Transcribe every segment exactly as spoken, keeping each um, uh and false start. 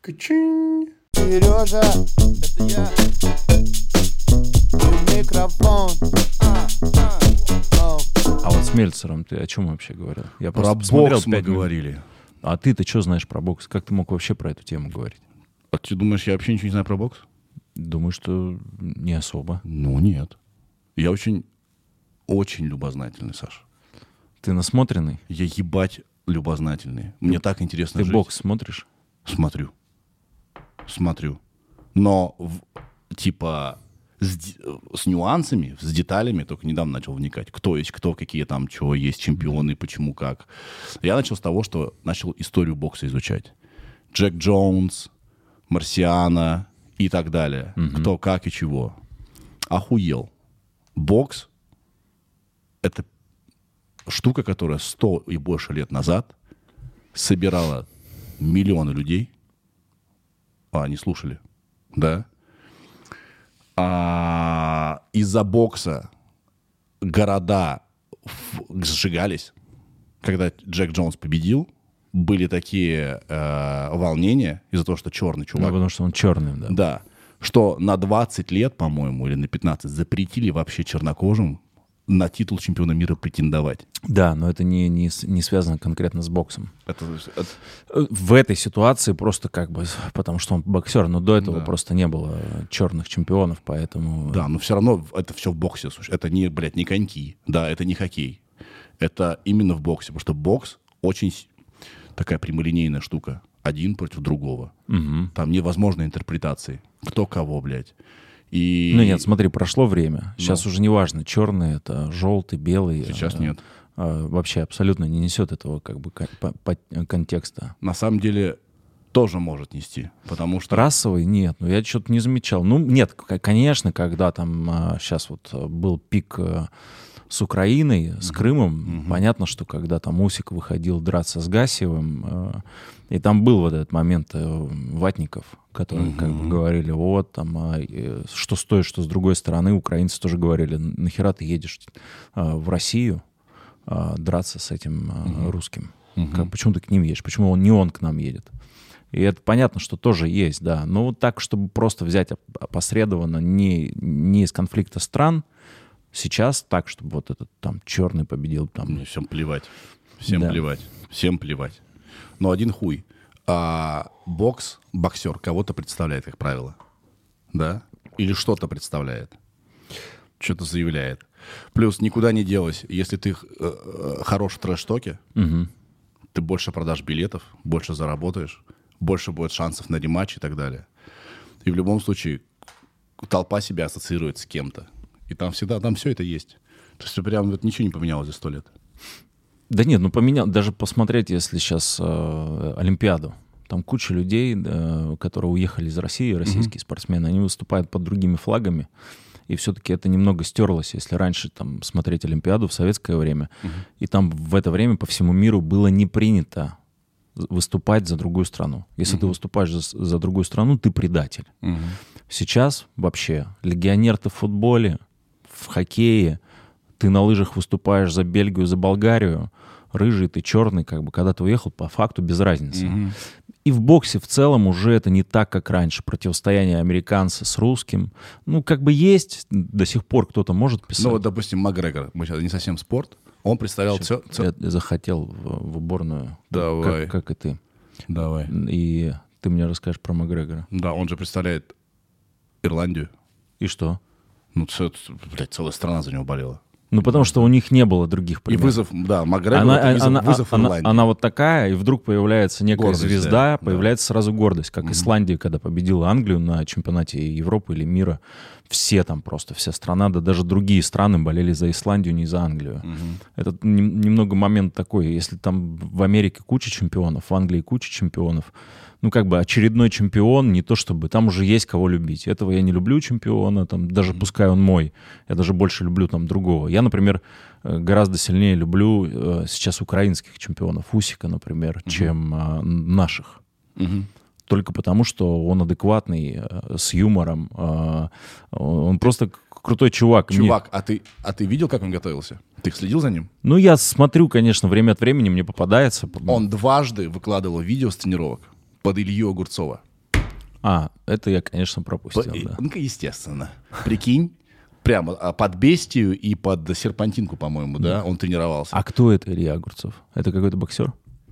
Качин. Сережа, это я. И микрофон. А, а, а. А вот с Мельцером ты о чем вообще говорил? Я Про бокс мы говорили. А ты-то что знаешь про бокс? Как ты мог вообще про эту тему говорить? А ты думаешь, я вообще ничего не знаю про бокс? Думаю, что не особо. Ну, нет. Я очень, очень любознательный, Саша. Ты насмотренный? Я ебать любознательный. Мне так интересно Ты жить. бокс смотришь? Смотрю. Смотрю. Но, в- типа, с, д- с нюансами, с деталями только недавно начал вникать. Кто есть кто, какие там, чего есть чемпионы, почему, как. Я начал с того, что начал историю бокса изучать. Джек Джонс, Марсиана и так далее. Кто, как и чего. Охуел. Бокс — это штука, которая сто и больше лет назад собирала миллионы людей. А, они слушали, да? А, из-за бокса города в- сжигались. Когда Джек Джонс победил, были такие э, волнения из-за того, что черный Ну, чувак. потому что он черный, да. Да. Что на двадцать лет, по-моему, или на пятнадцать запретили вообще чернокожим на титул чемпиона мира претендовать. Да, но это не, не, с- не связано конкретно с боксом. Это, это- Э, В этой ситуации просто как бы, потому что он боксер, но до этого Да. просто не было черных чемпионов, поэтому... да, но все равно это все в боксе. Слушай, это не, блядь, не коньки, да, это не хоккей. Это именно в боксе, потому что бокс очень с- такая прямолинейная штука. Один против другого. Мгм. Там невозможно интерпретации. Кто кого, блядь. И Ну нет, смотри, прошло время. Сейчас уже не важно, черный это, желтый, белый. сейчас э, нет. э, Вообще абсолютно не несет этого как бы кон- по- по- контекста. На самом деле тоже может нести, потому что... Расовый нет, ну я что-то не замечал. Ну нет, к- конечно, когда там сейчас вот э, был пик э, с Украиной, с Крымом, понятно, что когда там Усик выходил драться с Гасиевым, э, и там был вот этот момент э, ватников, которые как бы говорили, вот там, а, э, что с той, что с другой стороны, украинцы тоже говорили, нахера ты едешь э, в Россию э, драться с этим э, русским? Как- почему ты к ним едешь? Почему он не он к нам едет? И это понятно, что тоже есть, да. Но вот так, чтобы просто взять оп- опосредованно не, не из конфликта стран, сейчас так, чтобы вот этот там черный победил, там, Мне всем плевать. Всем Да. плевать. Всем плевать. Но один хуй. А, бокс, боксер кого-то представляет, как правило. Да? Или что-то представляет. Что-то заявляет. Плюс никуда не делось. Если ты э, э, хорош в трэш-токе, Мгм. ты больше продашь билетов, больше заработаешь, больше будет шансов на рематч и так далее. И в любом случае толпа себя ассоциирует с кем-то. И там всегда, там все это есть. То есть прям вот ничего не поменялось за сто лет. Да нет, ну поменял, даже посмотреть, если сейчас э, Олимпиаду, там куча людей, э, которые уехали из России, российские спортсмены, они выступают под другими флагами, и все-таки это немного стерлось, если раньше там смотреть Олимпиаду в советское время, и там в это время по всему миру было не принято выступать за другую страну. Если ты выступаешь за, за другую страну, ты предатель. Сейчас вообще легионер ты в футболе, в хоккее, ты на лыжах выступаешь за Бельгию, за Болгарию, рыжий ты, черный, как бы, когда ты уехал, по факту без разницы. И в боксе в целом уже это не так, как раньше. Противостояние американца с русским. Ну, как бы есть, до сих пор кто-то может писать. Ну вот, допустим, Макгрегор, мы сейчас не совсем спорт, он представлял все... Я захотел в, в уборную, Давай. как, как и ты. Давай. И ты мне расскажешь про Макгрегора. Да, он же представляет Ирландию. И что? Ну, ц- ц- блядь, целая страна за него болела. Ну, потому что у них не было других И примеров. вызов, да, Макгрегор Она, это вызов, она- вызов она- Ирландии. она вот такая, и вдруг появляется некая Гордость, звезда, да, появляется сразу гордость, как Исландия, когда победила Англию на чемпионате Европы или мира. Все там просто, вся страна, да даже другие страны болели за Исландию, не за Англию. Это нем- немного момент такой, если там в Америке куча чемпионов, в Англии куча чемпионов, ну, как бы очередной чемпион, не то чтобы, там уже есть кого любить. Этого я не люблю чемпиона, там, даже пускай он мой, я даже больше люблю там другого. Я, например, э, гораздо сильнее люблю э, сейчас украинских чемпионов, Усика, например, чем э, наших. Мгм. Только потому, что он адекватный, э, с юмором, э, он просто к- крутой чувак. Мне- Чувак, а ты, а ты видел, как он готовился? Ты следил за ним? ну, я смотрю, конечно, время от времени мне попадается. Он дважды выкладывал видео с тренировок под Илью Огурцова. А, это я, конечно, пропустил, По- да. Ну, естественно. Прикинь, прямо а, под Бестию и под Серпантинку, по-моему, да, он тренировался. А кто это Илья Огурцов? Это какой-то боксер?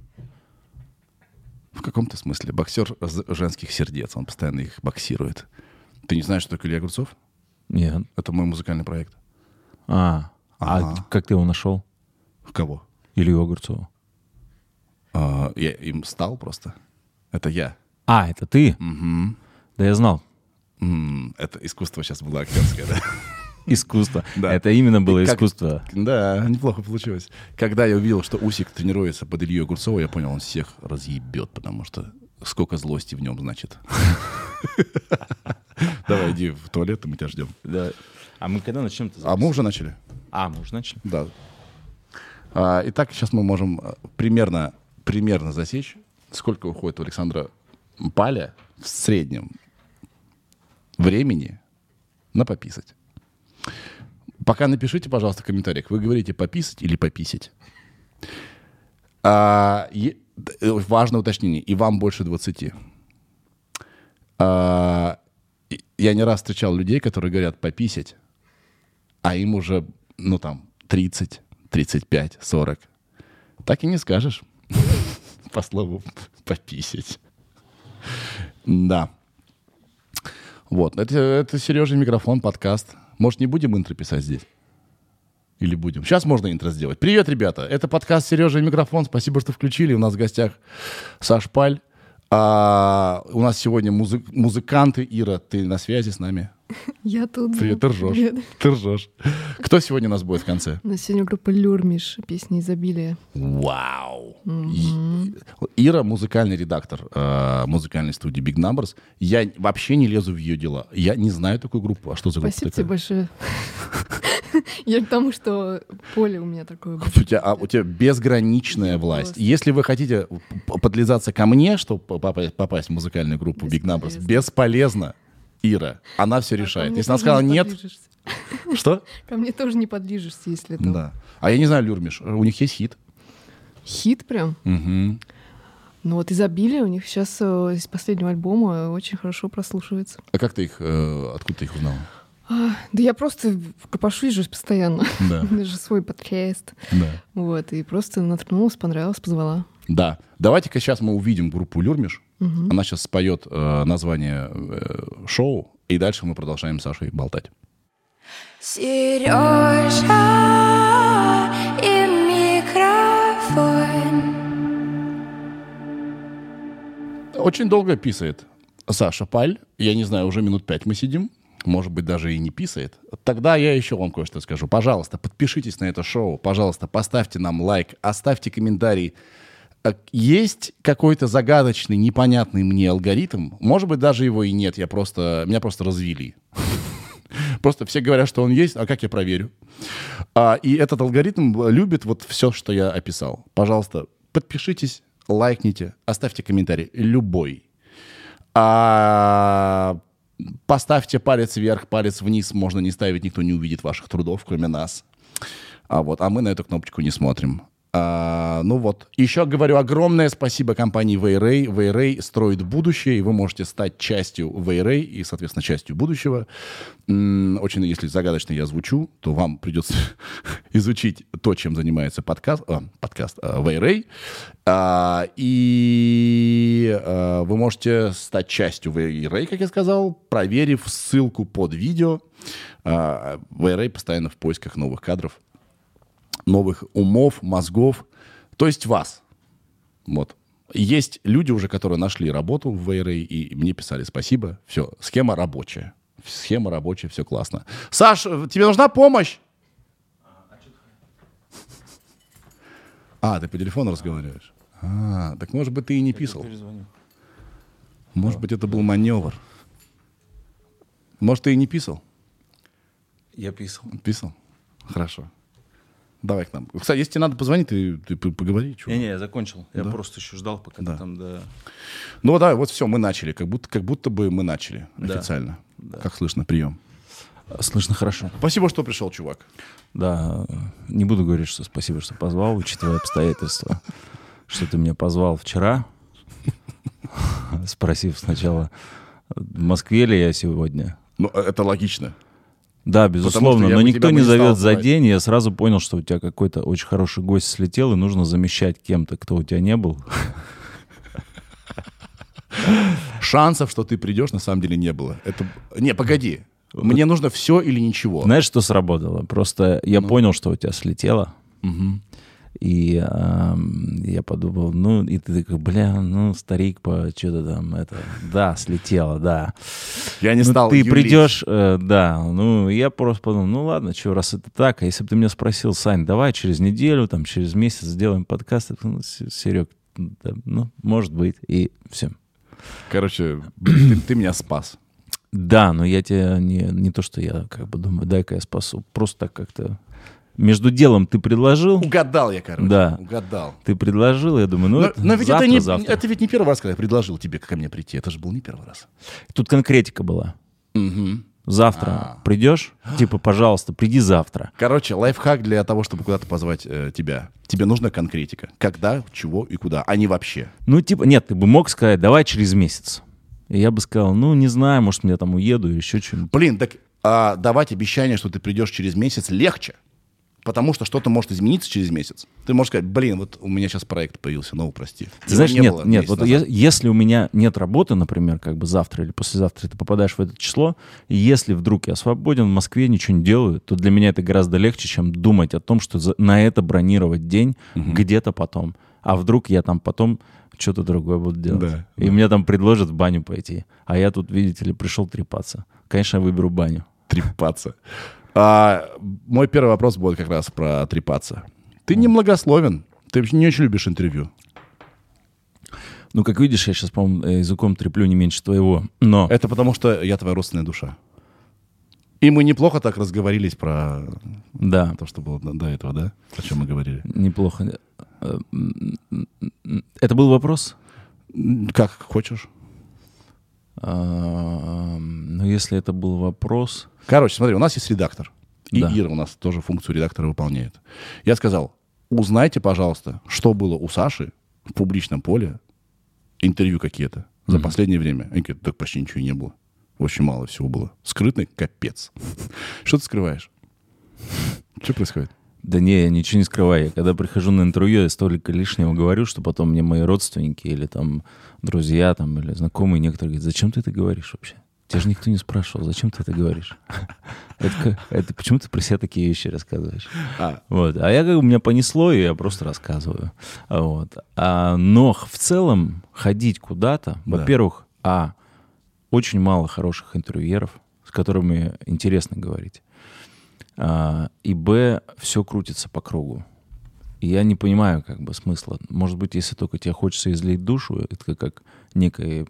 В каком-то смысле. Боксер з- женских сердец, он постоянно их боксирует. Ты не знаешь, что такое Илья Огурцов? Нет. Это мой музыкальный проект. А, Ага. а как ты его нашел? Кого? Илью Огурцова? А, я им стал просто. Это я. А, это ты? Мгм. Да я знал. М, Это искусство сейчас было актерское, да? Искусство. Да. Это именно было И как- искусство. Да, неплохо получилось. Когда я увидел, что Усик тренируется под Илью Огурцова, я понял, он всех разъебет, потому что сколько злости в нем, значит. Давай, иди в туалет, и мы тебя ждем. Да. А мы когда начнем? А мы уже начали. А, мы уже начали? Да. А, Итак, сейчас мы можем а, примерно, примерно засечь, сколько уходит у Александра Паля в среднем времени на пописать. Пока напишите, пожалуйста, в комментариях, вы говорите пописать или пописать. А, е- д- важное уточнение. И вам больше двадцати. А, и- я не раз встречал людей, которые говорят пописать, а им уже, ну там, тридцать, тридцать пять, сорок. Так и не скажешь. По слову пописать. Да. Вот. Это, это Сережа микрофон, подкаст. Может, не будем интро писать здесь? Или будем? Сейчас можно интро сделать. Привет, ребята. Это подкаст «Сережа и микрофон». Спасибо, что включили. У нас в гостях Саш Паль. А, у нас сегодня музы- музыканты. Ира, ты на связи с нами? Я тут. Привет, ты ржешь. Привет. Ты ржешь. Кто сегодня у нас будет в конце? У нас сегодня группа Люрмиш, песня «Изобилие». Вау! И- Ира — музыкальный редактор э, музыкальной студии Big Numbers. Я вообще не лезу в ее дела. Я не знаю такую группу. А что за группа Спасибо тебе такая? большое. Я к тому, что поле у меня такое было. У тебя, а, у тебя безграничная власть. Просто. Если вы хотите п- подлизаться ко мне, чтобы попасть, попасть в музыкальную группу Big Numbers, Бесполезно. бесполезно, Ира. Она все А ко решает. мне Если она тоже сказала не нет, подлижешься. что? Ко мне тоже не подлижешься, если там. Да. А я не знаю, Люрмиш, у них есть хит. Хит прям. Мгм. Ну вот «Изобилие» у них сейчас э, из последнего альбома очень хорошо прослушивается. А как ты их, э, откуда ты их узнала? А, да я просто копошусь же постоянно. Да. У меня же свой подкаст. Да. Вот, и просто наткнулась, понравилась, позвала. Да. Давайте-ка сейчас мы увидим группу Люрмиш. Она сейчас споет э, название э, шоу, и дальше мы продолжаем с Сашей болтать. Сережа и микрофон. Очень долго писает Саша Паль. Я не знаю, уже минут пять мы сидим. Может быть, даже и не писает. Тогда я еще вам кое-что скажу. Пожалуйста, подпишитесь на это шоу. Пожалуйста, поставьте нам лайк, оставьте комментарий. А есть какой-то загадочный, непонятный мне алгоритм? Может быть, даже его и нет. Я просто, меня просто развели. Просто все говорят, что он есть, а как я проверю? А, и этот алгоритм любит вот все, что я описал. Пожалуйста, подпишитесь, лайкните, оставьте комментарий. Любой. А, поставьте палец вверх, палец вниз. Можно не ставить, никто не увидит ваших трудов, кроме нас. А, вот, а мы на эту кнопочку не смотрим. А, ну вот. Еще говорю огромное спасибо компании Вейрей. Вейрей строит будущее, и вы можете стать частью Вейрей и, соответственно, частью будущего. М, Очень, если загадочно я звучу, то вам придется изучить то, чем занимается подкаст, а, подкаст а, Вейрей. А, и а, вы можете стать частью Вейрей, как я сказал, проверив ссылку под видео. А, Вейрей постоянно в поисках новых кадров, новых умов, мозгов, то есть вас. Вот. Есть люди уже, которые нашли работу в Вейрей, и мне писали спасибо. Все, схема рабочая. Схема рабочая, все классно. Саш, тебе нужна помощь? А, ты по телефону разговариваешь? А, так может быть ты и не писал. Может быть это был маневр. Может ты и не писал? Я писал. Писал? Хорошо. Давай к нам. Кстати, если тебе надо позвонить, ты, ты п- поговори. чувак. Не-не, я закончил. Я Да? просто еще ждал, пока Да. ты там, да. Ну вот, да, вот все, мы начали. Как будто, как будто бы мы начали Да. официально. Да. Как слышно, прием. Слышно хорошо. Спасибо, что пришел, чувак. Да, не буду говорить, что спасибо, что позвал, учитывая обстоятельства, что ты меня позвал вчера, спросив сначала В Москве ли я сегодня? Ну, это логично. Да, безусловно, я но бы никто тебя бы не не стал зовет за звать. день. Я сразу понял, что у тебя какой-то очень хороший гость слетел, и нужно замещать кем-то, кто у тебя не был. Шансов, что ты придешь, на самом деле не было. Это... Не, погоди. Мне нужно все или ничего. Знаешь, что сработало? Просто я Ну. понял, что у тебя слетело. Мгм. И эм, я подумал, ну, и ты такой, бля, ну, старик, по что-то там, это, да, слетело, да. Я не Ну, стал ты юлить. придешь, э, да, ну, я просто подумал, ну, ладно, что, раз это так, а если бы ты меня спросил, Сань, давай через неделю, там, через месяц сделаем подкаст, ну, Серег, да, ну, может быть, и все. Короче, блин, ты, ты меня спас. Да, но я тебя не, не то, что я как бы думаю, дай-ка я спасу, просто так как-то между делом ты предложил, Угадал я, короче. Да. Угадал. ты предложил, я думаю, ну, Но, это но ведь завтра, это, не, завтра. это ведь не первый раз, когда я предложил тебе ко мне прийти. Это же был не первый раз. Тут конкретика была. Мгм. Завтра А. придешь? Типа, пожалуйста, приди завтра. Короче, лайфхак для того, чтобы куда-то позвать э, тебя. Тебе нужна конкретика. Когда, чего и куда, а не вообще. Ну, типа, нет, ты бы мог сказать, давай через месяц. И я бы сказал, ну, не знаю, может, я там уеду или еще что-нибудь. Блин, так а, давать обещание, что ты придешь через месяц, легче. Потому что что-то может измениться через месяц. Ты можешь сказать, блин, вот у меня сейчас проект появился, ну, прости. Ты Его знаешь, не нет, было нет, месяц вот назад. е- если у меня нет работы, например, как бы завтра или послезавтра, ты попадаешь в это число, и если вдруг я свободен в Москве, ничего не делаю, то для меня это гораздо легче, чем думать о том, что за- на это бронировать день где-то потом. А вдруг я там потом что-то другое буду делать. Да, и мне там предложат в баню пойти. А я тут, видите ли, пришел трепаться. Конечно, я выберу баню. Трепаться. А, мой первый вопрос будет как раз про трепаться. Ты немногословен. Ты вообще не очень любишь интервью. Ну, как видишь, я сейчас, по-моему, языком треплю не меньше твоего. Но Это потому, что я твоя родственная душа. И мы неплохо так разговорились про да, то, что было до до этого, да? О чем мы говорили. неплохо. Это был вопрос? М, Как хочешь. А, Ну, если это был вопрос... Короче, смотри, у нас есть редактор. И Да. Ира у нас тоже функцию редактора выполняет. Я сказал, узнайте, пожалуйста, что было у Саши в публичном поле, интервью какие-то за последнее время. Они говорят, так почти ничего и не было. Очень мало всего было. Скрытный капец. Что ты скрываешь? Что происходит? Да не, я ничего не скрываю. Я когда прихожу на интервью, я столько лишнего говорю, что потом мне мои родственники или там друзья там, или знакомые некоторые говорят, зачем ты это говоришь вообще? Тебя же никто не спрашивал, зачем ты это говоришь? Это, как- это почему ты про себя такие вещи рассказываешь? А, Вот. А я как бы меня понесло, и я просто рассказываю. Вот. А, но в целом ходить куда-то, Да. во-первых, а, очень мало хороших интервьюеров, с которыми интересно говорить. А, и б, все крутится по кругу. И я не понимаю как бы смысла. Может быть, если только тебе хочется излить душу, это как некий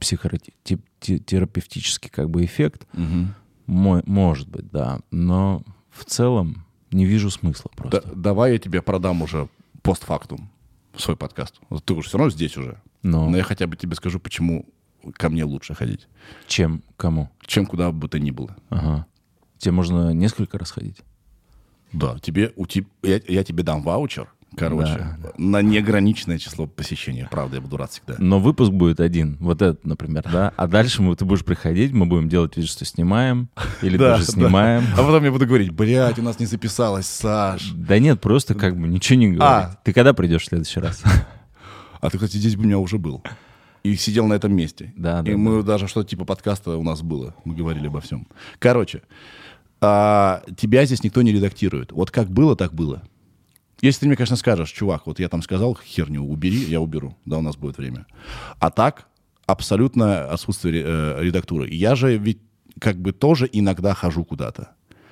психотерапевтический как бы эффект, мгм. Мо- может быть, да. Но в целом не вижу смысла просто. Да- давай я тебе продам уже постфактум свой подкаст. Вот ты уже все равно здесь уже. Но Но я хотя бы тебе скажу, почему ко мне лучше ходить, чем? Кому? чем куда бы то ни было. Ага. Тебе можно несколько раз ходить? Да, тебе, у теб- я, я тебе дам ваучер, короче, Да, на неограниченное число посещений. Правда, я буду рад всегда. Но выпуск будет один, вот этот, например, да? А дальше мы, ты будешь приходить, мы будем делать вид, что снимаем, или Да, даже да. снимаем. А потом я буду говорить, блядь, у нас не записалось, Саш. Да нет, просто как бы ничего не говорить. А. Ты когда придешь в следующий раз? А ты, кстати, здесь бы у меня уже был. И сидел на этом месте. Да, И да, мы даже что-то типа подкаста у нас было. Мы говорили обо всем. Короче, а, тебя здесь никто не редактирует. Вот как было, так было. Если ты мне, конечно, скажешь, чувак, вот я там сказал херню, убери, я уберу. Да, у нас будет время. А так, абсолютно отсутствие э, редактуры. Я же ведь как бы тоже иногда хожу куда-то.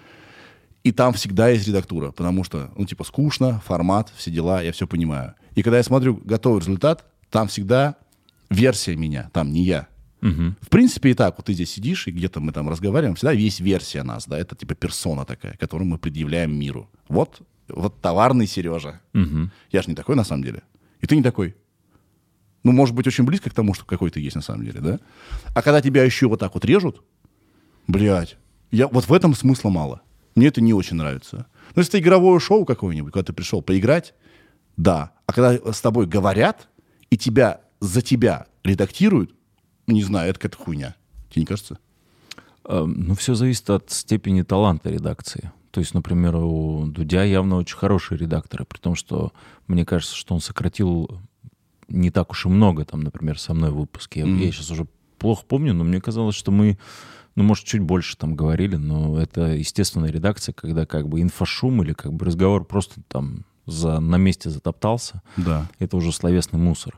И там всегда есть редактура, потому что, ну, типа, скучно, формат, все дела, я все понимаю. И когда я смотрю готовый результат, там всегда версия меня, там не я. Мгм. В принципе, и так, вот ты здесь сидишь, и где-то мы там разговариваем, всегда есть версия нас, да, это типа персона такая, которую мы предъявляем миру. Вот, вот товарный Сережа. Мгм. Я же не такой на самом деле. И ты не такой. Ну, может быть, очень близко к тому, что какой ты есть на самом деле, да? А когда тебя еще вот так вот режут, блядь, я, вот в этом смысла мало. Мне это не очень нравится. Ну, если это игровое шоу какое-нибудь, когда ты пришел поиграть, да. А когда с тобой говорят, и тебя за тебя редактируют, не знаю, это какая-то хуйня. Тебе не кажется? Э, Ну, все зависит от степени таланта редакции. То есть, например, у Дудя явно очень хорошие редакторы, при том, что мне кажется, что он сократил не так уж и много, там, например, со мной в выпуске. Я, Мгм. я сейчас уже плохо помню, но мне казалось, что мы, ну, может, чуть больше там говорили, но это естественная редакция, когда как бы инфошум или как бы разговор просто там за, на месте затоптался. Да. Это уже словесный мусор.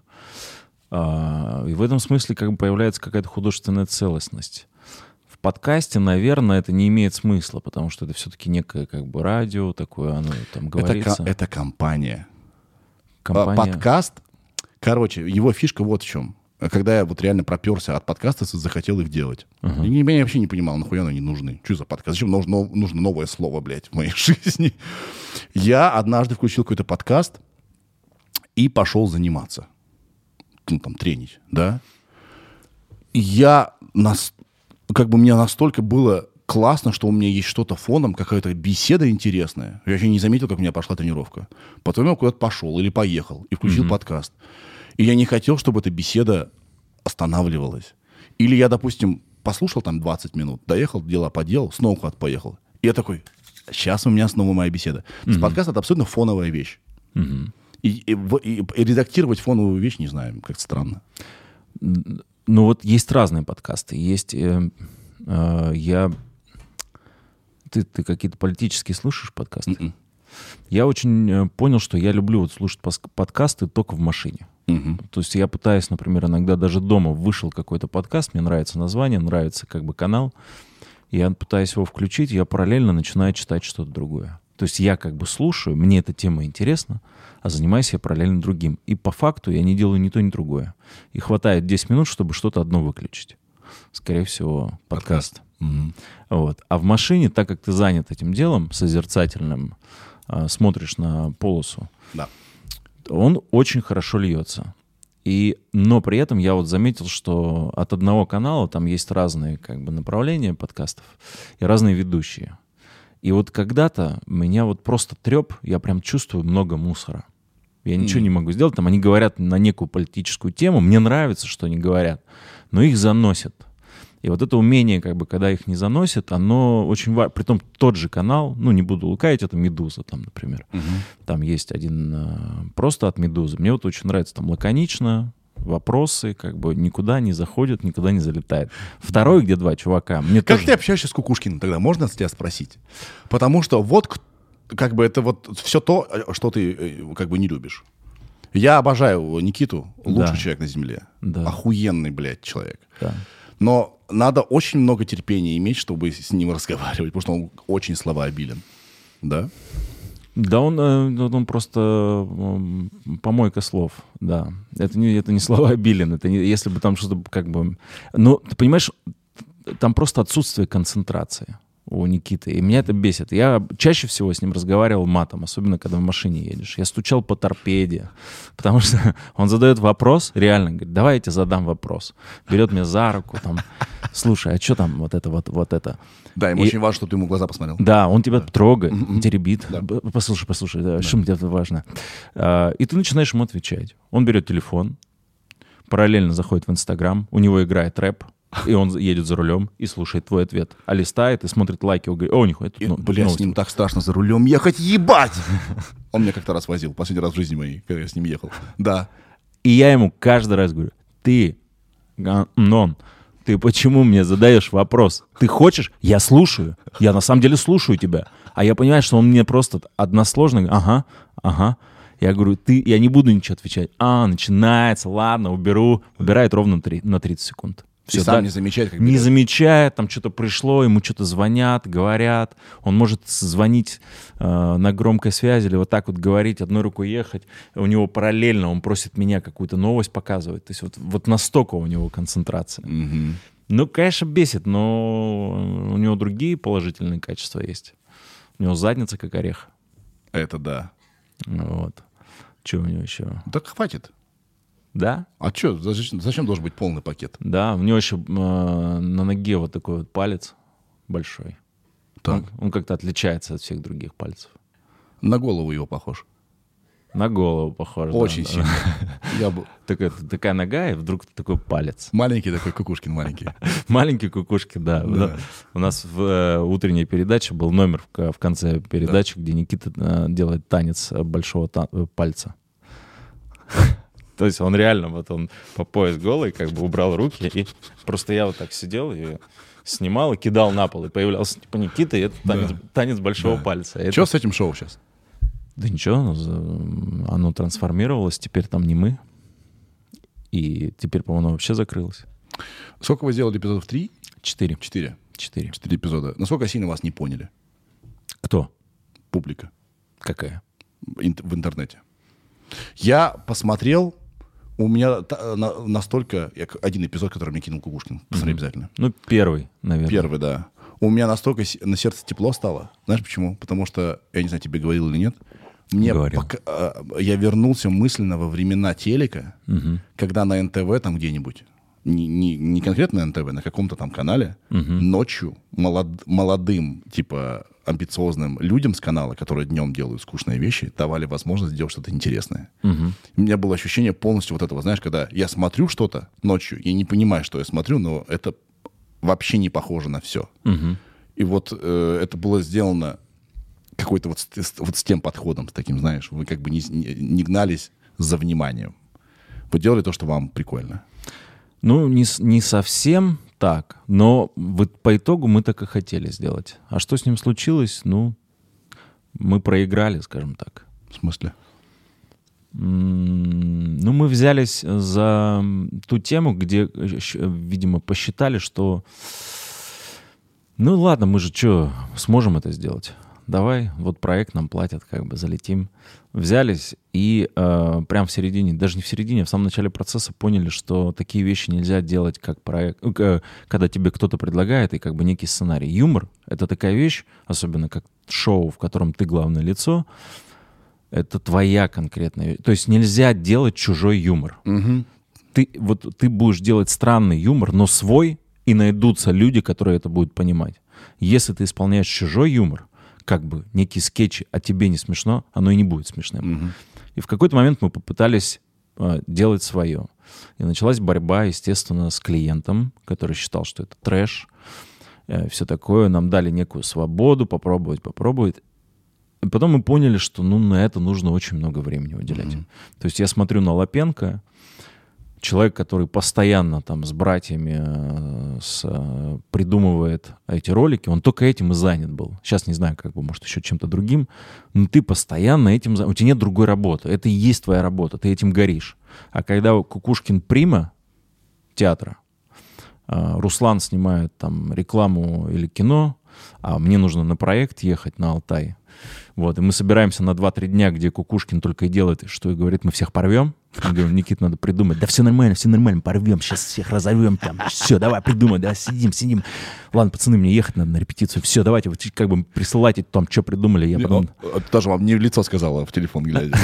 А, и в этом смысле как бы появляется какая-то художественная целостность. В подкасте, наверное, это не имеет смысла, потому что это все-таки некое как бы радио такое, оно там Это, говорится. ко- это компания. А, Компания- Подкаст, короче, его фишка вот в чем. Когда я вот реально проперся от подкаста, захотел их делать. Ага. И я вообще не понимал, нахуя они нужны. Что за подкаст? Зачем нужно, нужно новое слово, блядь, в моей жизни? Я однажды включил какой-то подкаст и пошел заниматься. Ну, там, тренить, да? И я нас... Как бы мне настолько было классно, что у меня есть что-то фоном, какая-то беседа интересная. Я еще не заметил, как у меня пошла тренировка. Потом я куда-то пошел или поехал и включил Мгм. подкаст. И я не хотел, чтобы эта беседа останавливалась. Или я, допустим, послушал там двадцать минут, доехал, дела поделал, снова куда-то поехал. И я такой, сейчас у меня снова моя беседа. То есть подкаст — это абсолютно фоновая вещь. Мгм. И, и в- и- и редактировать фоновую вещь, не знаю, как-то странно. Ну вот есть разные подкасты. Есть э, э, я... Ты, ты какие-то политические слушаешь подкасты? Мгм. Я очень э, понял, что я люблю вот слушать пос- подкасты только в машине. Мгм. То есть я пытаюсь, например, иногда даже дома вышел какой-то подкаст, мне нравится название, нравится как бы канал, и я пытаюсь его включить, я параллельно начинаю читать что-то другое. То есть я как бы слушаю, мне эта тема интересна, а занимаюсь я параллельно другим. И по факту я не делаю ни то, ни другое. И хватает десять минут, чтобы что-то одно выключить. Скорее всего, подкаст. Мгм. Вот. А в машине, так как ты занят этим делом созерцательным, а, смотришь на полосу, Да. он очень хорошо льется. И, но при этом я вот заметил, что от одного канала там есть разные как бы направления подкастов и разные ведущие. И вот когда-то меня вот просто треп, я прям чувствую много мусора. Я ничего Мгм. не могу сделать. Там они говорят на некую политическую тему. Мне нравится, что они говорят, но их заносят. И вот это умение, как бы, когда их не заносят, оно очень важно. Притом тот же канал, ну, не буду лукавить, это «Медуза», там, например. Мгм. Там есть один э, просто от «Медузы». Мне вот очень нравится, там лаконично, вопросы, как бы никуда не заходят, никуда не залетает. Второй, где два чувака, мне Как тоже... ты общаешься с Кукушкиным тогда? Можно тебя спросить? Потому что вот к- как бы это вот все то, что ты э, как бы не любишь. Я обожаю Никиту, лучший Да. человек на земле. Да. Охуенный, блядь, человек. Да. Но надо очень много терпения иметь, чтобы с ним разговаривать, потому что он очень словообилен. Да? Да, он, э, он просто м, помойка слов, да. Это не, это не слова обилен, это не, если бы там что-то как бы... Ну, ты понимаешь, там просто отсутствие концентрации у Никиты, и меня это бесит. Я чаще всего с ним разговаривал матом, особенно когда в машине едешь. Я стучал по торпеде, потому что он задает вопрос, реально, говорит, давай я тебе задам вопрос. Берет меня за руку, там, слушай, а что там вот это, вот, вот это? Да, ему И- очень важно, чтобы ты ему в глаза посмотрел. Да, он тебя трогает, Мгм. теребит. Да. Б- Послушай, послушай, да, что мне это важно. А, И ты начинаешь ему отвечать. Он берет телефон, параллельно заходит в Инстаграм, у него играет рэп, и он едет за рулем и слушает твой ответ. А листает и смотрит лайки, он говорит, о, нихуя, тут И, ну, блядь, с новости». ним так страшно за рулем ехать, ебать! Он меня как-то раз возил, последний раз в жизни моей, когда я с ним ехал. Да. И я ему каждый раз говорю, ты, гандон, ты почему мне задаешь вопрос? Ты хочешь? Я слушаю. Я на самом деле слушаю тебя. А я понимаю, что он мне просто односложно говорит, ага, ага. Я говорю, ты, я не буду ничего отвечать. А, начинается, ладно, уберу. Убирает ровно три- на тридцать секунд. И Всё, сам да- не замечает, как не берет. замечает, там что-то пришло, ему что-то звонят, говорят. Он может звонить э, на громкой связи или вот так вот говорить, одной рукой ехать. У него параллельно он просит меня какую-то новость показывать. То есть вот, вот настолько у него концентрация. Мгм. Ну, конечно, бесит, но у него другие положительные качества есть. У него задница как орех. Это да. Вот. Что у него еще? Так хватит. Да? А что, зачем, зачем должен быть полный пакет? Да, у него еще э, на ноге вот такой вот палец большой. Так, Он, он как-то отличается от всех других пальцев. на голову его похож. На голову похоже. Очень да, сильно. Да. Я бы... Такая, такая нога, и вдруг такой палец. Маленький такой Кукушкин, маленький. Маленькие кукушки, да. Да. У нас в э, утренней передаче был номер в, в конце передачи, да. где Никита э, делает танец большого та- пальца. То есть он реально, вот он по пояс голый, как бы убрал руки, и просто я вот так сидел и снимал, и кидал на пол, и появлялся типа Никита, и это танец, да. танец большого да. пальца. Это... Что с этим шоу сейчас? Да ничего, оно, оно трансформировалось, теперь там не мы. И теперь, по-моему, оно вообще закрылось. Сколько вы сделали эпизодов? Три? Четыре. Четыре? Четыре. Четыре эпизода. Насколько сильно вас не поняли? Кто? Публика. Какая? Ин- в интернете. Я посмотрел, у меня та, на, настолько... Я, один эпизод, который мне кинул Кукушкин. Посмотри mm-hmm. обязательно. Ну, первый, наверное. Первый, да. У меня настолько на сердце тепло стало. Знаешь почему? Потому что, я не знаю, тебе говорил или нет, мне пока, я вернулся мысленно во времена телека, угу. когда на эн тэ вэ там где-нибудь, не, не, не конкретно на эн тэ вэ, на каком-то там канале, угу. ночью молод, молодым, типа амбициозным людям с канала, которые днем делают скучные вещи, давали возможность сделать что-то интересное. Угу. У меня было ощущение полностью вот этого, знаешь, когда я смотрю что-то ночью, я не понимаю, что я смотрю, но это вообще не похоже на все. Угу. И вот э, это было сделано какой-то вот с, вот с тем подходом, с таким, знаешь, вы как бы не, не, не гнались за вниманием. Вы делали то, что вам прикольно. Ну, не, не совсем так, но вот по итогу мы так и хотели сделать. А что с ним случилось? Ну, мы проиграли, скажем так. В смысле? Ну, мы взялись за ту тему, где, видимо, посчитали, что ну ладно, мы же что, сможем это сделать? Давай, вот проект нам платят, как бы залетим. Взялись и э, прямо в середине, даже не в середине, а в самом начале процесса поняли, что такие вещи нельзя делать как проект, э, когда тебе кто-то предлагает и как бы некий сценарий. Юмор — это такая вещь, особенно как шоу, в котором ты главное лицо, это твоя конкретная. То есть нельзя делать чужой юмор. Угу. Ты, вот, ты будешь делать странный юмор, но свой, и найдутся люди, которые это будут понимать. Если ты исполняешь чужой юмор, как бы некий скетч, а тебе не смешно, оно и не будет смешным. Угу. И в какой-то момент мы попытались э, делать свое. И началась борьба, естественно, с клиентом, который считал, что это трэш, э, все такое. Нам дали некую свободу попробовать, попробовать. И потом мы поняли, что ну, на это нужно очень много времени уделять. Mm-hmm. То есть я смотрю на Лапенко, человек, который постоянно там с братьями э, с, э, придумывает эти ролики, он только этим и занят был. Сейчас не знаю, как бы, может, еще чем-то другим, но ты постоянно этим занят. У тебя нет другой работы. Это и есть твоя работа, ты этим горишь. А когда Кукушкин прима театра, э, Руслан снимает там рекламу или кино, а мне нужно на проект ехать на Алтай, вот, и мы собираемся на два-три дня, где Кукушкин только и делает, что и говорит, мы всех порвем. Мы говорим, Никит, надо придумать. Да все нормально, все нормально, порвем, сейчас всех разорвем там. Все, давай, придумай, да, сидим, сидим. Ладно, пацаны, мне ехать надо на репетицию. Все, давайте, вот как бы присылайте там, что придумали. Я потом... Даже вам не в лицо сказала, в телефон глядя.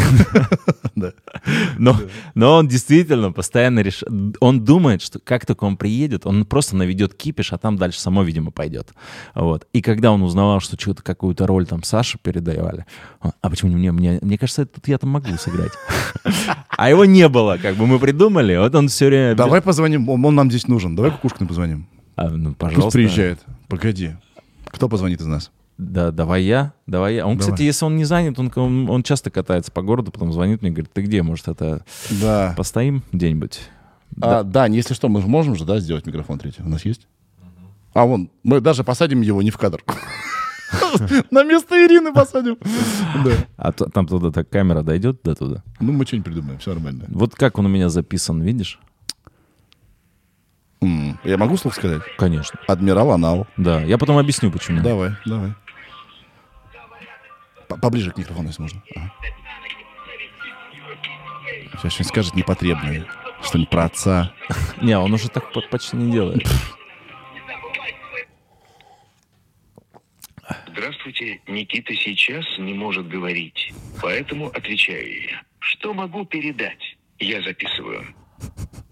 Но он действительно постоянно решает. Он думает, что как только он приедет, он просто наведет кипиш, а там дальше само, видимо, пойдет. Вот. И когда он узнавал, что что-то какую-то роль там Саше передавали, а почему не мне? Мне кажется, тут я там могу сыграть. А его не было, как бы мы придумали, вот он все время... Давай позвоним, он нам здесь нужен, давай Кукушкину позвоним. А, ну, пожалуйста. Пусть приезжает, погоди. Кто позвонит из нас? Да, давай я, давай я. Он, давай. Кстати, если он не занят, он, он, он часто катается по городу, потом звонит мне, говорит, ты где, может, это да. постоим где-нибудь? А, да. да, если что, мы можем же, да, сделать микрофон третий, у нас есть? Угу. А вон, мы даже посадим его не в кадр. На место Ирины посадим. А там туда так камера дойдет до туда? Ну, мы что-нибудь придумаем, все нормально. Вот как он у меня записан, видишь? Я могу слух сказать? Конечно. Адмирал Анал. Да, я потом объясню, почему. Давай, давай. Поближе к микрофону, если можно. Ага. Сейчас что-нибудь скажет непотребное. Что-нибудь про отца. Не, он уже так почти не делает. Здравствуйте, Никита сейчас не может говорить, поэтому отвечаю я. Что могу передать? Я записываю.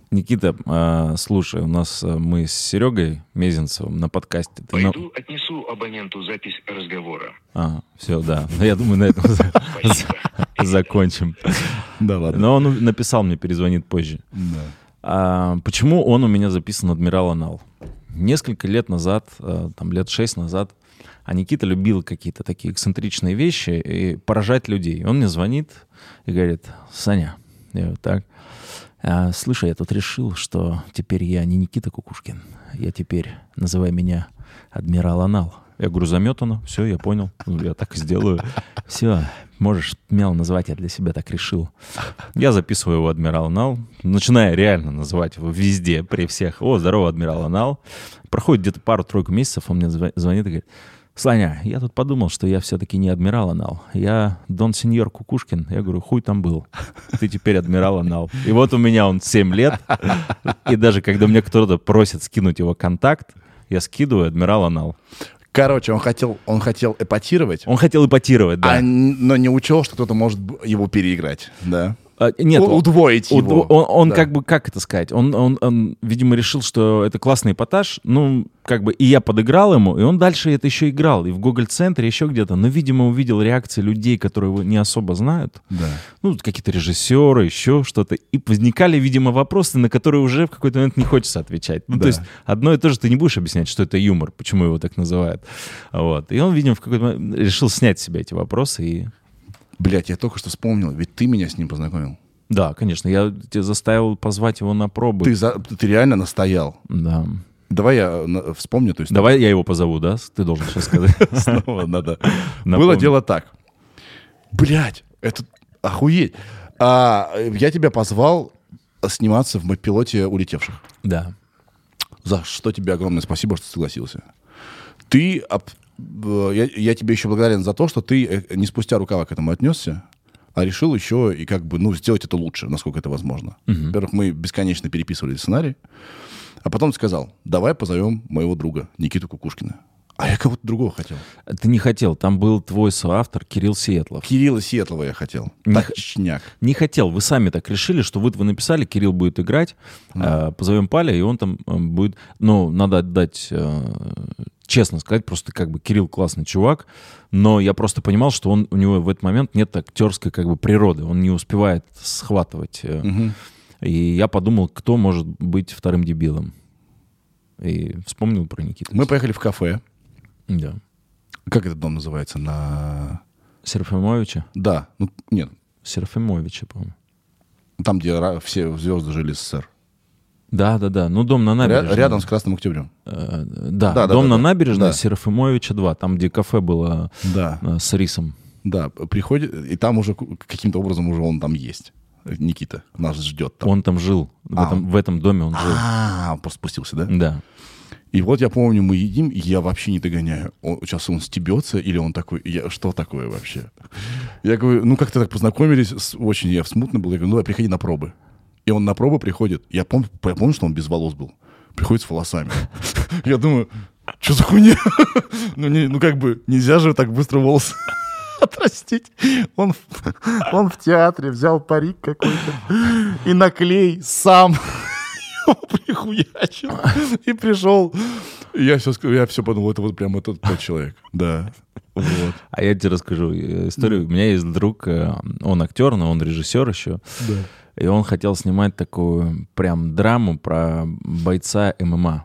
Никита, а, слушай, у нас а, мы с Серегой Мезенцевым на подкасте. Ты на- Пойду отнесу абоненту запись разговора. А, все, да. Ну, я думаю, на этом за- Спасибо. закончим. Да ладно. Но он написал мне, перезвонит позже. Да. А, почему он у меня записан «Адмирал Анал»? Несколько лет назад, а, там лет шесть назад, а Никита любил какие-то такие эксцентричные вещи и поражать людей. Он мне звонит и говорит: Саня, я говорю, так, а, слушай, я тут решил, что теперь я не Никита Кукушкин, я теперь, называй меня «Адмирал Анал». Я говорю, заметано, все, я понял, я так и сделаю. Все, можешь смело называть, я для себя так решил. Я записываю его «Адмирал Анал», начинаю реально называть его везде, при всех. О, здорово, «Адмирал Анал». Проходит где-то пару-тройку месяцев, он мне звонит и говорит: Саня, я тут подумал, что я все-таки не «Адмирал Анал», я Дон Сеньор Кукушкин. Я говорю, хуй там был, ты теперь «Адмирал Анал». И вот у меня он семь лет, и даже когда мне кто-то просит скинуть его контакт, я скидываю «Адмирал Анал». Короче, он хотел, он хотел эпатировать, Он хотел эпатировать, да. а, н- но не учел, что кто-то может б- его переиграть, да? А, нет, У- он- удвоить Уд- его. Он, он Да. как бы, как это сказать, он, он, он, видимо, решил, что это классный эпатаж, ну, как бы, и я подыграл ему, и он дальше это еще играл, и в Гоголь-центре, еще где-то, но, видимо, увидел реакции людей, которые его не особо знают, Да. ну, какие-то режиссеры, еще что-то, и возникали, видимо, вопросы, на которые уже в какой-то момент не хочется отвечать. Ну, Да. то есть, одно и то же ты не будешь объяснять, что это юмор, почему его так называют. Вот. И он, видимо, в какой-то момент решил снять с себя эти вопросы, и... Блять, я только что вспомнил, ведь ты меня с ним познакомил. Да, конечно, я тебя заставил позвать его на пробы. Ты, за- ты реально настоял. Да. Давай я на- вспомню эту историю. Давай я его позову, да? Ты должен сейчас сказать. Снова надо. Напомню. Было дело так. Блять, это охуеть. А, я тебя позвал сниматься в пилоте «Улетевших». Да. За что тебе огромное спасибо, что согласился. Ты, об- э, я, я тебе еще благодарен за то, что ты э, не спустя рукава к этому отнесся, а решил еще и как бы, ну, сделать это лучше, насколько это возможно. Во-первых, мы бесконечно переписывали сценарий, а потом ты сказал, давай позовем моего друга Никиту Кукушкина. А я кого-то другого хотел. Ты не хотел, там был твой соавтор Кирилл Сиетлов. Кирилла Сиетлова я хотел. Не х- Точняк. Не хотел, вы сами так решили, что вот вы написали, Кирилл будет играть, э, позовем Паля, и он там э, будет... Ну, надо отдать, э, честно сказать, просто как бы Кирилл классный чувак, но я просто понимал, что он, у него в этот момент нет актерской как бы природы, он не успевает схватывать. э. Мгм. И я подумал, кто может быть вторым дебилом. И вспомнил про Никиту. Мы поехали в кафе. Да. Как этот дом называется? На... Серафимовича? Да. Ну, нет. Серафимовича, по-моему. Там, где ра- все звезды жили СССР. Да, да, да. Ну, дом на Ря- набережной. Рядом с Красным Октябрем. Э, да, Да, да, дом да, на да. набережной, Да. Серафимовича два, там, где кафе было Да. э, с рисом. Да. Приходит, и там уже ку- каким-то образом уже он там есть. Никита нас ждет там. Он там жил. В, А. этом, в этом доме он жил. А, он просто спустился, да? Да. И вот я помню, мы едим, и я вообще не догоняю. Он, сейчас он стебется, или он такой, я, что такое вообще? Я говорю, ну как-то так познакомились, с- очень я смутно был. Я говорю, ну давай, приходи на пробы. И он на пробы приходит. Я помню, я помню, что он без волос был. Приходит с волосами. Я думаю, что за хуйня? Ну, не- ну как бы нельзя же так быстро волосы отрастить. Он, в- он в театре взял парик какой-то и наклей сам его прихуячил и пришел. И Я все, я все подумал, это вот прям этот тот человек. Да. Вот. А я тебе расскажу э, историю. У меня есть друг, э, он актер, но он режиссер еще. Да. И он хотел снимать такую прям драму про бойца ММА.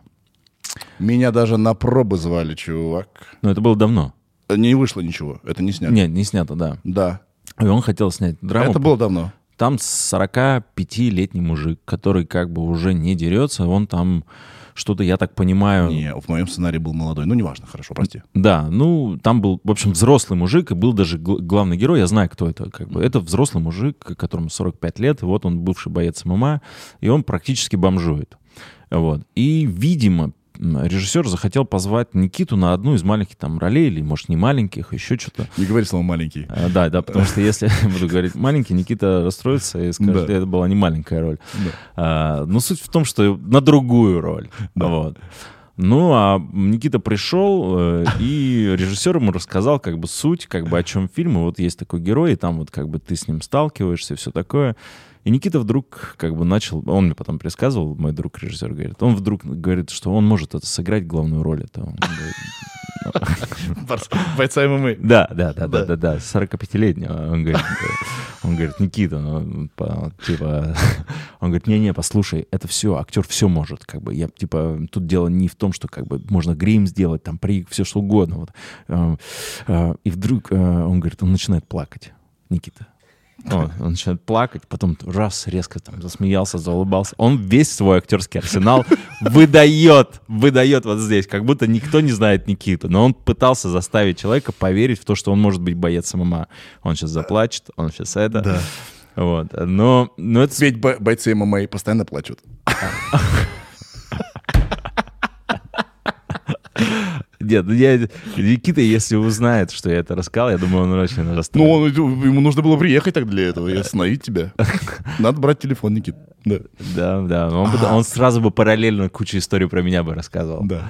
Меня даже на пробы звали, чувак. Но это было давно. Не вышло ничего, это не снято. Нет, не снято, да. Да. И он хотел снять драму. Это было давно. Там сорокапятилетний мужик, который как бы уже не дерется, он там что-то, я так понимаю... Не, в моем сценарии был молодой. Ну, неважно, хорошо, прости. Да, ну, там был, в общем, взрослый мужик, и был даже гл- главный герой, я знаю, кто это, как бы. Это взрослый мужик, которому сорок пять лет, и вот он бывший боец ММА, и он практически бомжует. Вот. И, видимо, м, режиссер захотел позвать Никиту на одну из маленьких там ролей, или, может, не маленьких, еще что-то. Не говори слово «маленький». А, Да, да, потому что если я буду говорить маленький, Никита расстроится и скажет, Да. что это была не маленькая роль. Да. А, но суть в том, что на другую роль. Да. Вот. Ну, а Никита пришел, э, и режиссер ему рассказал как бы суть, как бы о чем фильм. И вот есть такой герой, и там вот как бы ты с ним сталкиваешься, все такое. И Никита вдруг как бы начал, он мне потом пересказывал, мой друг режиссер говорит, он вдруг говорит, что он может это сыграть главную роль. Это он говорит, бойца ММА. Да, да, да, да, да, да, сорокапятилетнего. Он говорит, он говорит, Никита, ну, по, типа, он говорит, не-не, послушай, это все, актер все может, как бы, я, типа, тут дело не в том, что, как бы, можно грим сделать, там, при, все что угодно, вот. И вдруг он говорит, он начинает плакать, Никита. Он, он начинает плакать, потом раз, резко там засмеялся, заулыбался. Он весь свой актерский арсенал выдает, выдает вот здесь, как будто никто не знает Никиту. Но он пытался заставить человека поверить в то, что он может быть боец ММА. Он сейчас заплачет, он сейчас это. Да. Вот. Но, но это... Ведь бо- бойцы ММА постоянно плачут. Нет, ну я, Никита, если узнает, что я это рассказал, я думаю, он очень расстроится. Ну, он, ему нужно было приехать так для этого и остановить тебя. Надо брать телефон, Никит. Да, да. да. Он, бы, он сразу бы параллельно кучу историй про меня бы рассказывал. Да.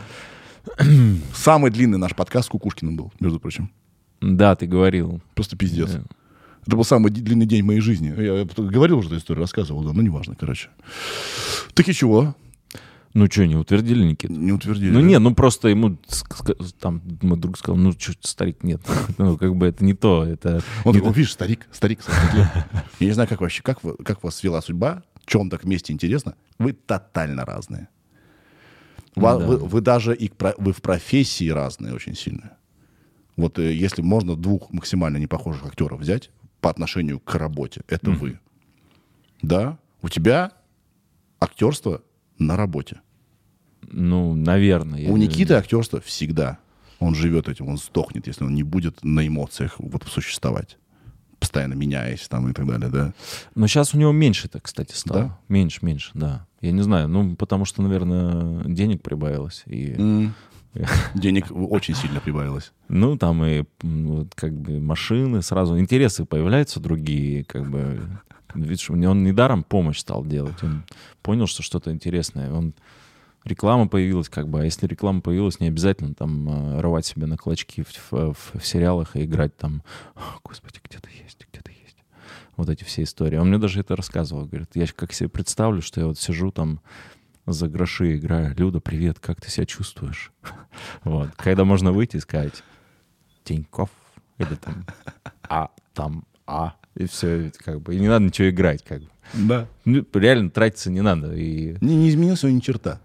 Самый длинный наш подкаст с Кукушкиным был, между прочим. Да, ты говорил. Просто пиздец. Да. Это был самый длинный день в моей жизни. Я говорил уже эту историю, рассказывал, да, ну неважно, короче. Так и чего? Ну что, не утвердили, Никита? Не утвердили. Ну да? нет, ну просто ему там мой друг сказал, ну что, старик, нет. Ну как бы это не то. Это он не такой, то. Видишь, старик, старик. Я не знаю, как вообще, как, вы, как вас свела судьба, что вам так вместе интересно. Вы тотально разные. Вы, да. вы, вы даже и вы в профессии разные очень сильно. Вот если можно двух максимально непохожих актеров взять по отношению к работе, это mm-hmm. вы. Да? У тебя актерство на работе. Ну, наверное. У Никиты актерство всегда. Он живет этим, он сдохнет, если он не будет на эмоциях вот существовать. Постоянно меняясь там и так далее, да? Но сейчас у него меньше-то, кстати, стало. Да? Меньше, меньше, да. Я не знаю, ну, потому что, наверное, денег прибавилось. И... Mm. Денег очень сильно прибавилось. Ну, там и вот, как бы машины сразу, интересы появляются другие, как бы... Видишь, он недаром помощь стал делать. Он понял, что что-то интересное. Он... Реклама появилась, как бы, а если реклама появилась, не обязательно там рвать себе на клочки в, в, в сериалах и играть там, господи, где-то есть, где-то есть. Вот эти все истории. Он мне даже это рассказывал. Говорит, я как себе представлю, что я вот сижу там за гроши играю. Люда, привет, как ты себя чувствуешь? Вот. Когда можно выйти и сказать Тинькофф или там А, там А. И все, как бы, и не надо ничего играть, как бы. Да. Ну, реально тратиться не надо. И... Не, не изменился он ни черта.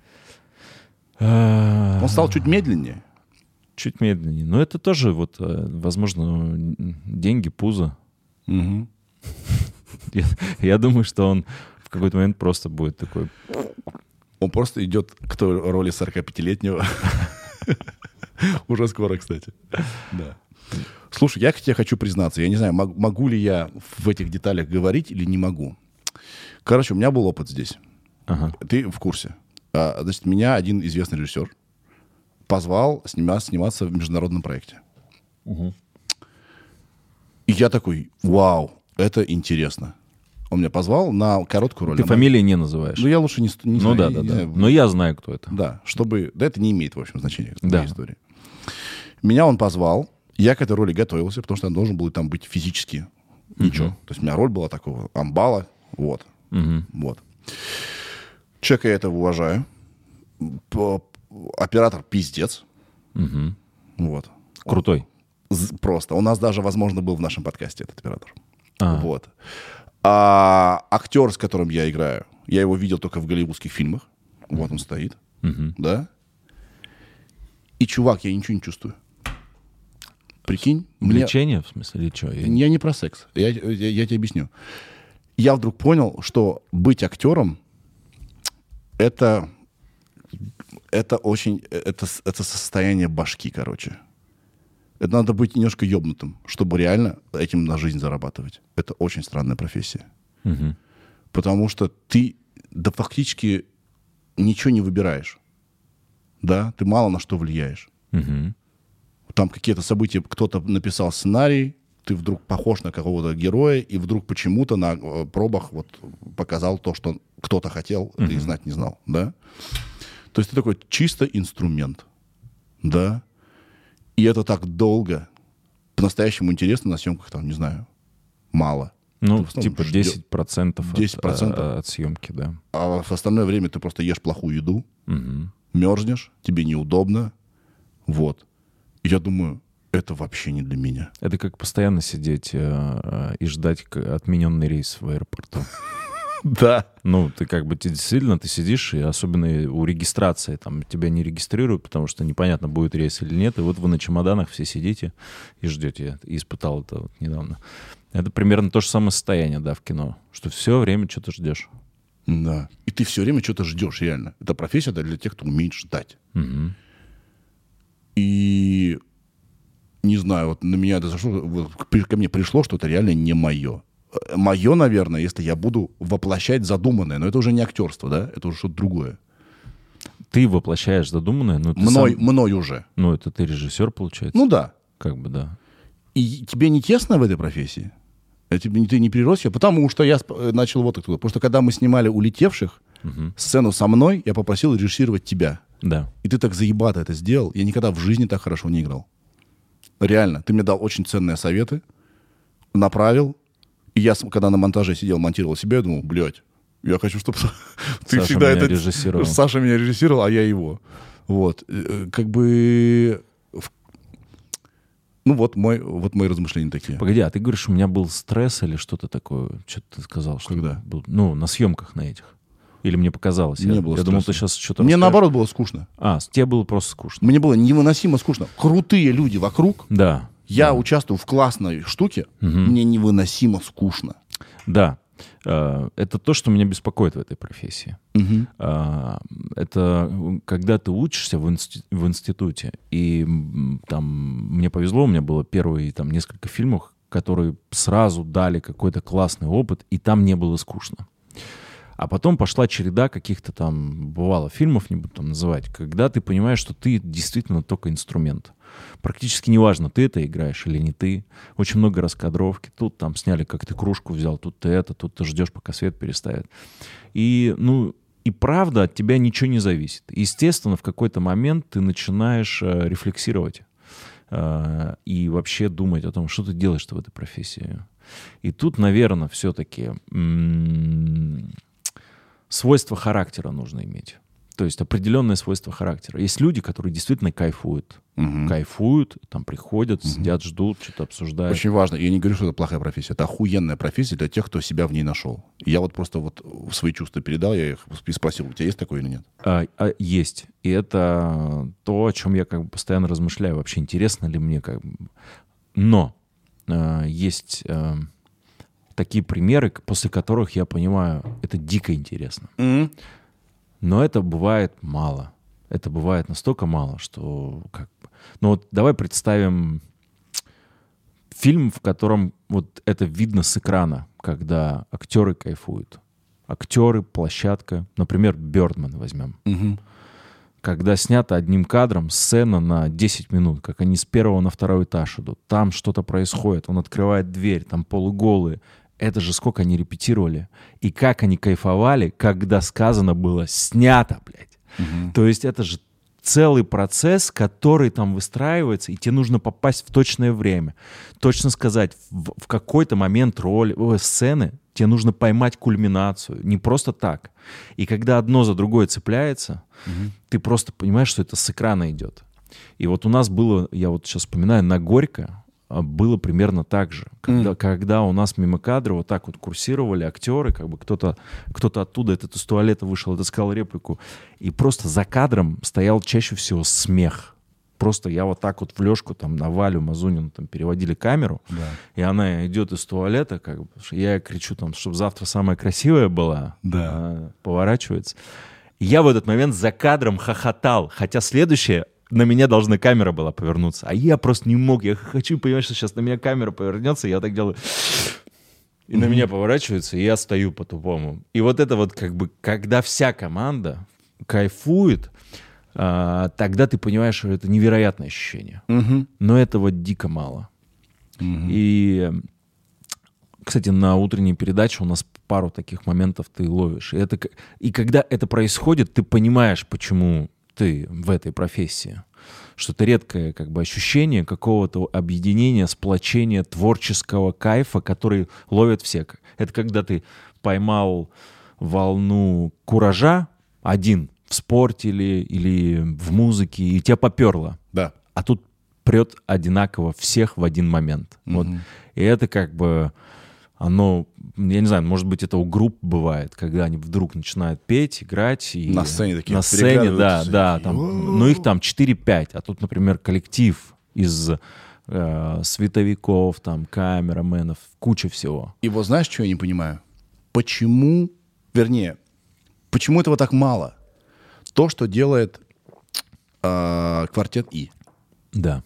Он стал чуть медленнее. Чуть медленнее. Но это тоже, вот, возможно, деньги, пузо. Угу. Я, я думаю, что он в какой-то момент просто будет такой... Он просто идет к той роли сорокапятилетнего. Уже скоро, кстати. Да. Слушай, я к тебе хочу признаться. Я не знаю, могу ли я в этих деталях говорить или не могу. Короче, у меня был опыт здесь. Ага. Ты в курсе. А, значит, меня один известный режиссер позвал сниматься, сниматься в международном проекте. Угу. И я такой, вау, это интересно. Он меня позвал на короткую роль. Ты фамилии не называешь. Ну, я лучше не, не ну, знаю. да, не, да, не да. знаю. Но я знаю, кто это. Да, чтобы... Да, это не имеет, в общем, значения в да. моей истории. Меня он позвал. Я к этой роли готовился, потому что я должен был там быть физически. Ничего. Uh-huh. То есть у меня роль была такого амбала. Вот. Uh-huh. Вот. Человека я этого уважаю. Оператор пиздец. Uh-huh. Вот. Крутой. Он, просто. У нас даже, возможно, был в нашем подкасте этот оператор. А. Вот. А актер, с которым я играю, я его видел только в голливудских фильмах. Uh-huh. Вот он стоит. Uh-huh. Да? И, чувак, я ничего не чувствую. Прикинь. Влечение, мне... в смысле, или что? Я... я не про секс. Я, я, я тебе объясню. Я вдруг понял, что быть актером — это, это очень... Это, это состояние башки, короче. Это надо быть немножко ёбнутым, чтобы реально этим на жизнь зарабатывать. Это очень странная профессия. Угу. Потому что ты да, фактически ничего не выбираешь. Да? Ты мало на что влияешь. Угу. Там какие-то события, кто-то написал сценарий, ты вдруг похож на какого-то героя, и вдруг почему-то на пробах вот показал то, что кто-то хотел, uh-huh. ты знать не знал, да? То есть ты такой чисто инструмент, да? И это так долго, по-настоящему интересно на съемках, там, не знаю, мало. Ну, в основном типа ждё- десять процентов, десять процентов. От, от съемки, да. А в остальное время ты просто ешь плохую еду, Мгм. мерзнешь, тебе неудобно. Вот. И я думаю, это вообще не для меня. Это как постоянно сидеть э, э, и ждать к- отмененный рейс в аэропорту. Да. Ну, ты как бы ты действительно ты сидишь, и особенно у регистрации, там тебя не регистрируют, потому что непонятно, будет рейс или нет. И вот вы на чемоданах все сидите и ждете. Я испытал это вот недавно. Это примерно то же самое состояние, да, в кино. Что все время что-то ждешь. Да. И ты все время что-то ждешь, реально. Это профессия да, для тех, кто умеет ждать. Мгм. И не знаю, вот на меня это зашло, вот к- ко мне пришло, что это реально не мое. Мое, наверное, если я буду воплощать задуманное, но это уже не актерство, да, это уже что-то другое. Ты воплощаешь задуманное, но ты Мной, сам- мной уже. Ну, это ты режиссер, получается? Ну да. Как бы, да. И тебе не тесно в этой профессии? А тебе, не- ты не прирос ее? Потому что я сп- начал вот оттуда. Потому что когда мы снимали «Улетевших», Мгм. сцену со мной, я попросил режиссировать тебя. Да. И ты так заебато это сделал. Я никогда в жизни так хорошо не играл. Реально. Ты мне дал очень ценные советы, направил. И я, с- когда на монтаже сидел, монтировал себя, я думал, блядь, я хочу, чтобы ты Саша всегда меня это... режиссировал. Саша меня режиссировал, а я его. Вот. Э, Как бы... в- Ну вот мой, вот мои размышления такие. Погоди, а ты говоришь, у меня был стресс или что-то такое? Что ты сказал? Что Когда? был? Ну, на съемках на этих. Или мне показалось? Не я было я думал, ты стресса. сейчас что-то Мне расскажешь. наоборот было скучно. А, с- тебе было просто скучно. Мне было невыносимо скучно. Крутые люди вокруг. Да. Я да. участвую в классной штуке. Мгм. Мне невыносимо скучно. Да. Э, Это то, что меня беспокоит в этой профессии. Мгм. А, Это когда ты учишься в, инсти- в институте, и м, там мне повезло, у меня было первые там несколько фильмов, которые сразу дали какой-то классный опыт, и там не было скучно. А потом пошла череда каких-то там, бывало, фильмов, не буду там называть, когда ты понимаешь, что ты действительно только инструмент. Практически неважно, ты это играешь или не ты. Очень много раскадровки. Тут там сняли, как ты кружку взял, тут ты это, тут ты ждешь, пока свет переставят. И, ну, и правда от тебя ничего не зависит. Естественно, в какой-то момент ты начинаешь э, рефлексировать э, и вообще думать о том, что ты делаешь-то в этой профессии. И тут, наверное, все-таки м- свойства характера нужно иметь. То есть определенное свойство характера. Есть люди, которые действительно кайфуют. Мгм. Кайфуют, там приходят, сидят, ждут, что-то обсуждают. Очень важно. Я не говорю, что это плохая профессия. Это охуенная профессия для тех, кто себя в ней нашел. И я вот просто вот свои чувства передал, я их и спросил, у тебя есть такое или нет? А, а, есть. И это то, о чем я как бы постоянно размышляю. Вообще интересно ли мне как бы. Но а, есть а, такие примеры, к- после которых я понимаю, это дико интересно. Но это бывает мало. Это бывает настолько мало, что как бы... Ну вот давай представим фильм, в котором вот это видно с экрана, когда актеры кайфуют. Актеры, площадка. Например, «Бёрдман» возьмем. Мгм. Когда снято одним кадром сцена на десять минут, как они с первого на второй этаж идут. Там что-то происходит, он открывает дверь, там полуголые. Это же сколько они репетировали. И как они кайфовали, когда сказано было «снято», блядь. Мгм. То есть это же целый процесс, который там выстраивается, и тебе нужно попасть в точное время. Точно сказать, в, в какой-то момент роли, о, сцены, тебе нужно поймать кульминацию. Не просто так. И когда одно за другое цепляется, ты просто понимаешь, что это с экрана идет. И вот у нас было, я вот сейчас вспоминаю, на Горько а, было примерно так же. Когда, когда у нас мимо кадра вот так вот курсировали актеры, как бы кто-то, кто-то оттуда, этот из туалета вышел, это сказал реплику, и просто за кадром стоял чаще всего смех. Просто я вот так вот в Лёшку, там, на Валю Мазунину там переводили камеру, и она идет из туалета, как бы, я кричу там, чтобы завтра самая красивая была, Да. а, поворачивается. И я в этот момент за кадром хохотал, хотя следующее на меня должна камера была повернуться, а я просто не мог, я хочу понимать, что сейчас на меня камера повернется, я так делаю, и на меня поворачивается, и я стою по-тупому. И вот это вот как бы, когда вся команда кайфует, а, тогда ты понимаешь, что это невероятное ощущение. Мгм. Но этого дико мало. И, кстати, на утренней передаче у нас пару таких моментов ты ловишь. И, это, к- и когда это происходит, ты понимаешь, почему ты в этой профессии. что это редкое как бы ощущение какого-то объединения, сплочения, творческого кайфа, который ловят все. Это когда ты поймал волну куража один в спорте или, или в музыке, и тебя поперло. Да. А тут прет одинаково всех в один момент. Mm-hmm. Вот. И это как бы, оно, я не знаю, может быть, это у групп бывает, когда они вдруг начинают петь, играть. И на сцене такие. На сцене, да, да. Там, ну, их там четыре-пять, а тут, например, коллектив из э, световиков, там, камераменов, куча всего. И вот знаешь, что я не понимаю? Почему, вернее, почему этого так мало? То, что делает э, квартет И. Да.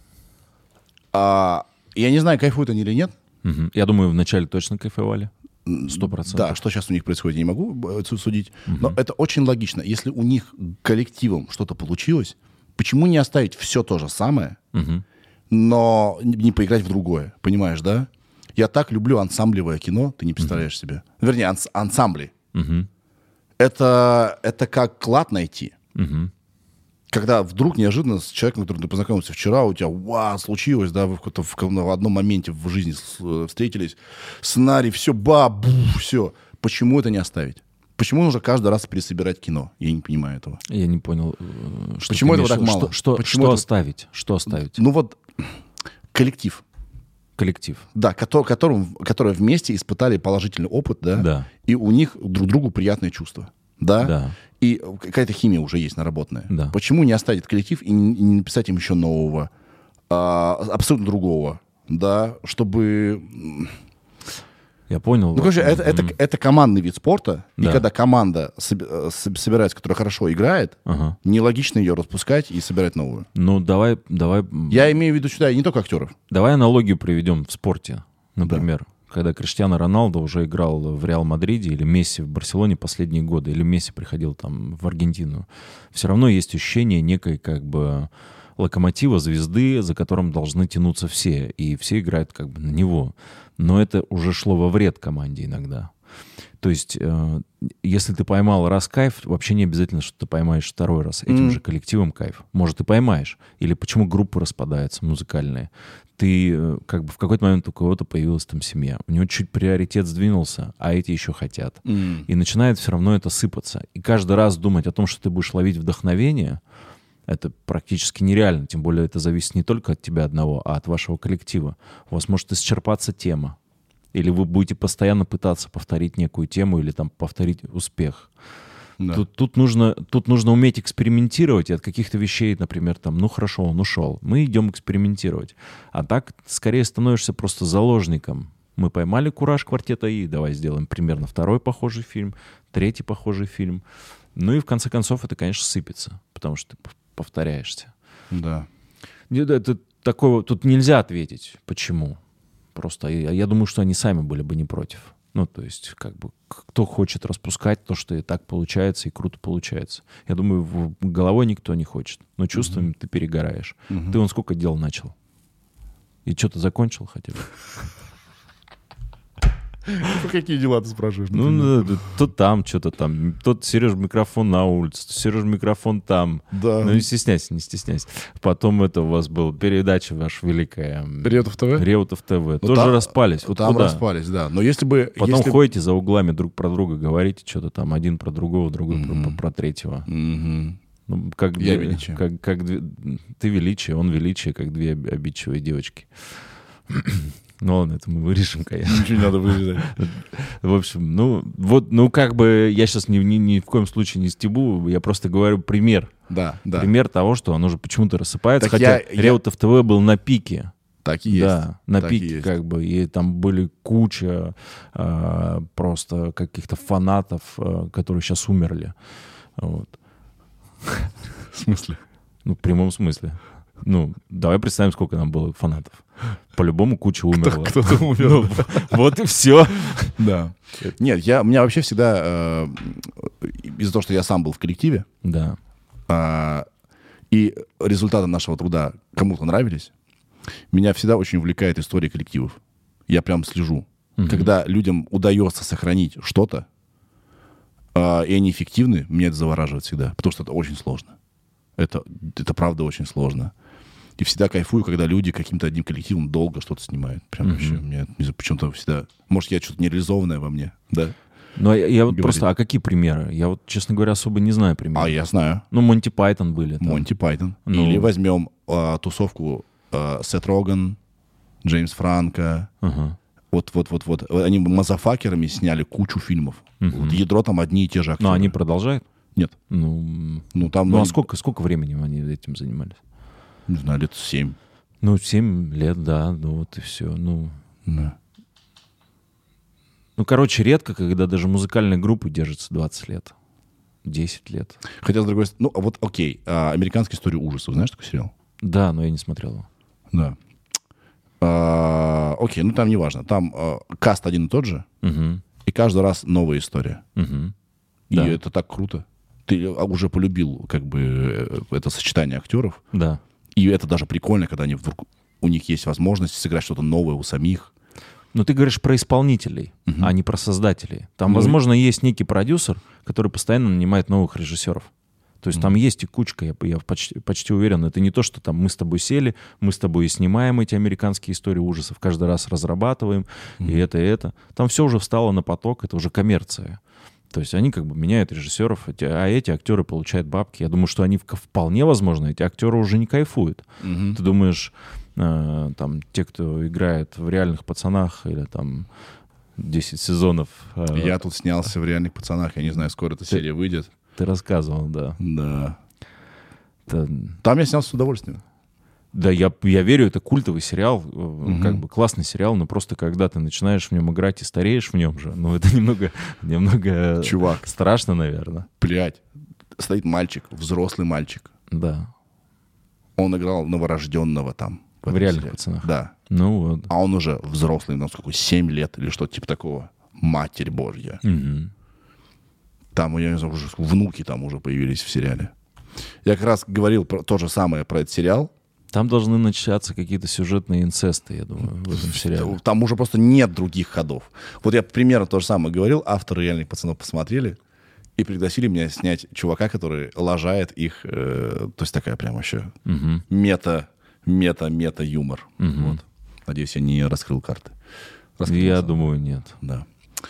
А, я не знаю, кайфуют они или нет. Угу. Я думаю, вначале точно кайфовали. Сто процентов. Да, что сейчас у них происходит, я не могу судить. Угу. Но это очень логично. Если у них коллективом что-то получилось, почему не оставить все то же самое, угу. но не поиграть в другое? Понимаешь, да? Я так люблю ансамблевое кино, ты не представляешь угу. себе. Вернее, анс- ансамбли. Угу. Это, это как клад найти. Угу. Когда вдруг неожиданно с человеком, которым ты познакомился вчера, у тебя, вау, случилось, да, вы в, в, в одном моменте в жизни встретились, сценарий, все, ба, бу, все. Почему это не оставить? Почему нужно каждый раз пересобирать кино? Я не понимаю этого. Я не понял, что почему этого так мало? Что, что, Почему что это... оставить? Что оставить? Ну вот, коллектив. Коллектив. Да, который, которым, которые вместе испытали положительный опыт, да, да. и у них друг другу приятные чувства. Да? Да. И какая-то химия уже есть наработанная. Да. Почему не оставить коллектив и не, и не написать им еще нового, а, абсолютно другого, да, чтобы... Я понял. Ну, короче, это, это, это командный вид спорта, да. и когда команда собирается, которая хорошо играет, ага. нелогично ее распускать и собирать новую. Ну, давай, давай... Я имею в виду сюда не только актеров. Давай аналогию приведем в спорте, например. Да. Когда Криштиану Роналдо уже играл в Реал Мадриде или Месси в Барселоне последние годы, или Месси приходил там в Аргентину, все равно есть ощущение некой как бы локомотива, звезды, за которым должны тянуться все, и все играют как бы на него. Но это уже шло во вред команде иногда. То есть, э, если ты поймал раз кайф, вообще не обязательно, что ты поймаешь второй раз этим mm. же коллективом кайф. Может, и поймаешь. Или почему группы распадаются музыкальные. Ты э, как бы в какой-то момент у кого-то появилась там семья. У него чуть приоритет сдвинулся, а эти еще хотят. Mm. И начинает все равно это сыпаться. И каждый раз думать о том, что ты будешь ловить вдохновение, это практически нереально. Тем более это зависит не только от тебя одного, а от вашего коллектива. У вас может исчерпаться тема. Или вы будете постоянно пытаться повторить некую тему или там повторить успех. Да. Тут, тут, нужно, тут нужно уметь экспериментировать, и от каких-то вещей, например, там, ну хорошо, он ушел, мы идем экспериментировать. А так скорее становишься просто заложником. Мы поймали кураж квартета И, давай сделаем примерно второй похожий фильм, третий похожий фильм. Ну и в конце концов это, конечно, сыпется, потому что ты повторяешься. Да. Это такое, тут нельзя ответить, почему. Просто я, я думаю, что они сами были бы не против. Ну, то есть, как бы, кто хочет распускать то, что и так получается, и круто получается. Я думаю, в, головой никто не хочет. Но чувствами uh-huh. ты перегораешь. Uh-huh. Ты вон сколько дел начал. И что-то закончил хотя бы. Какие дела ты спрашиваешь? Ну, то там что-то там. Тот Сереж микрофон на улице, Сереж микрофон там. Да. Ну, не стесняйся, не стесняйся. Потом это у вас была передача ваша великая. Реутов ТВ? Реутов ТВ. Тоже там, распались. Вот там куда? распались, да. Но если бы... Потом если... ходите за углами друг про друга, говорите что-то там. Один про другого, другой mm-hmm. про, про третьего. Mm-hmm. Ну, как Я две, величие. Как, как две, ты величие, он величие, как две обидчивые девочки. Ну ладно, это мы вырежем, конечно. Ничего не надо вырезать. В общем, ну вот, ну как бы я сейчас ни, ни, ни в коем случае не стебу, я просто говорю пример. Да, да. Пример того, что оно же почему-то рассыпается, так хотя я, Реутов ТВ был на пике. Так и есть. Да, на так пике как бы, и там были куча э, просто каких-то фанатов, э, которые сейчас умерли. Вот. В смысле? Ну, в прямом смысле. Ну, давай представим, сколько нам было фанатов. По-любому куча умерла. Кто, кто-то умер. Ну, вот и все. Да. Нет, я, у меня вообще всегда, э, из-за того, что я сам был в коллективе, да. э, и результаты нашего труда кому-то нравились, меня всегда очень увлекает история коллективов. Я прям слежу. Угу. Когда людям удается сохранить что-то, э, и они эффективны, меня это завораживает всегда, потому что это очень сложно. Это, это правда очень сложно. И всегда кайфую, когда люди каким-то одним коллективом долго что-то снимают. Прям mm-hmm. вообще, мне не знаю, почему-то всегда... Может, я что-то нереализованное во мне, да? Ну, я, я вот Говорит. просто... А какие примеры? Я вот, честно говоря, особо не знаю примеров. А я знаю. Ну, Монти Пайтон были. Там. Монти Пайтон. Ну... Или возьмем а, тусовку а, Сет Роган, Джеймс Франко. Ага. Вот-вот-вот-вот. Они мазафакерами сняли кучу фильмов. Uh-huh. Вот ядро там одни и те же актеры. Но они продолжают? Нет. Ну, ну, там, ну они... а сколько, сколько времени они этим занимались? Не знаю, лет семь. Ну, семь лет, да, ну вот и все. Ну, да. ну, короче, редко, когда даже музыкальные группы держатся двадцать лет, десять лет. Хотя, с другой стороны, ну, вот окей, а, «Американская история ужасов», знаешь такой сериал? Да, но я не смотрел его. Да. А, окей, ну там неважно. Там а, каст один и тот же, Угу. и каждый раз новая история. Угу. И Да. это так круто. Ты уже полюбил как бы это сочетание актеров. Да. И это даже прикольно, когда они вдруг, у них есть возможность сыграть что-то новое у самих. Но ты говоришь про исполнителей, Мгм. а не про создателей. Там, Ну, возможно, есть некий продюсер, который постоянно нанимает новых режиссеров. То есть там есть и кучка, я, я почти, почти уверен. Это не то, что там мы с тобой сели, мы с тобой и снимаем эти американские истории ужасов, каждый раз разрабатываем, и это, и это. Там все уже встало на поток, это уже коммерция. То есть они как бы меняют режиссеров, эти, а эти актеры получают бабки. Я думаю, что они в- вполне возможно, эти актеры уже не кайфуют. Мгм. Ты думаешь, э, там, те, кто играет в «Реальных пацанах» или там десять сезонов... э, Я тут снялся в «Реальных пацанах». Я не знаю, скоро эта серия выйдет. Ты рассказывал, да. Да. Это- Там я снялся с удовольствием. да, я, я верю, это культовый сериал, э, как бы классный сериал, но просто когда ты начинаешь в нем играть и стареешь в нем же, ну это немного, немного Чувак. страшно, наверное. Блядь. Стоит мальчик, взрослый мальчик. Да. Он играл новорожденного там. В этом «Реальных сериале. пацанах». Да. Ну вот. А он уже взрослый, ну сколько, семь лет или что-то типа такого. Матерь Божья. Мгм. Там, я не знаю, уже внуки там уже появились в сериале. Я как раз говорил про, то же самое про этот сериал. Там должны начаться какие-то сюжетные инцесты, я думаю, в этом сериале. Там уже просто нет других ходов. Вот я примерно то же самое говорил. Авторы «Реальных пацанов» посмотрели и пригласили меня снять чувака, который лажает их. э, то есть такая прям вообще Мгм. мета, мета, мета юмор. Мгм. Вот. Надеюсь, я не раскрыл карты. Раскрыл, Я на самом думаю, нет. Да.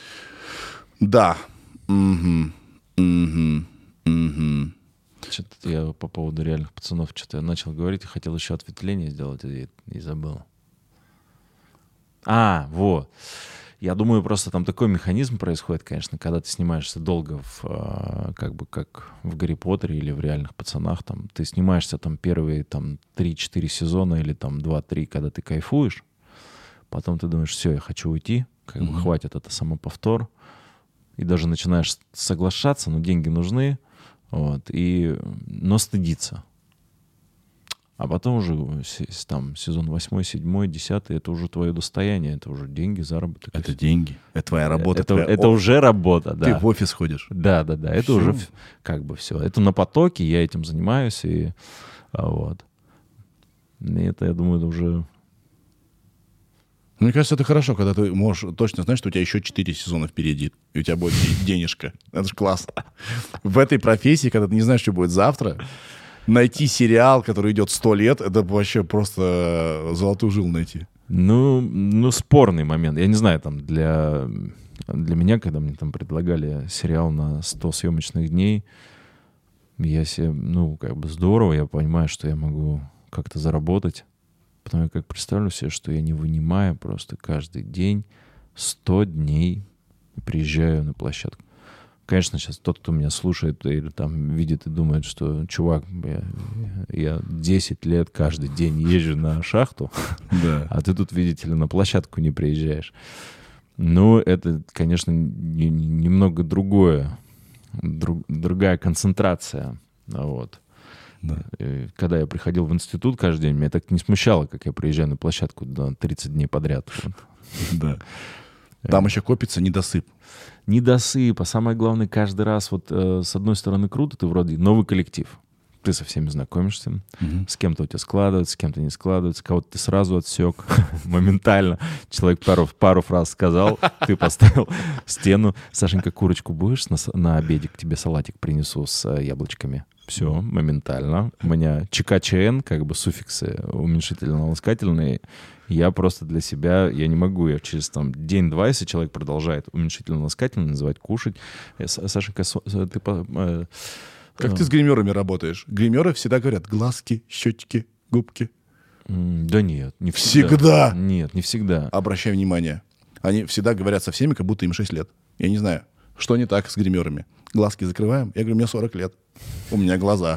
Да. Мгм. Мгм. Мгм. Что-то я по поводу «Реальных пацанов» что-то я начал говорить и хотел еще ответвление сделать и, и забыл. А, вот. Я думаю, просто там такой механизм происходит, конечно, когда ты снимаешься долго в, а, как бы как в «Гарри Поттере» или в «Реальных пацанах», там, ты снимаешься там первые там три-четыре сезона или там два-три, когда ты кайфуешь, потом ты думаешь, все, я хочу уйти, как бы хватит, это самоповтор, и даже начинаешь соглашаться, но деньги нужны, вот, и, но стыдиться. А потом уже с- там сезон восьмой, седьмой, десятый, это уже твое достояние, это уже деньги, заработок. и Это всё. деньги. Это твоя работа. это, твоя- это О, уже работа, да. Ты в офис ходишь. Да, да, да. Это Всё. уже в- как бы все. Это на потоке, я этим занимаюсь, и а, вот. И это, я думаю, это уже. Мне кажется, это хорошо, когда ты можешь точно знать, что у тебя еще четыре сезона впереди, и у тебя будет де- денежка. Это же классно. В этой профессии, когда ты не знаешь, что будет завтра, найти сериал, который идет сто лет, это вообще просто золотую жилу найти. Ну, ну, спорный момент. Я не знаю, там, для, для меня, когда мне там предлагали сериал на сто съемочных дней, я себе, ну, как бы здорово, я понимаю, что я могу как-то заработать. Потом я как представлю себе, что я не вынимаю просто каждый день сто дней и приезжаю на площадку. Конечно, сейчас тот, кто меня слушает или там видит и думает, что, чувак, я, я десять лет каждый день езжу на шахту, Да. а ты тут, видите ли, на площадку не приезжаешь. Ну, это, конечно, не- не- немного другое, друг- другая концентрация. Вот. Да. И когда я приходил в институт каждый день, меня так не смущало, как я приезжаю на площадку на тридцать дней подряд. Вот. Да. Там еще копится недосып. Недосып, а самое главное, каждый раз, вот э, с одной стороны, круто, ты вроде новый коллектив. ты со всеми знакомишься, Мгм. с кем-то у тебя складывается, с кем-то не складывается, кого-то ты сразу отсек моментально. Человек пару, пару фраз сказал, ты поставил стену. Сашенька, курочку будешь на, с- на обедик? Тебе салатик принесу с э, яблочками. Все, моментально. У меня ЧК-ЧН, как бы суффиксы уменьшительно-ласкательные. Я просто для себя, я не могу, я через там день-два, если человек продолжает уменьшительно-ласкательно называть, кушать. э, С- Сашенька, со- со- ты... по- э, Как ты с гримерами работаешь? Гримеры всегда говорят глазки, щечки, губки. м, Да нет, не всегда. Всегда. Нет, не всегда. Обращай внимание. Они всегда говорят со всеми, как будто им шесть лет. Я не знаю, что не так с гримерами. Глазки закрываем. Я говорю, мне сорок лет. У меня глаза.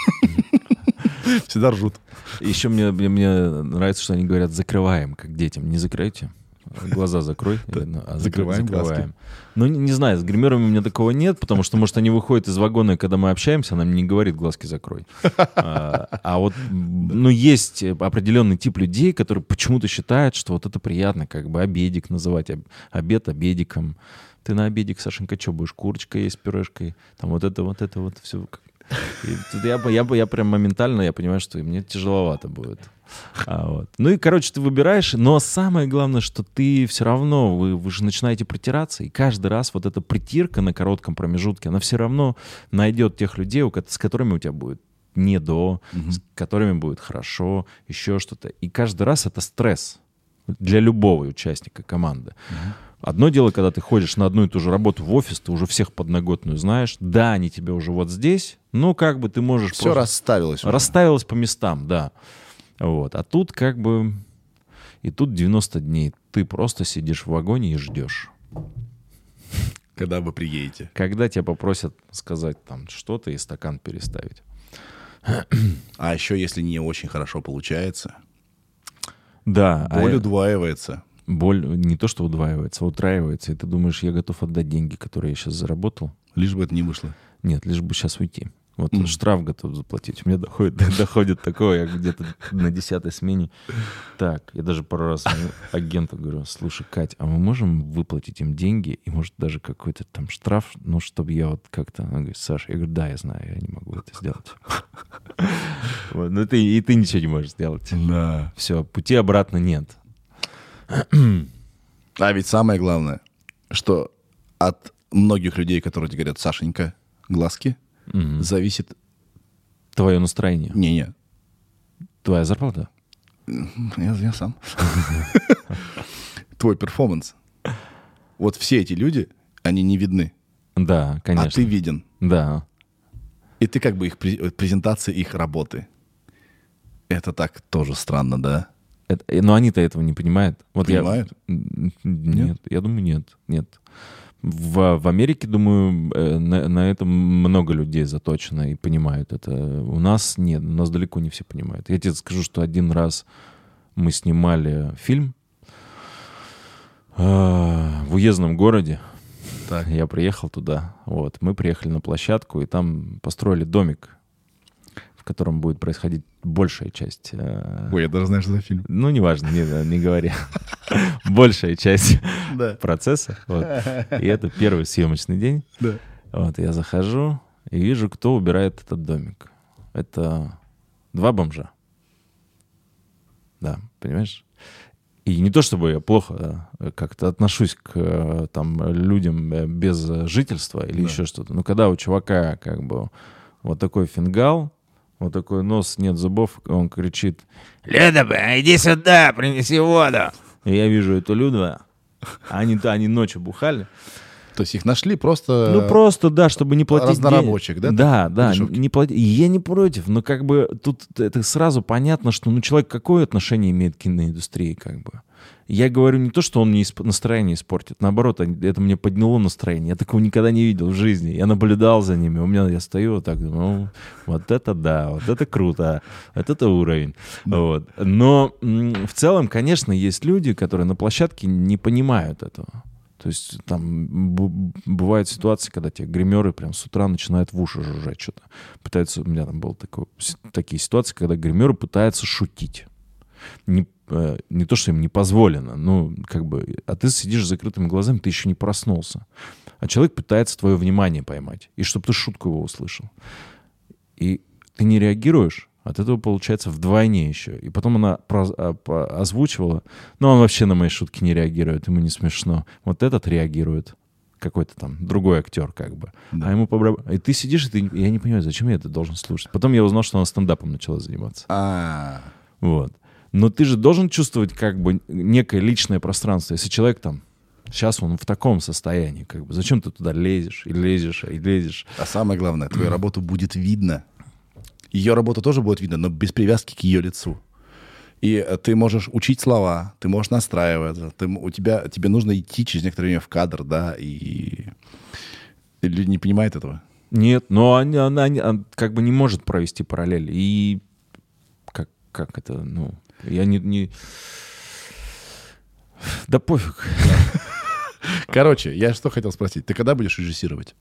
Всегда ржут. Еще мне, мне, мне нравится, что они говорят, закрываем, как детям. Не закройте. Глаза закрой. А закрываем глазки. Ну, не, не знаю, с гримерами у меня такого нет, потому что, может, они выходят из вагона, и когда мы общаемся, она мне не говорит, глазки закрой. А, а вот, ну, есть определенный тип людей, которые почему-то считают, что вот это приятно, как бы обедик называть, об- обед обедиком. Ты на обедик, Сашенька, что будешь? Курочка есть с пюрешкой? Там вот это, вот это, вот все. И тут я, я, я прям моментально, я понимаю, что мне тяжеловато будет. А вот. Ну и, короче, ты выбираешь, но самое главное, что ты все равно, вы, вы же начинаете притираться, и каждый раз вот эта притирка на коротком промежутке, она все равно найдет тех людей, у ко- с которыми у тебя будет не до, с которыми будет хорошо, еще что-то. И каждый раз это стресс для любого участника команды. Одно дело, когда ты ходишь на одну и ту же работу в офис, ты уже всех подноготную знаешь. Да, они тебе уже вот здесь, но как бы ты можешь... Все просто- расставилось уже. Расставилось по местам, да. Вот. А тут как бы... И тут девяносто дней. Ты просто сидишь в вагоне и ждешь. Когда вы приедете. Когда тебя попросят сказать там что-то и стакан переставить. А еще, если не очень хорошо получается, Да. а боль я- удваивается. боль не то, что удваивается, а утраивается. И ты думаешь, я готов отдать деньги, которые я сейчас заработал. Лишь бы это не вышло. Нет, лишь бы сейчас уйти. Вот Мгм. штраф готов заплатить. У меня доходит, доходит такое, я где-то на десятой смене. Так, я даже пару раз агенту говорю, слушай, Кать, а мы можем выплатить им деньги и, может, даже какой-то там штраф, ну, чтобы я вот как-то... Она говорит, Саша, я говорю, да, я знаю, я не могу это сделать. Вот, ну, ты, и ты ничего не можешь сделать. Да. Все, пути обратно нет. А ведь самое главное, что от многих людей, которые тебе говорят, Сашенька, глазки, Мгм. зависит... Твое настроение, Не-не, твоя зарплата. я, я сам. Твой перформанс. Вот все эти люди, они не видны, Да, конечно. а ты виден. Да. И ты как бы их пре- презентация их работы. Это так тоже странно, да? Это- э, но они-то этого не понимают. Вот я- Понимают? Н- Нет, я думаю, нет. Нет. В, в Америке, думаю, э, на, на этом много людей заточено и понимают это. У нас нет, у нас далеко не все понимают. Я тебе скажу, что один раз мы снимали фильм э, в уездном городе. Так. Я приехал туда. Вот. Мы приехали на площадку, и там построили домик, в котором будет происходить большая часть. э, Ой, я даже знаю, что за фильм. Ну, неважно, не, не говори. Большая часть Да. процесса. Вот. И это первый съемочный день. Да. Вот, я захожу и вижу, кто убирает этот домик. Это два бомжа. Да, понимаешь? И не то, чтобы я плохо э, как-то отношусь к э, там, людям э, без э, жительства или Да. еще что-то. Но когда у чувака как бы вот такой фингал, вот такой нос, нет зубов, он кричит: «Люда, бля, иди сюда, принеси воду!» И я вижу эту Люду, а они-то они ночью бухали. То есть их нашли просто... Ну, просто, да, чтобы не платить разнорабочих, денег. да, Да, да, дешевки? не платить. И я не против, но как бы тут это сразу понятно, что ну, человек какое отношение имеет к киноиндустрии, как бы. Я говорю не то, что он мне исп- настроение испортит, наоборот, они- это мне подняло настроение. Я такого никогда не видел в жизни. Я наблюдал за ними, у меня я стою вот так, ну, вот это да, вот это круто, вот это уровень. Вот. Но м, в целом, конечно, есть люди, которые на площадке не понимают этого. То есть там бу- бывают ситуации, когда тебе гримеры прям с утра начинают в уши жужжать что-то. Пытаются, у меня там были такое, с- такие ситуации, когда гримеры пытаются шутить. Не, э, не то, что им не позволено, ну, как бы, а ты сидишь с закрытыми глазами, ты еще не проснулся. А человек пытается твое внимание поймать, и чтобы ты шутку его услышал. И ты не реагируешь, от этого получается вдвойне еще. И потом она про, озвучивала, ну, он вообще на мои шутки не реагирует, ему не смешно. Вот этот реагирует, какой-то там другой актер как бы. Да. А ему побра... И ты сидишь, и ты... я не понимаю, зачем я это должен слушать. Потом я узнал, что она стендапом начала заниматься. А-а-а. Вот. Но ты же должен чувствовать как бы некое личное пространство. Если человек там, сейчас он в таком состоянии, как бы, зачем ты туда лезешь, и лезешь, и лезешь? А самое главное, твою работу будет видно. Ее работа тоже будет видно, но без привязки к ее лицу. И ты можешь учить слова, ты можешь настраиваться, ты, у тебя, тебе нужно идти через некоторое время в кадр, да, и, и люди не понимают этого. Нет, но она, она, она как бы не может провести параллель. И как, как это, ну, я не... не... Да пофиг. Короче, я что хотел спросить. Ты когда будешь режиссировать?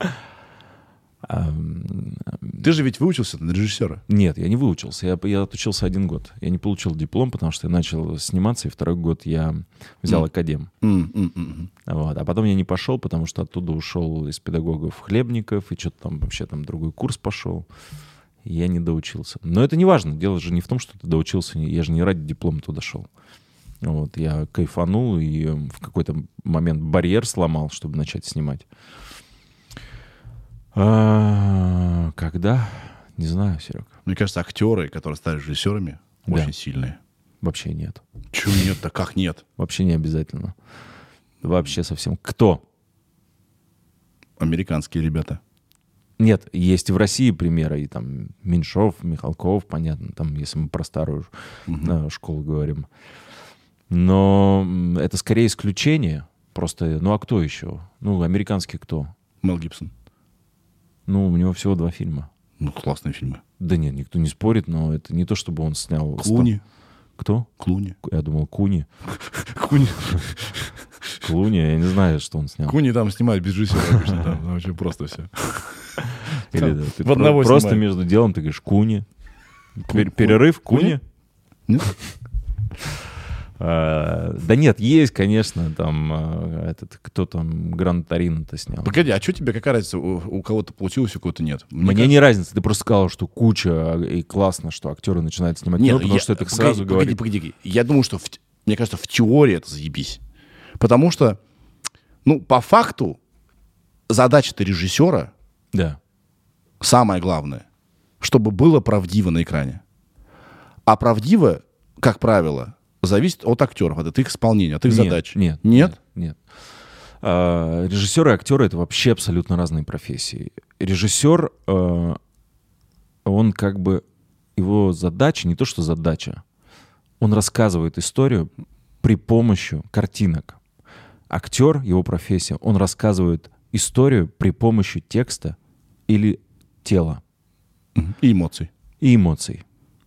Ты же ведь выучился на режиссера. Нет, я не выучился. Я, я отучился один год. Я не получил диплом, потому что я начал сниматься, и второй год я взял mm. академ. Mm, mm, mm. Вот. А потом я не пошел, потому что оттуда ушел из педагогов Хлебников, и что-то там вообще там другой курс пошел. И я не доучился. Но это не важно. Дело же не в том, что ты доучился. Я же не ради диплома туда шел. Вот. Я кайфанул, и в какой-то момент барьер сломал, чтобы начать снимать. А, когда? Не знаю, Серег. Мне кажется, актеры, которые стали режиссерами, да. очень сильные. Вообще нет. Чего нет-то? Как нет? Вообще не обязательно. Вообще совсем. Кто? Американские ребята. Нет, есть и в России примеры. И там Меньшов, Михалков, понятно. Там, если мы про старую угу. школу говорим. Но это скорее исключение. Просто, ну а кто еще? Ну, американский кто? Мел Гибсон. Ну, у него всего два фильма. Ну, классные фильмы. Да нет, никто не спорит, но это не то, чтобы он снял... Клуни. Кто? Клуни. Я думал, Куни. Куни. Клуни, я не знаю, что он снял. Куни там снимает без режиссера обычно, там очень просто все. Или да, ты в одного просто снимает. Между делом ты говоришь Куни. Ку- Перерыв, Куни. Нет? А, да нет, есть, конечно, там этот, кто там Гран Торино-то снял. Погоди, а что тебе, какая разница, у, у кого-то получилось, у кого-то нет? Мне, Мне кажется... не разница, ты просто сказал, что куча, и классно, что актеры начинают снимать кино, потому я... что это погоди, сразу погоди, говорит. Погоди, погоди, я думаю, что, в... мне кажется, в теории это заебись. Потому что, ну, по факту, задача-то режиссера, да. самое главное, чтобы было правдиво на экране. А правдиво, как правило... зависит от актеров, от их исполнения, от их нет, задач. Нет, нет. Нет? Нет. А, режиссеры и актеры — это вообще абсолютно разные профессии. Режиссер, а, он как бы, его задача, не то что задача, он рассказывает историю при помощи картинок. Актер, его профессия, он рассказывает историю при помощи текста или тела. И эмоций. И эмоций.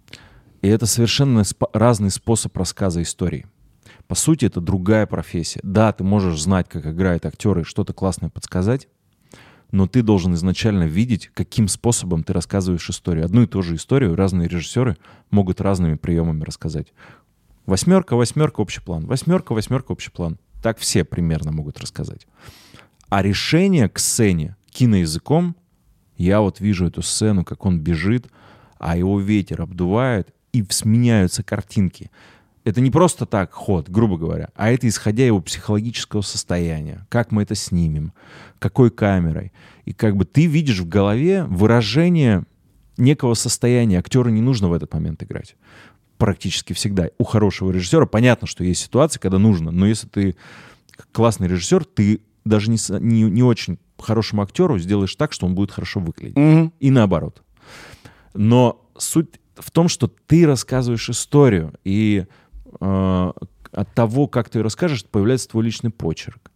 И это совершенно сп- разный способ рассказа истории. По сути, это другая профессия. Да, ты можешь знать, как играют актеры, что-то классное подсказать, но ты должен изначально видеть, каким способом ты рассказываешь историю. Одну и ту же историю разные режиссеры могут разными приемами рассказать. Восьмерка, восьмерка, общий план. Восьмерка, восьмерка, общий план. Так все примерно могут рассказать. А решение к сцене киноязыком, я вот вижу эту сцену, как он бежит, а его ветер обдувает, и сменяются картинки. Это не просто так ход, грубо говоря, а это исходя его психологического состояния. Как мы это снимем, какой камерой. И как бы ты видишь в голове выражение некого состояния. Актеру не нужно в этот момент играть. Практически всегда. У хорошего режиссера понятно, что есть ситуации, когда нужно. Но если ты классный режиссер, ты даже не, не, не очень хорошему актеру сделаешь так, что он будет хорошо выглядеть. Mm-hmm. И наоборот. Но суть в том, что ты рассказываешь историю, и э, от того, как ты ее расскажешь, появляется твой личный почерк.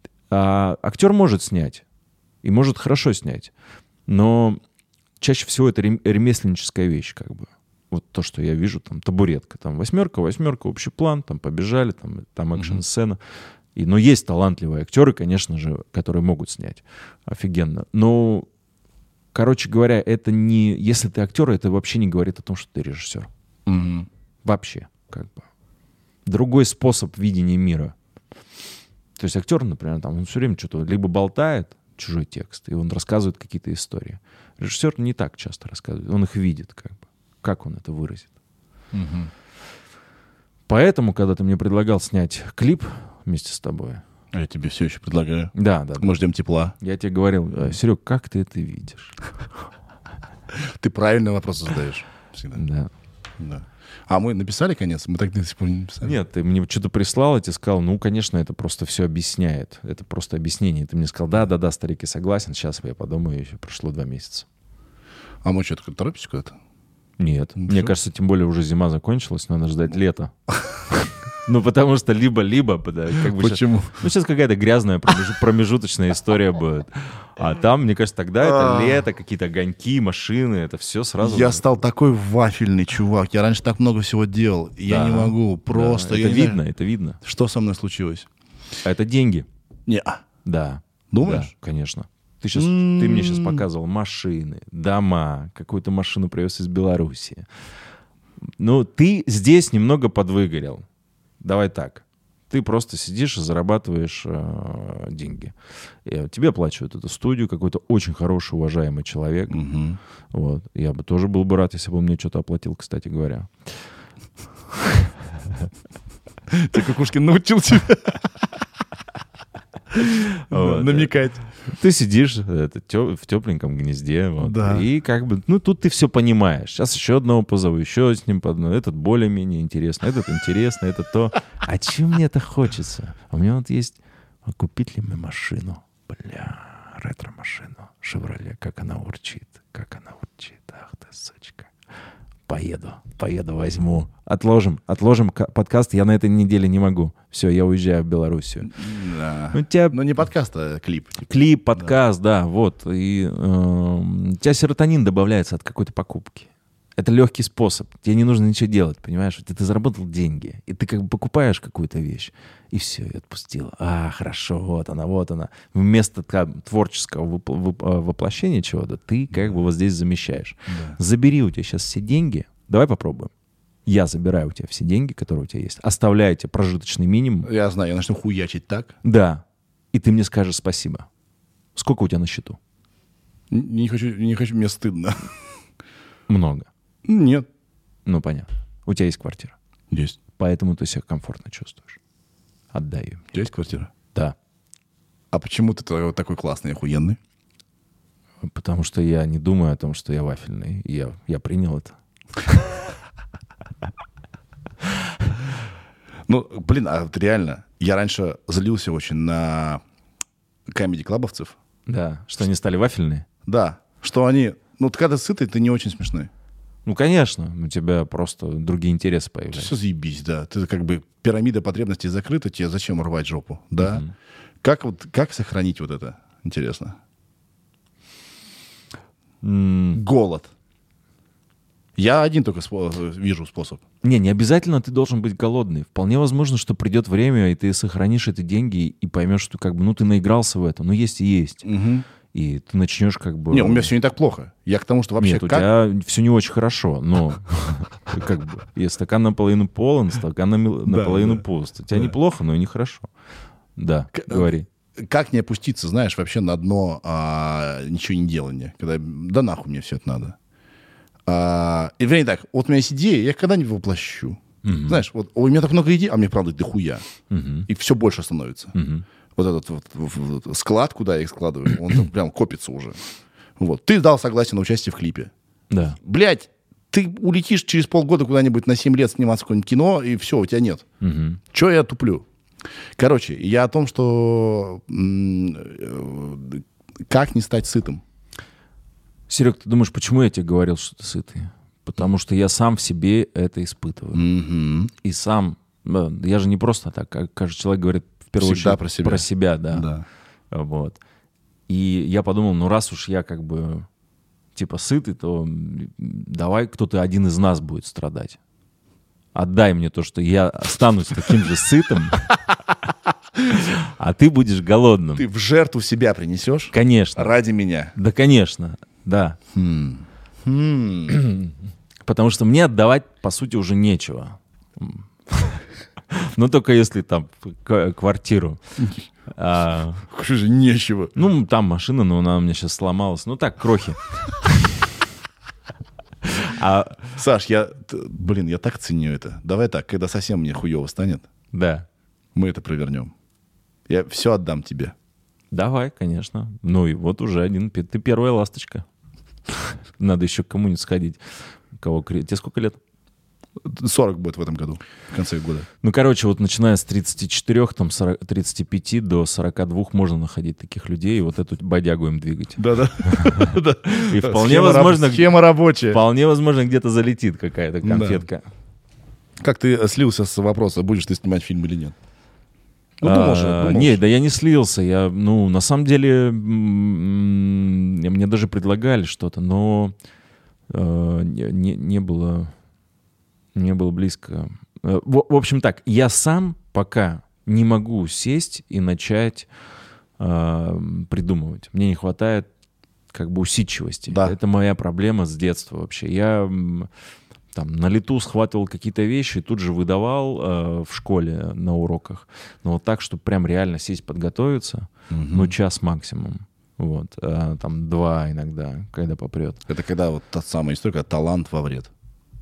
А актер может снять, и может хорошо снять, но чаще всего это ремесленническая вещь, как бы. Вот то, что я вижу, там, табуретка, там, восьмерка, восьмерка, общий план, там, побежали, там, там экшн-сцена. И, но есть талантливые актеры, конечно же, которые могут снять офигенно. Но короче говоря, это не... Если ты актер, это вообще не говорит о том, что ты режиссер. Mm-hmm. Вообще, как бы. Другой способ видения мира. То есть актер, например, там, он все время что-то либо болтает, чужой текст, и он рассказывает какие-то истории. Режиссер не так часто рассказывает, он их видит, как бы, как он это выразит. Угу. Поэтому, когда ты мне предлагал снять клип вместе с тобой... Я тебе все еще предлагаю. Да, да. Мы да. ждем тепла. Я тебе говорил, Серег, как ты это видишь? Ты правильные вопросы задаешь. Всегда. Да. Да. А мы написали конец? Мы так до сих пор не написали. Нет, ты мне что-то прислал, я тебе сказал, ну, конечно, это просто все объясняет. Это просто объяснение. Ты мне сказал, да-да-да, старик, я согласен, сейчас я подумаю, еще прошло два месяца. А мы что, торопимся куда-то? Нет. Ну, Мне всё. кажется, тем более уже зима закончилась, надо ждать лета. Ну, потому что либо-либо, да, как бы Почему? Сейчас, ну, сейчас какая-то грязная промежу- промежуточная история будет. А там, мне кажется, тогда это А. лето, какие-то огоньки, машины, это все сразу... Я стал такой вафельный чувак. Я раньше так много всего делал. и Я Да. не могу. Да, Просто. я это не знаю, видно, это видно. Что со мной случилось? А это деньги. Не. Да. Думаешь? Да, конечно. Ты, щас, М. ты мне сейчас показывал машины, дома, какую-то машину привез из Белоруссии. Ну, ты здесь немного подвыгорел. Давай так. Ты просто сидишь и зарабатываешь э, деньги. И тебе оплачивают эту студию, какой-то очень хороший, уважаемый человек. Мгм. Вот. Я бы тоже был бы рад, если бы он мне что-то оплатил, кстати говоря. Ты Кукушкин научил тебя Вот. намекать. Ты сидишь это, тё- в тепленьком гнезде, вот, Да. и как бы, ну, тут ты все понимаешь. Сейчас еще одного позову, еще с ним подну. Этот более-менее интересно, этот интересно, это то. А чем мне это хочется? У меня вот есть, а купить ли мне машину? Бля, ретро-машину, Шевроле, как она урчит, как она урчит. Ах ты, сучка. Поеду, поеду, возьму. Отложим, отложим ка- подкаст, я на этой неделе не могу. Все, я уезжаю в Белоруссию. Да. Ну, тебя Ну, не подкаст, а клип. типа. клип, подкаст, да, вот. И эм, у тебя серотонин добавляется от какой-то покупки. Это легкий способ. Тебе не нужно ничего делать, понимаешь? Ты, ты заработал деньги, и ты как бы покупаешь какую-то вещь, и все, и отпустила. А, хорошо, вот она, вот она. Вместо tka- творческого вып- вып- э, воплощения чего-то ты как бы вот здесь замещаешь. Да. Забери у тебя сейчас все деньги. Давай попробуем. Я забираю у тебя все деньги, которые у тебя есть. Оставляю тебе прожиточный минимум. Я знаю, я начну хуячить так. Да. И ты мне скажешь спасибо. Сколько у тебя на счету? Н- Не хочу, не хочу, мне стыдно. Много. Нет. Ну, понятно. У тебя есть квартира. Есть. Поэтому ты себя комфортно чувствуешь. Отдай ее. У тебя есть квартира? Да. А почему ты такой, такой классный, охуенный? Потому что я не думаю о том, что я вафельный. И Я, я принял это. Ну, блин, а вот реально, я раньше злился очень на комеди-клабовцев. Да. Что они стали вафельные? Да, что они... Ну, вот когда сытый, ты не очень смешной. Ну, конечно. У тебя просто другие интересы Все появляются. заебись, да. Ты как бы пирамида потребностей закрыта, тебе зачем рвать жопу, да? Мгм. Как, вот, как сохранить вот это? Интересно. М, Голод. Я один только спо- вижу способ. Не, не обязательно ты должен быть голодный. Вполне возможно, что придет время, и ты сохранишь эти деньги и поймешь, что как бы, ну, ты наигрался в это. Ну, есть и есть. Мгм. И ты начнешь как бы... Не, у меня все не так плохо. Я к тому, что вообще Нет, у как... тебя все не очень хорошо, но как бы и стакан наполовину полон, стакан нами- Да, наполовину да. пуст. У тебя Да. неплохо, но и нехорошо. Да, К- говори. Как не опуститься, знаешь, вообще на дно а, ничего не делания? Когда, да нахуй мне все это надо. А, и вернее так, вот у меня есть идеи, я их когда-нибудь воплощу. Мгм. Знаешь, вот у меня так много идей, а мне правда дохуя. Мгм. И все больше становится. Мгм. Вот этот вот, вот- вот склад, куда я их складываю, он там прям копится уже. Вот. Ты дал согласие на участие в клипе. Да. Блять, ты улетишь через полгода куда-нибудь на семь лет сниматься в какое-нибудь кино, и все, у тебя нет. Мгм. Че я туплю? Короче, я о том, что м, э, как не стать сытым. Серег, ты думаешь, почему я тебе говорил, что ты сытый? Потому что я сам в себе это испытываю. Мгм. И сам, да, я же не просто так, как каждый человек говорит в первую Всегда очередь про себя. про себя, да. Да. Вот. И я подумал, ну раз уж я как бы типа сытый, то давай кто-то один из нас будет страдать. Отдай мне то, что я останусь таким же сытым, а ты будешь голодным. Ты в жертву себя принесешь Конечно. ради меня. Да, конечно, да. Хм. Хм. Потому что мне отдавать, по сути, уже нечего. Ну, только если там к- квартиру. А, Что же нечего. ну, там машина, но она у меня сейчас сломалась. Ну, так, крохи. А, Саш, я, т- блин, я так ценю это. Давай так, когда совсем мне хуево станет, да. мы это провернем. Я все отдам тебе. Давай, конечно. Ну, и вот уже один. пи- Ты первая ласточка. Надо еще к кому-нибудь сходить. Кого? кре- Тебе сколько лет? сорок будет в этом году, в конце года. Ну, короче, вот начиная с тридцати четырёх, там, сорок тридцати пяти до сорока двух можно находить таких людей, и вот эту бодягу им двигать. Да-да. И вполне возможно, Схема рабочая. вполне возможно, где-то залетит какая-то конфетка. Как ты слился с вопроса, будешь ты снимать фильм или нет? Ну, думал же, А, думал Не, же. да я не слился. Я, ну, на самом деле, м, мне даже предлагали что-то, но э, не, не- не было, не было близко. Э, В, в общем так, я сам пока не могу сесть и начать э, придумывать. Мне не хватает как бы усидчивости. Да. Это моя проблема с детства вообще. Я м, там на лету схватывал какие-то вещи и тут же выдавал э, в школе на уроках. Но вот так, чтобы прям реально сесть подготовиться, ну, час максимум. Вот. А там два иногда, когда попрет. Это когда вот та самая история, когда талант во вред.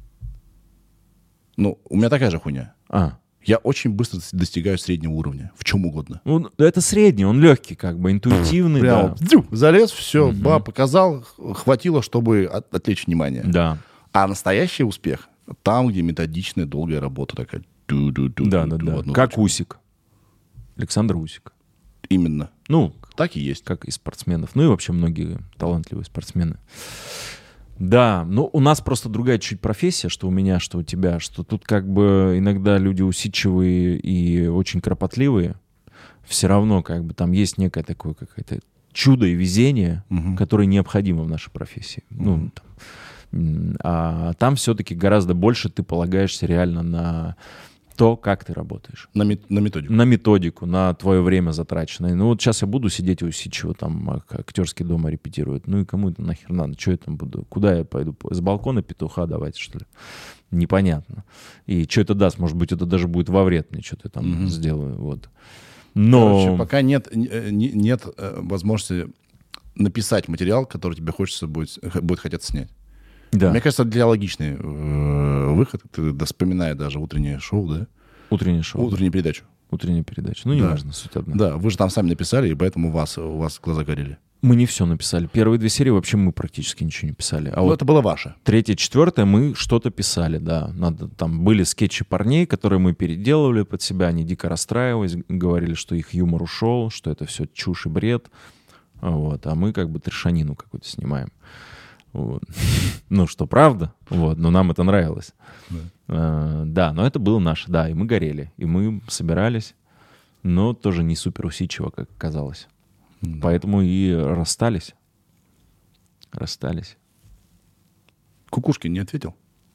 Ну, у меня такая же хуйня. А, Я очень быстро достигаю среднего уровня, в чем угодно. ну, это средний, он легкий, как бы, интуитивный, Прям да. вот, дзю, залез, все, ба, показал, х- хватило, чтобы от- отвлечь внимание. Да. А настоящий успех там, где методичная, долгая работа такая. Ду-ду-ду-ду-ду Да, да, в да. одну Как точку. Усик. Александр Усик. Именно. Ну, Так и есть. как и спортсменов. Ну и вообще многие талантливые спортсмены. Да, ну у нас просто другая чуть профессия, что у меня, что у тебя, что тут как бы иногда люди усидчивые и очень кропотливые, все равно как бы там есть некое такое какое-то чудо и везение, Мгм. которое необходимо в нашей профессии. Ну, там, м, а там все-таки гораздо больше ты полагаешься реально на то, как ты работаешь. На, мет- на методику. На методику, на твое время затраченное. Ну вот сейчас я буду сидеть и усидчиво, там ак- актерский дома репетирует. Ну и кому это нахер надо? Что я там буду? Куда я пойду? С балкона петуха давать, что ли? Непонятно. И что это даст? Может быть, это даже будет во вред мне, что-то там Мгм. сделаю. Вот. Но... Короче, пока нет, э, не- нет э, возможности написать материал, который тебе хочется будет, х- будет хотеться снять. Да. Мне кажется, для логичный э, выход, ты да, вспоминая даже утреннее шоу, да? Утреннее шоу. Утреннюю передачу. Утренняя передача. Ну, Да. неважно, суть одна. Да, вы же там сами написали, и поэтому у вас, у вас глаза горели. Мы не все написали. Первые две серии вообще мы практически ничего не писали. А Ну, вот это было ваше. третья, четвертая мы что-то писали, да. Надо, там были скетчи парней, которые мы переделывали под себя. Они дико расстраивались, говорили, что их юмор ушел, что это все чушь и бред. Вот. А мы как бы трешанину какую-то снимаем. Вот. Ну, что правда, вот, но нам это нравилось. А, Да, но это было наше, да, и мы горели, и мы собирались, но тоже не супер усидчиво, как казалось. Поэтому и расстались. Расстались. Кукушкин не ответил?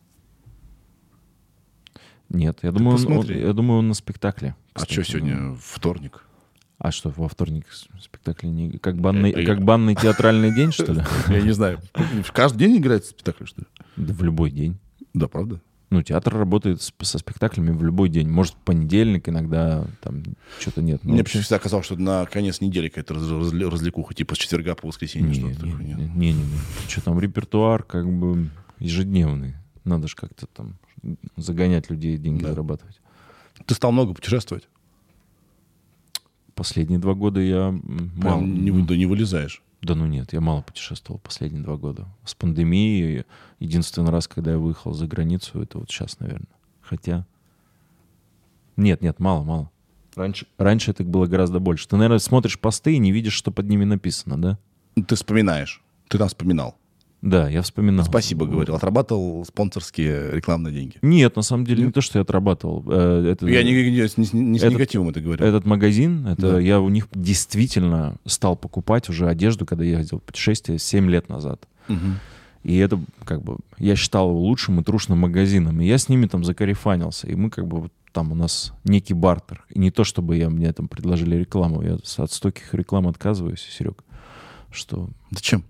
Нет, я думаю, он, он- посмотри. я думаю, он на спектакле. А кстати. что сегодня вторник? А что, во вторник с- спектакль не... Как банный, Э, э, как банный театральный день, что ли? Я не знаю. Каждый день играет в спектакль, что ли? Да в любой день. Да, правда? Ну, театр работает с- со спектаклями в любой день. Может, в понедельник иногда там что-то нет. но Мне вообще- почему всегда казалось, что на конец недели какая-то раз- разле- развлекуха, типа с четверга по воскресенье, Не, что-то не, такое. не, Нет. не, не. Что там, репертуар как бы ежедневный. Надо же как-то там загонять людей, деньги Да. зарабатывать. Ты стал много путешествовать? Последние два года я м, мало... Прям не, вы- да не вылезаешь. Да ну нет, я мало путешествовал последние два года. С пандемией единственный раз, когда я выехал за границу, это вот сейчас, наверное. Хотя... Нет, нет, мало, мало. Раньше, раньше это было гораздо больше. Ты, наверное, смотришь посты и не видишь, что под ними написано, да? Ты вспоминаешь. Ты там вспоминал. Да, я вспоминал. Спасибо, говорил. Отрабатывал спонсорские рекламные деньги. Нет, на самом деле не то, что я отрабатывал. Э, Это, Я не, не- не с, не с Этот- негативом это говорю. Этот магазин, это Да. я у них действительно стал покупать уже одежду, когда я ездил в путешествие семь лет назад. Мгм. И это как бы я считал его лучшим и трушным магазином. И я с ними там закарифанился. И мы как бы вот там у нас некий бартер. И не то, чтобы я, мне там предложили рекламу. Я с- от стольких реклам отказываюсь, Серег. Что... Зачем?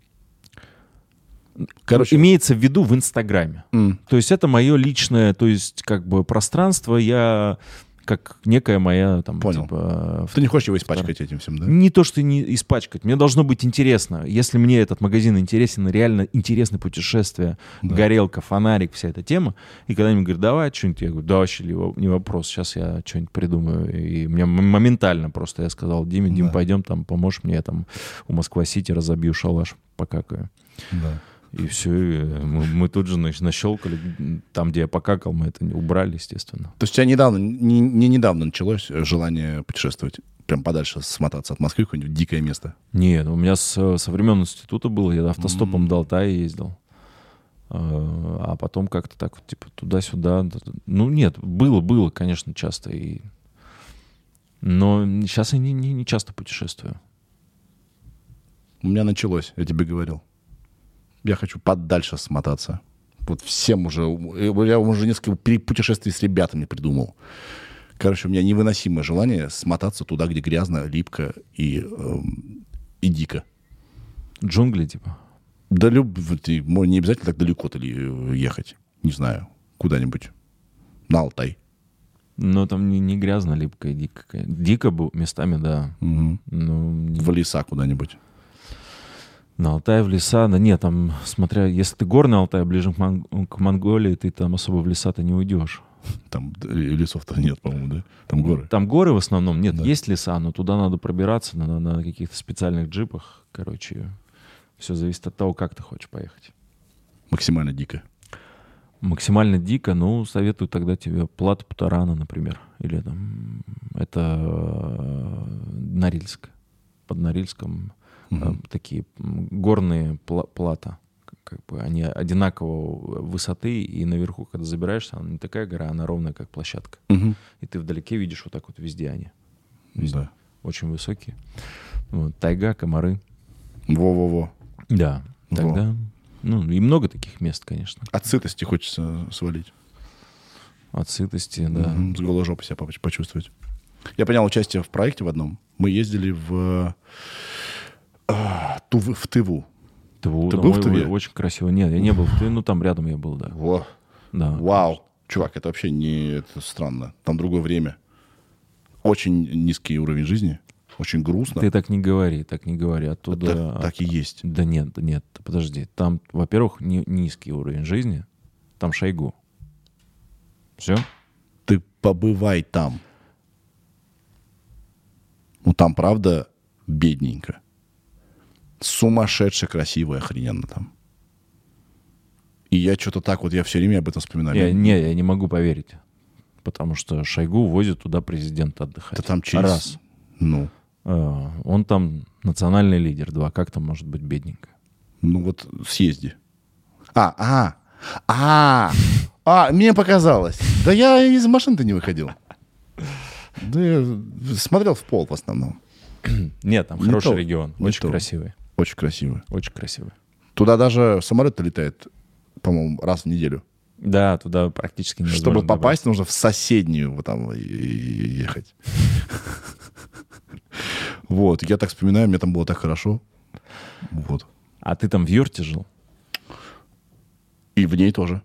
Короче, имеется в виду в Инстаграме. М. То есть это мое личное, то есть как бы пространство. Я как некая моя там, Понял. типа... Ты не хочешь его испачкать этим всем, да? Не то, что не испачкать. Мне должно быть интересно. Если мне этот магазин интересен, реально интересны путешествия, Да. горелка, фонарик, вся эта тема. И когда они говорят, давай что-нибудь, я говорю, да, вообще не вопрос. Сейчас я что-нибудь придумаю. И мне моментально просто я сказал, Диме, Дим, Да. пойдем, там, поможешь мне, я там у Москва-Сити разобью шалаш, покакаю. Да. И все, мы, мы тут же значит, нащелкали. Там, где я покакал, мы это убрали, естественно. То есть у тебя недавно, не, не недавно началось желание путешествовать? Прям подальше смотаться от Москвы, какое-нибудь дикое место? Нет, у меня со, со времен института было, я автостопом М. до Алтая ездил. А а потом как-то так вот, типа, туда-сюда. Ну, нет, было, было, конечно, часто. И... Но сейчас я не, не, не часто путешествую. У меня началось, я тебе говорил. Я хочу подальше смотаться. Вот всем уже... Я уже несколько путешествий с ребятами придумал. Короче, у меня невыносимое желание смотаться туда, где грязно, липко и, эм, и дико. Джунгли, типа. Да люб... вот и мо- не обязательно так далеко-то ли ехать. Не знаю. Куда-нибудь. На Алтай. Но там не, не грязно, липко и дико. Дико бы местами, да. Мгм. Ну, не- В леса куда-нибудь. На Алтай, в леса, да нет, там, смотря, если ты горный Алтай, ближе к, Мон- к Монголии, ты там особо в леса-то не уйдешь. Там д- лесов-то нет, по-моему, да? Там горы. Там горы в основном, нет, Да. есть леса, но туда надо пробираться на, на каких-то специальных джипах, короче, все зависит от того, как ты хочешь поехать. Максимально дико. Максимально дико, ну, советую тогда тебе Плата Путарана, например, или там, это э, Норильск, под Норильском. Мгм. Э, такие м, горные пла- плата, к- как бы они одинакового высоты, и наверху, когда забираешься, она не такая гора, она ровная, как площадка. Мгм. И ты вдалеке видишь вот так вот везде они, Да. очень высокие. Вот, тайга, комары. Во-во-во. Да, Во. тогда, ну, и много таких мест, конечно. От сытости хочется свалить. От сытости, да. Мгм. С голой жопой себя поч- почувствовать. Я принял участие в проекте в одном. Мы ездили в, а, Тувы- в Тыву. Тыву, Ты там был в ой- Тыве? ой, очень красиво. Нет, я не был в Тыве, ну там рядом я был, да. Во. да. Вау. Чувак, это вообще не это странно. Там другое время. Очень низкий уровень жизни. Очень грустно. Ты так не говори, так не говори. Оттуда... Так, так и есть. Да нет, да нет, подожди. Там, во-первых, ни- низкий уровень жизни. Там Шойгу. Все? Ты побывай там. Ну, там, правда, бедненько. Сумасшедше красиво и охрененно там. И я что-то так вот, я все время об этом вспоминаю. Я, не, я не могу поверить. Потому что Шойгу возит туда президента отдыхать. Да там через... Раз. Ну, А, он там национальный лидер. Два. Как там может быть бедненько? ну вот съезди. А, а, а, а, мне показалось. Да я из машины-то не выходил. Да я смотрел в пол в основном. Нет, там Не хороший то, регион. не Очень то. красивый. Очень красиво. Очень красивый. Туда даже самолет летает, по-моему, раз в неделю. Да, туда практически невозможно Чтобы добраться. попасть, нужно в соседнюю вот там и- и- ехать. Вот, я так вспоминаю, мне там было так хорошо. Вот. А ты там в юрте жил? И в ней тоже.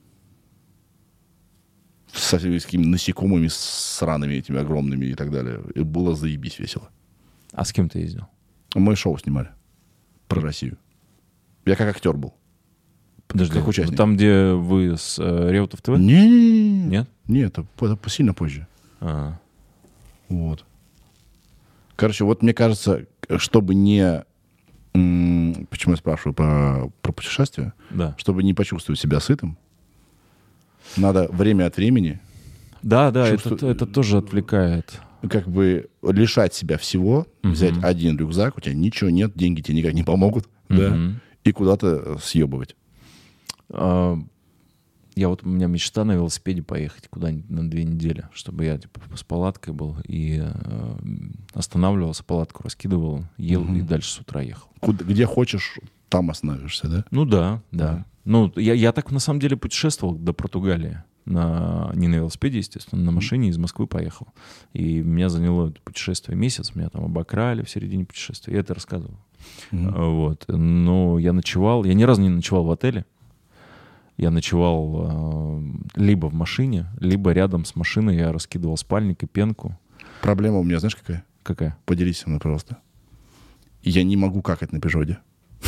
Со всеми такими насекомыми сраными этими огромными и так далее. И было заебись весело. А с кем ты ездил? Мы шоу снимали про Россию. Я как актер был. Подожди, Как участник. там, где вы с э, Реутов ТВ? Не, Нет? Нет, это, это сильно позже. А, Вот. Короче, вот мне кажется, чтобы не... м, Почему я спрашиваю про, про путешествия? да. Чтобы не почувствовать себя сытым, надо время от времени Да, да, Чувствую- это, это тоже отвлекает. как бы лишать себя всего, Мгм. взять один рюкзак, у тебя ничего нет, деньги тебе никак не помогут, да, Мгм. и куда-то съебывать. А, я вот, у меня мечта на велосипеде поехать куда-нибудь на две недели, чтобы я типа с палаткой был и э, останавливался, палатку раскидывал, ел Мгм. и дальше с утра ехал. Куда- где хочешь, там остановишься, да? Ну да, да. Да. Ну, я, я так на самом деле путешествовал до Португалии. На, не на велосипеде, естественно, на машине из Москвы поехал. И меня заняло это путешествие месяц. Меня там обокрали в середине путешествия. Я это рассказывал. Мгм. А, Вот. Но я ночевал. Я ни разу не ночевал в отеле. Я ночевал э, либо в машине, либо рядом с машиной я раскидывал спальник и пенку. Проблема у меня, знаешь, какая? Какая? Поделись со мной, пожалуйста. Я не могу какать на природе.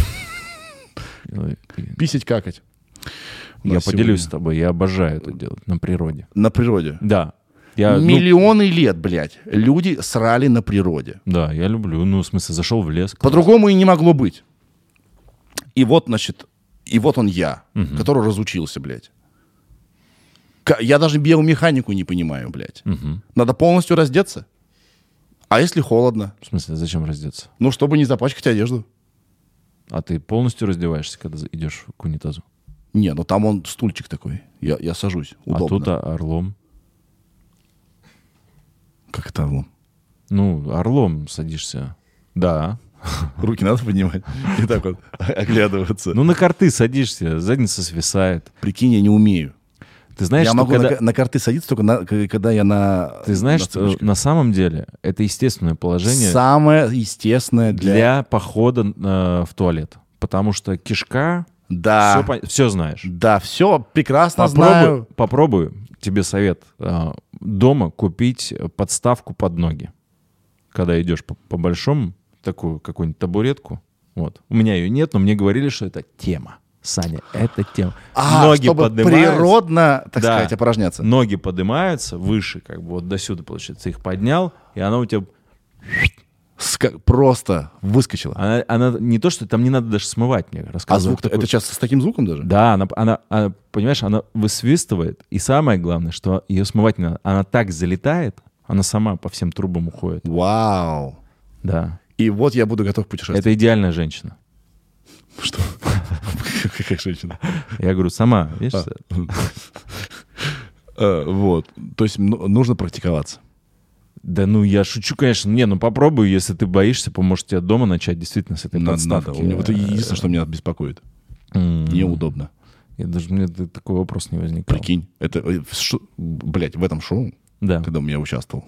Писать, какать. Я поделюсь с тобой, я обожаю это делать на природе. На природе? Да. Я, Миллионы ну, лет, блядь, люди срали на природе. Да, я люблю. Ну, в смысле, зашел в лес. По-другому и не могло быть. И вот, значит, и вот он я, угу. который разучился, блядь. Я даже биомеханику не понимаю, блядь. Угу. Надо полностью раздеться. А если холодно? В смысле, зачем раздеться? Ну, чтобы не запачкать одежду. А ты полностью раздеваешься, когда идешь к унитазу? Не, ну там он стульчик такой. Я, я сажусь. Удобно. А тут орлом. Как это орлом? Ну, орлом садишься. Да. Руки надо поднимать и так вот оглядываться. Ну, на карты садишься, задница свисает. Прикинь, я не умею. Ты знаешь, я что могу когда... на, на карты садиться только на, когда я на... Ты знаешь, на что на самом деле это естественное положение... Самое естественное для... Для похода э, в туалет. Потому что кишка... Да. Все, все знаешь. Да, все прекрасно попробуй, знаю. Попробуй, тебе совет, э, дома купить подставку под ноги. Когда идешь по, по большому, такую какую-нибудь табуретку. Вот. У меня ее нет, но мне говорили, что это тема. Саня, это тема. А, ноги чтобы поднимаются, природно, так да, сказать, опорожняться. Ноги поднимаются выше, как бы вот до сюда, получается. Их поднял, и она у тебя... Ска- просто выскочила. Она, она не то, что там не надо даже смывать, мне рассказывают. А звук, такой... это сейчас с таким звуком даже? Да, она, она, она, понимаешь, она высвистывает, и самое главное, что ее смывать не надо. Она так залетает, она сама по всем трубам уходит. Вау. Да. И вот я буду готов путешествовать. Это идеальная женщина. Что? Как женщина? Я говорю, сама, видишь? Вот. То есть нужно практиковаться. Да ну, я шучу, конечно. Не, ну попробуй, если ты боишься, поможешь тебе дома начать действительно с этой подставки. Надо. Вот это единственное, что меня беспокоит. Mm. Неудобно. Я даже, мне такой вопрос не возникал. Прикинь, это, шо, блядь, в этом шоу, да. когда я участвовал,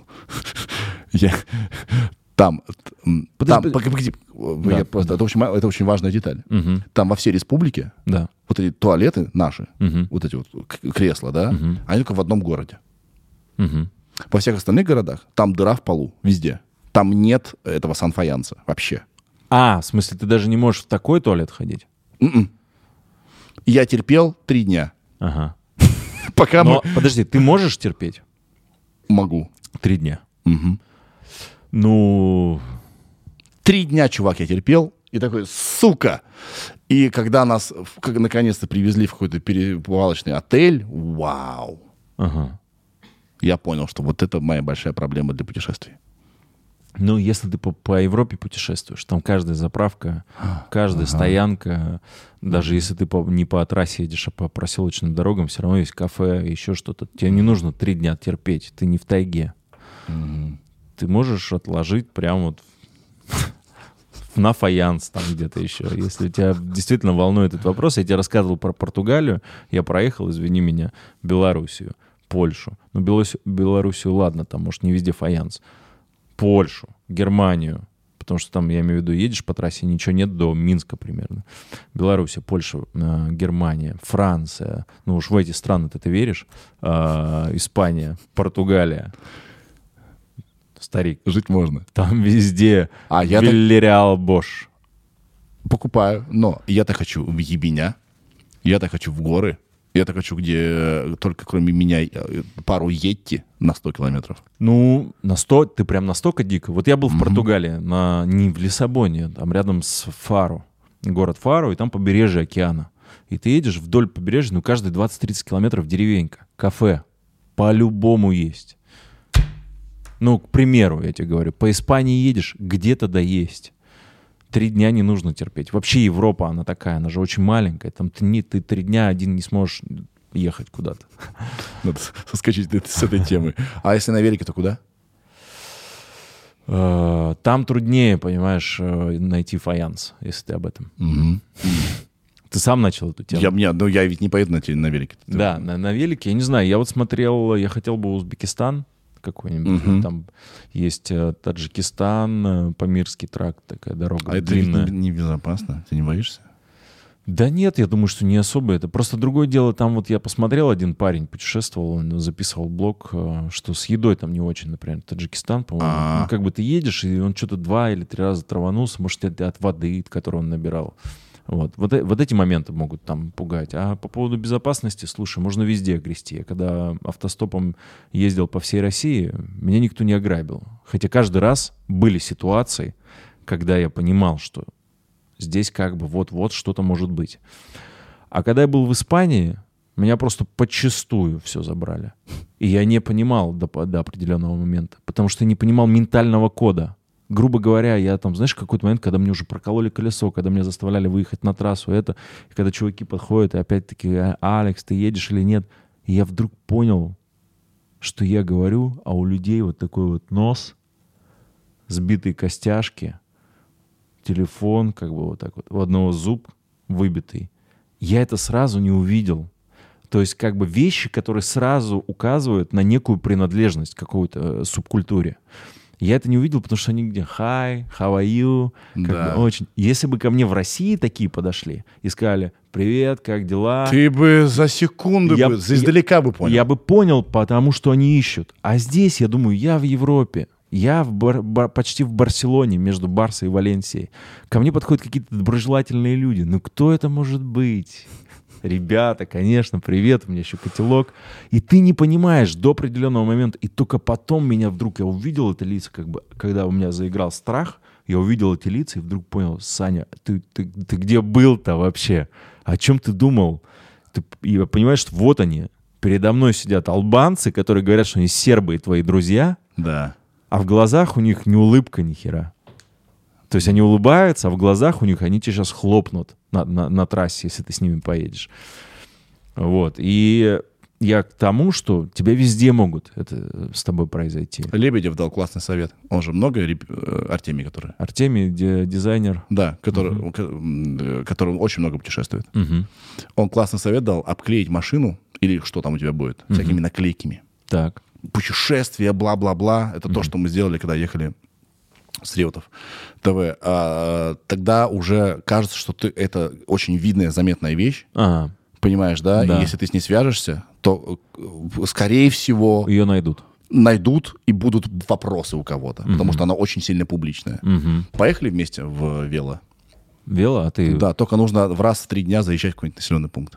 я там, Подожди, там погоди, да. я просто, это, очень, это очень важная деталь. Угу. Там во всей республике да. вот эти туалеты наши, угу. вот эти вот кресла, да, угу. они только в одном городе. Угу. Во всех остальных городах там дыра в полу, везде. Там нет этого санфаянса вообще. А, в смысле, ты даже не можешь в такой туалет ходить? М-м. Я терпел три дня. Ага. Пока Но, мы... подожди, ты можешь терпеть? Могу. Три дня. Угу. Ну... Три дня, чувак, я терпел. И такой, сука! И когда нас как, наконец-то привезли в какой-то переплавочный отель, вау! Ага. Я понял, что вот это моя большая проблема для путешествий. Ну, если ты по, по Европе путешествуешь, там каждая заправка, каждая ага. стоянка, даже если ты по, не по трассе едешь, а по проселочным дорогам, все равно есть кафе, еще что-то. Тебе не нужно три дня терпеть, ты не в тайге. Mm-hmm. Ты можешь отложить прямо вот на фаянс там где-то еще. Если тебя действительно волнует этот вопрос, я тебе рассказывал про Португалию, я проехал, извини меня, Белоруссию, Польшу. Ну, Белос... Белоруссию, ладно, там, может, не везде фаянс. Польшу, Германию, потому что там, я имею в виду, едешь по трассе, ничего нет до Минска примерно. Белоруссия, Польша, э, Германия, Франция. Ну уж в эти страны-то ты веришь? Э, Испания, Португалия. Старик. Жить можно. Там везде а я Вильяреал Бош. Покупаю, но я-то хочу в ебеня, я-то хочу в горы, я-то хочу, где только кроме меня пару йетти на сто километров. Ну, на сто, ты прям настолько дико. Вот я был в Mm-hmm. Португалии, на, не в Лиссабоне, там рядом с Фару, город Фару, и там побережье океана. И ты едешь вдоль побережья, ну, каждые двадцать-тридцать километров деревенька, кафе, по-любому есть. Ну, к примеру, я тебе говорю, по Испании едешь, где-то да есть. Три дня не нужно терпеть. Вообще Европа, она такая, она же очень маленькая. Там ты, не, ты три дня один не сможешь ехать куда-то. Надо соскочить с этой темы. А если на велике, то куда? Там труднее, понимаешь, найти фаянс, если ты об этом. Угу. Ты сам начал эту тему. Я, не, ну, я ведь не поеду на, на велике. Да, на, на велике, я не знаю, я вот смотрел, я хотел бы Узбекистан какой-нибудь, Угу. там есть Таджикистан, Памирский тракт, такая дорога а длинная. это ведь небезопасно, ты не боишься? Да нет, я думаю, что не особо. Это просто другое дело. Там вот я посмотрел, один парень путешествовал, он записывал блог, что с едой там не очень, например, Таджикистан, по-моему. А-а-а. Ну, как бы ты едешь, и он что-то два или три раза траванулся, может, это от воды, которую он набирал. Вот. Вот, вот эти моменты могут там пугать. А по поводу безопасности, слушай, можно везде грести. Я когда автостопом ездил по всей России, меня никто не ограбил. Хотя каждый раз были ситуации, когда я понимал, что здесь как бы вот-вот что-то может быть. А когда я был в Испании, меня просто подчистую все забрали. И я не понимал до, до определенного момента, потому что не понимал ментального кода. Грубо говоря, я там, знаешь, какой-то момент, когда мне уже прокололи колесо, когда меня заставляли выехать на трассу, это, и когда чуваки подходят, и опять-таки, Алекс, ты едешь или нет? И я вдруг понял, что я говорю, а у людей вот такой вот нос, сбитые костяшки, телефон, как бы вот так вот, у одного зуб выбитый. Я это сразу не увидел. То есть как бы вещи, которые сразу указывают на некую принадлежность к какой-то э, субкультуре. Я это не увидел, потому что они где «Hi, how are you?» как Да. бы очень. Если бы ко мне в России такие подошли и сказали «Привет, как дела?» Ты бы за секунду, Я- бы, за издалека бы понял. Я бы понял, потому что они ищут. А здесь, я думаю, я в Европе. Я в Бар- Бар- почти в Барселоне, между Барсой и Валенсией. Ко мне подходят какие-то доброжелательные люди. Ну кто это может быть? Ребята, конечно, привет, у меня еще котелок. И ты не понимаешь до определенного момента. И только потом меня вдруг, я увидел это лица, как бы, когда у меня заиграл страх, я увидел эти лица и вдруг понял: Саня, ты, ты, ты где был-то вообще? О чем ты думал? Ты, и понимаешь, что вот они, передо мной сидят албанцы, которые говорят, что они сербы и твои друзья, Да. а в глазах у них ни улыбка, ни хера. То есть они улыбаются, а в глазах у них они тебя сейчас хлопнут на, на, на трассе, если ты с ними поедешь. Вот. И я к тому, что тебя везде могут это с тобой произойти. Лебедев дал классный совет. Он же много, реп- э, Артемий, который... Артемий, ди- дизайнер. Да, который, ко- м, который очень много путешествует. Мгм. Он классный совет дал обклеить машину, или что там у тебя будет, всякими наклейками. Так. Путешествия, бла-бла-бла. Это то, что мы сделали, когда ехали с Реутов ТВ. А, тогда уже кажется, что ты, это очень видная, заметная вещь. А, Понимаешь, да? Да. И если ты с ней свяжешься, то, э, скорее всего, ее найдут. найдут и будут вопросы у кого-то. Потому что она очень сильно публичная. Мгм. Поехали вместе в вело? Вела, а ты... Да, только нужно в раз в три дня заезжать в какой-нибудь населенный пункт.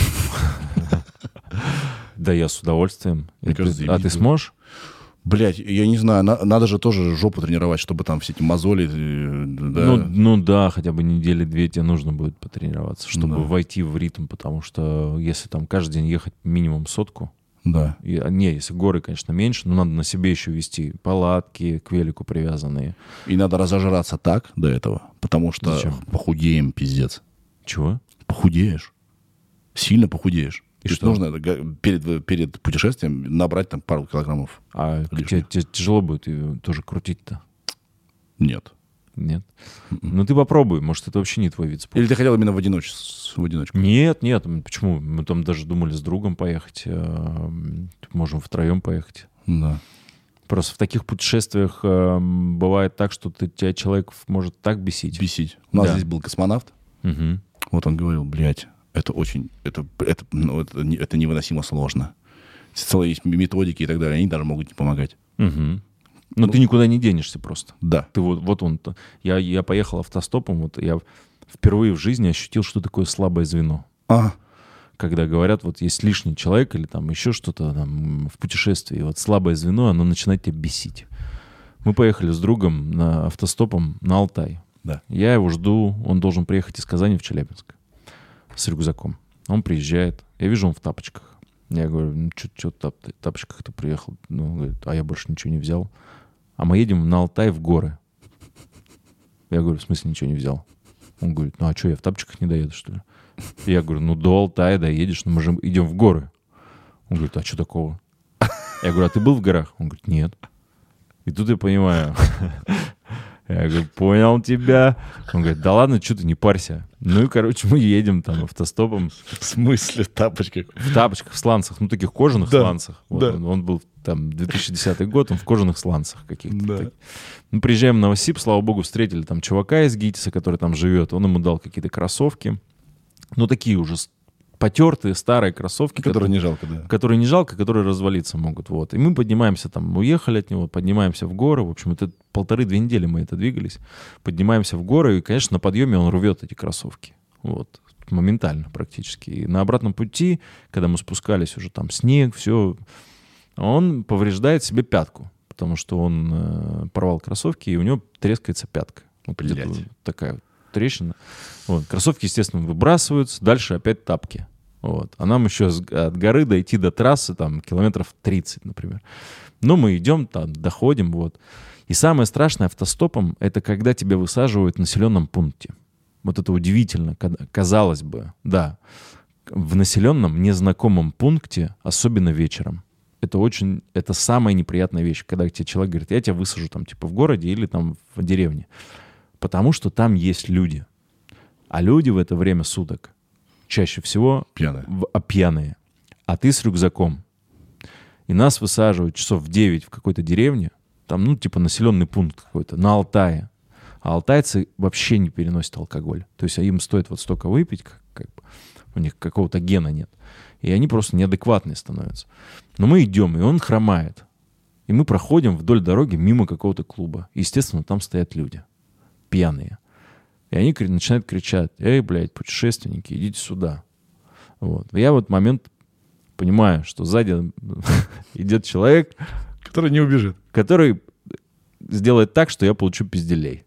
Да я с удовольствием. Мне И ты- кажется, а ты заебись сможешь? Блять, я не знаю, на- надо же тоже жопу тренировать, чтобы там все эти мозоли... э, да. Ну, ну да, хотя бы недели две тебе нужно будет потренироваться, чтобы Да. войти в ритм, потому что если там каждый день ехать минимум сотку, Да. и, а, не, если горы, конечно, меньше, но надо на себе еще вести палатки к велику привязанные. И надо разожраться так до этого, потому что Зачем? похудеем, пиздец. Чего? Похудеешь. Сильно похудеешь. И То есть что? нужно га- перед, перед путешествием набрать там пару килограммов. А тебе, Лишних. тебе тяжело будет ее тоже крутить-то? Нет. Нет? Ну ты попробуй, может, это вообще не твой вид спорта. Или ты хотел именно в одиночку? В одиночку? Нет, нет, м, почему? Мы там даже думали с другом поехать, э, можем втроем поехать. Да. Просто в таких путешествиях э, бывает так, что ты, тебя человек может так бесить. Бесить. У нас Да. здесь был космонавт. Мгм. Вот он говорил, блядь, это очень, это, это, ну, это, не- это невыносимо сложно. Целые есть методики и так далее, они даже могут не помогать. Мгм. Но ты никуда не денешься просто. Да. Ты вот, вот он. то- Я, я поехал автостопом, вот я впервые в жизни ощутил, что такое слабое звено. А, Когда говорят, вот есть лишний человек или там еще что-то там в путешествии, и вот слабое звено, оно начинает тебя бесить. Мы поехали с другом на автостопом на Алтай. да. Я его жду, он должен приехать из Казани в Челябинск с рюкзаком. Он приезжает, я вижу, он в тапочках. Я говорю, ну что ты в тапочках-то приехал? Ну, он говорит, а я больше ничего не взял. А мы едем на Алтай в горы. Я говорю, в смысле ничего не взял? Он говорит, ну а что, я в тапочках не доеду, что ли? Я говорю, ну до Алтая доедешь, но мы же идем в горы. Он говорит, а что такого? Я говорю, а ты был в горах? Он говорит, нет. И тут я понимаю. Я говорю, понял тебя. Он говорит, да ладно, что ты, не парься. Ну и, короче, мы едем там автостопом В смысле тапочках? в тапочках, в сланцах, ну таких кожаных Да, сланцах. Вот да. он, он был там две тысячи десятый год, он в кожаных сланцах каких-то. Да. таких. Мы приезжаем в Новосиб, слава богу, встретили там чувака из ГИТИСа, который там живет. Он ему дал какие-то кроссовки. ну, такие уже потертые старые кроссовки. Которые не жалко, да. Которые не жалко, которые развалиться могут. Вот. И мы поднимаемся там, уехали от него, поднимаемся в горы. В общем, это полторы-две недели мы это двигались. Поднимаемся в горы, и, конечно, на подъеме он рвет эти кроссовки. Вот. Моментально практически. И на обратном пути, когда мы спускались, уже там снег, все, он повреждает себе пятку. Потому что он э, порвал кроссовки, и у него трескается пятка. Вот где-то такая вот трещина. Вот. Кроссовки, естественно, выбрасываются. Дальше опять тапки. Вот. А нам еще от горы дойти до трассы там километров тридцать, например. Но мы идем, там, доходим. Вот. И самое страшное автостопом — это когда тебя высаживают в населенном пункте. Вот это удивительно. Казалось бы, да, в населенном незнакомом пункте, особенно вечером. Это очень, это самая неприятная вещь, когда тебе человек говорит: я тебя высажу там типа в городе или там в деревне. Потому что там есть люди. А люди в это время суток чаще всего пьяные. В, а, пьяные. А ты с рюкзаком. И нас высаживают часов в девять в какой-то деревне, там, ну, типа населенный пункт какой-то, на Алтае. А алтайцы вообще не переносят алкоголь. То есть им стоит вот столько выпить, как, как бы, у них какого-то гена нет. И они просто неадекватные становятся. Но мы идем, и он хромает. И мы проходим вдоль дороги мимо какого-то клуба. Естественно, там стоят люди. Пьяные. И они начинают кричать: эй, блядь, путешественники, идите сюда. Вот. И я в этот момент понимаю, что сзади идет человек, который не убежит. Который сделает так, что я получу пизделей.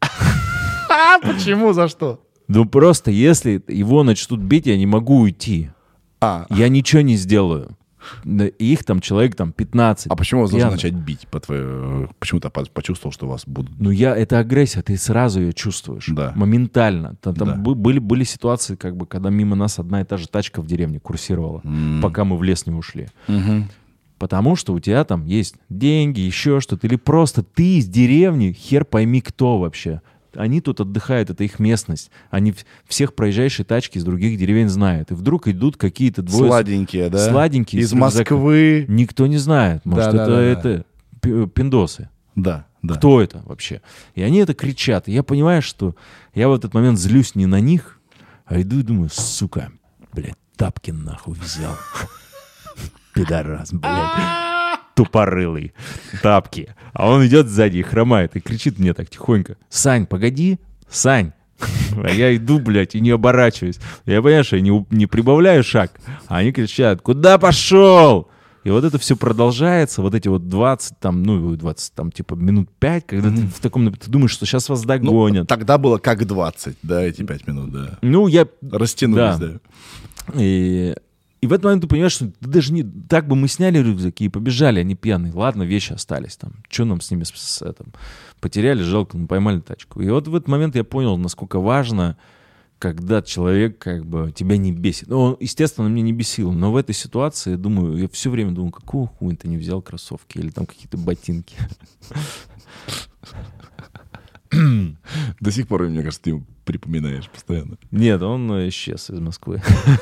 А почему? За что? Ну просто если его начнут бить, я не могу уйти. А. Я ничего не сделаю. Их там человек там пятнадцать. А почему вас должны пьяных. начать бить? По твоему... Почему ты почувствовал, что вас будут... Ну, я, это агрессия, ты сразу ее чувствуешь. Да. Моментально. Там, там Да. были, были ситуации, как бы, когда мимо нас одна и та же тачка в деревне курсировала, Mm. пока мы в лес не ушли. Угу. Потому что у тебя там есть деньги, еще что-то. Или просто ты из деревни, хер пойми кто вообще. Они тут отдыхают, это их местность. Они всех проезжающие тачки из других деревень знают. И вдруг идут какие-то двое... Сладенькие, да? Сладенькие. Из с рюкзаком. Москвы. Никто не знает. Может, Да, это, да, да, это пи- пиндосы. Да, да. Кто это вообще? И они это кричат. И я понимаю, что я в этот момент злюсь не на них, а иду и думаю: сука, блядь, тапки нахуй взял. Пидорас, блядь. Тупорылый. Тапки. А он идет сзади и хромает, и кричит мне так тихонько: Сань, погоди, Сань. А я иду, блядь, и не оборачиваюсь. Я понимаю, что я не, не прибавляю шаг, а они кричат: куда пошел? И вот это все продолжается, вот эти вот двадцать, там, ну, двадцать, там, типа, минут пять, когда mm-hmm. ты в таком, ты думаешь, что сейчас вас догонят. Ну, тогда было как двадцать, да, эти пять минут, да. Ну, я... Растянулись, да. да. И... И в этот момент ты понимаешь, что ты даже не... Так бы мы сняли рюкзаки и побежали, они пьяные. Ладно, вещи остались там. Что нам с ними с, с, этим? Потеряли, жалко, ну, поймали тачку. И вот в этот момент я понял, насколько важно, когда человек как бы тебя не бесит. Ну, он, естественно, меня не бесил, но в этой ситуации, я думаю, я все время думаю: какого хуя ты не взял кроссовки или там какие-то ботинки? До сих пор, мне кажется, ты ему припоминаешь постоянно. Нет, он исчез из Москвы.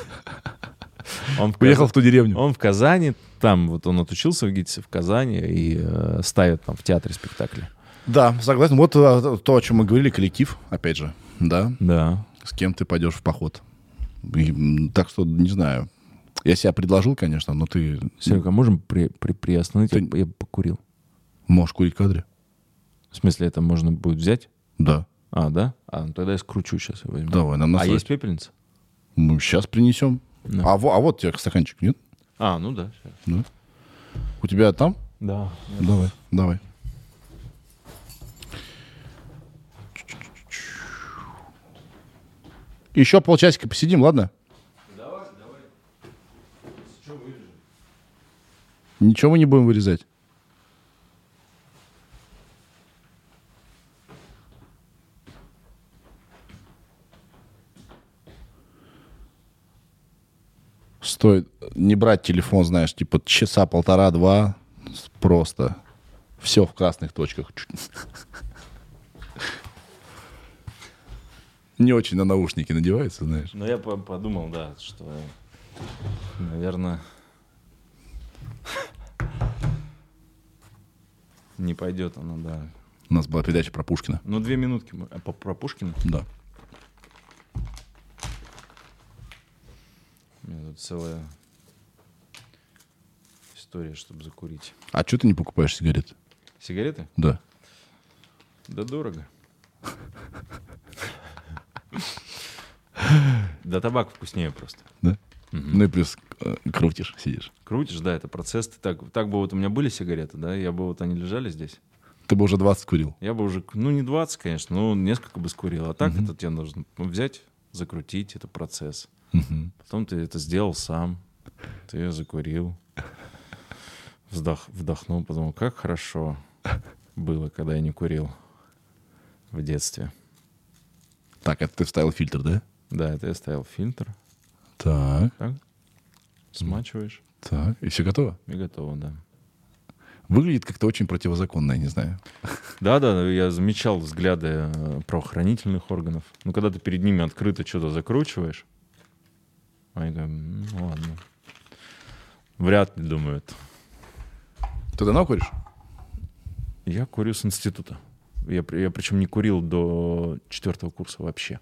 Он Уехал в, в ту деревню. Он в Казани, там вот он отучился в ГИТИСе в Казани и э, ставит там в театре спектакли. Да, согласен. Вот а, то, о чем мы говорили, коллектив, опять же, да? Да. С кем ты пойдешь в поход. И, так что, не знаю. Я себя предложил, конечно, но ты... Серега, можем при, при, приостановить? Ты... Я, я покурил. Можешь курить в кадре. В смысле, это можно будет взять? Да. А, да? А, ну тогда я скручу сейчас. И возьму. Давай, нам А насрать. есть пепельница? Мы сейчас принесем. Да. А, во, а вот у тебя стаканчик, нет? А, ну да. Сейчас. Да. У тебя там? Да. Давай, давай. Еще полчасика посидим, ладно? Давай, давай. Что вырежем? Ничего мы не будем вырезать. Стоит не брать телефон, знаешь, типа часа полтора-два, просто все в красных точках. Не очень на наушники надевается, знаешь. Ну, я подумал, да, что, наверное, не пойдет оно, да. У нас была передача про Пушкина. Ну, две минутки. А, про Пушкина? Да. целая история, чтобы закурить. А что ты не покупаешь сигареты? Сигареты? Да. Да дорого. Да табак вкуснее просто. Да? Ну и плюс э, крутишь, сидишь. Крутишь, да, это процесс. Ты так, так бы вот у меня были сигареты, да, я бы вот они лежали здесь. Ты бы уже двадцать курил. Я бы уже, ну не двадцать, конечно, но несколько бы скурил. А так это тебе нужно взять, закрутить, это процесс. Мгм. Потом ты это сделал сам, ты закурил, вздох, вдохнул, подумал, как хорошо было, когда я не курил в детстве. Так, это ты вставил фильтр, да? Да, это я ставил фильтр, Так, так, смачиваешь, так. И все готово? и готово, да. Выглядит как-то очень противозаконно, я не знаю. Да-да, я замечал взгляды э, правоохранительных органов. Ну, когда ты перед ними открыто что-то закручиваешь, они говорят, ну ладно. Вряд ли думают. Ты давно куришь? Я курю с института. Я, при- я причем не курил до четвертого курса вообще.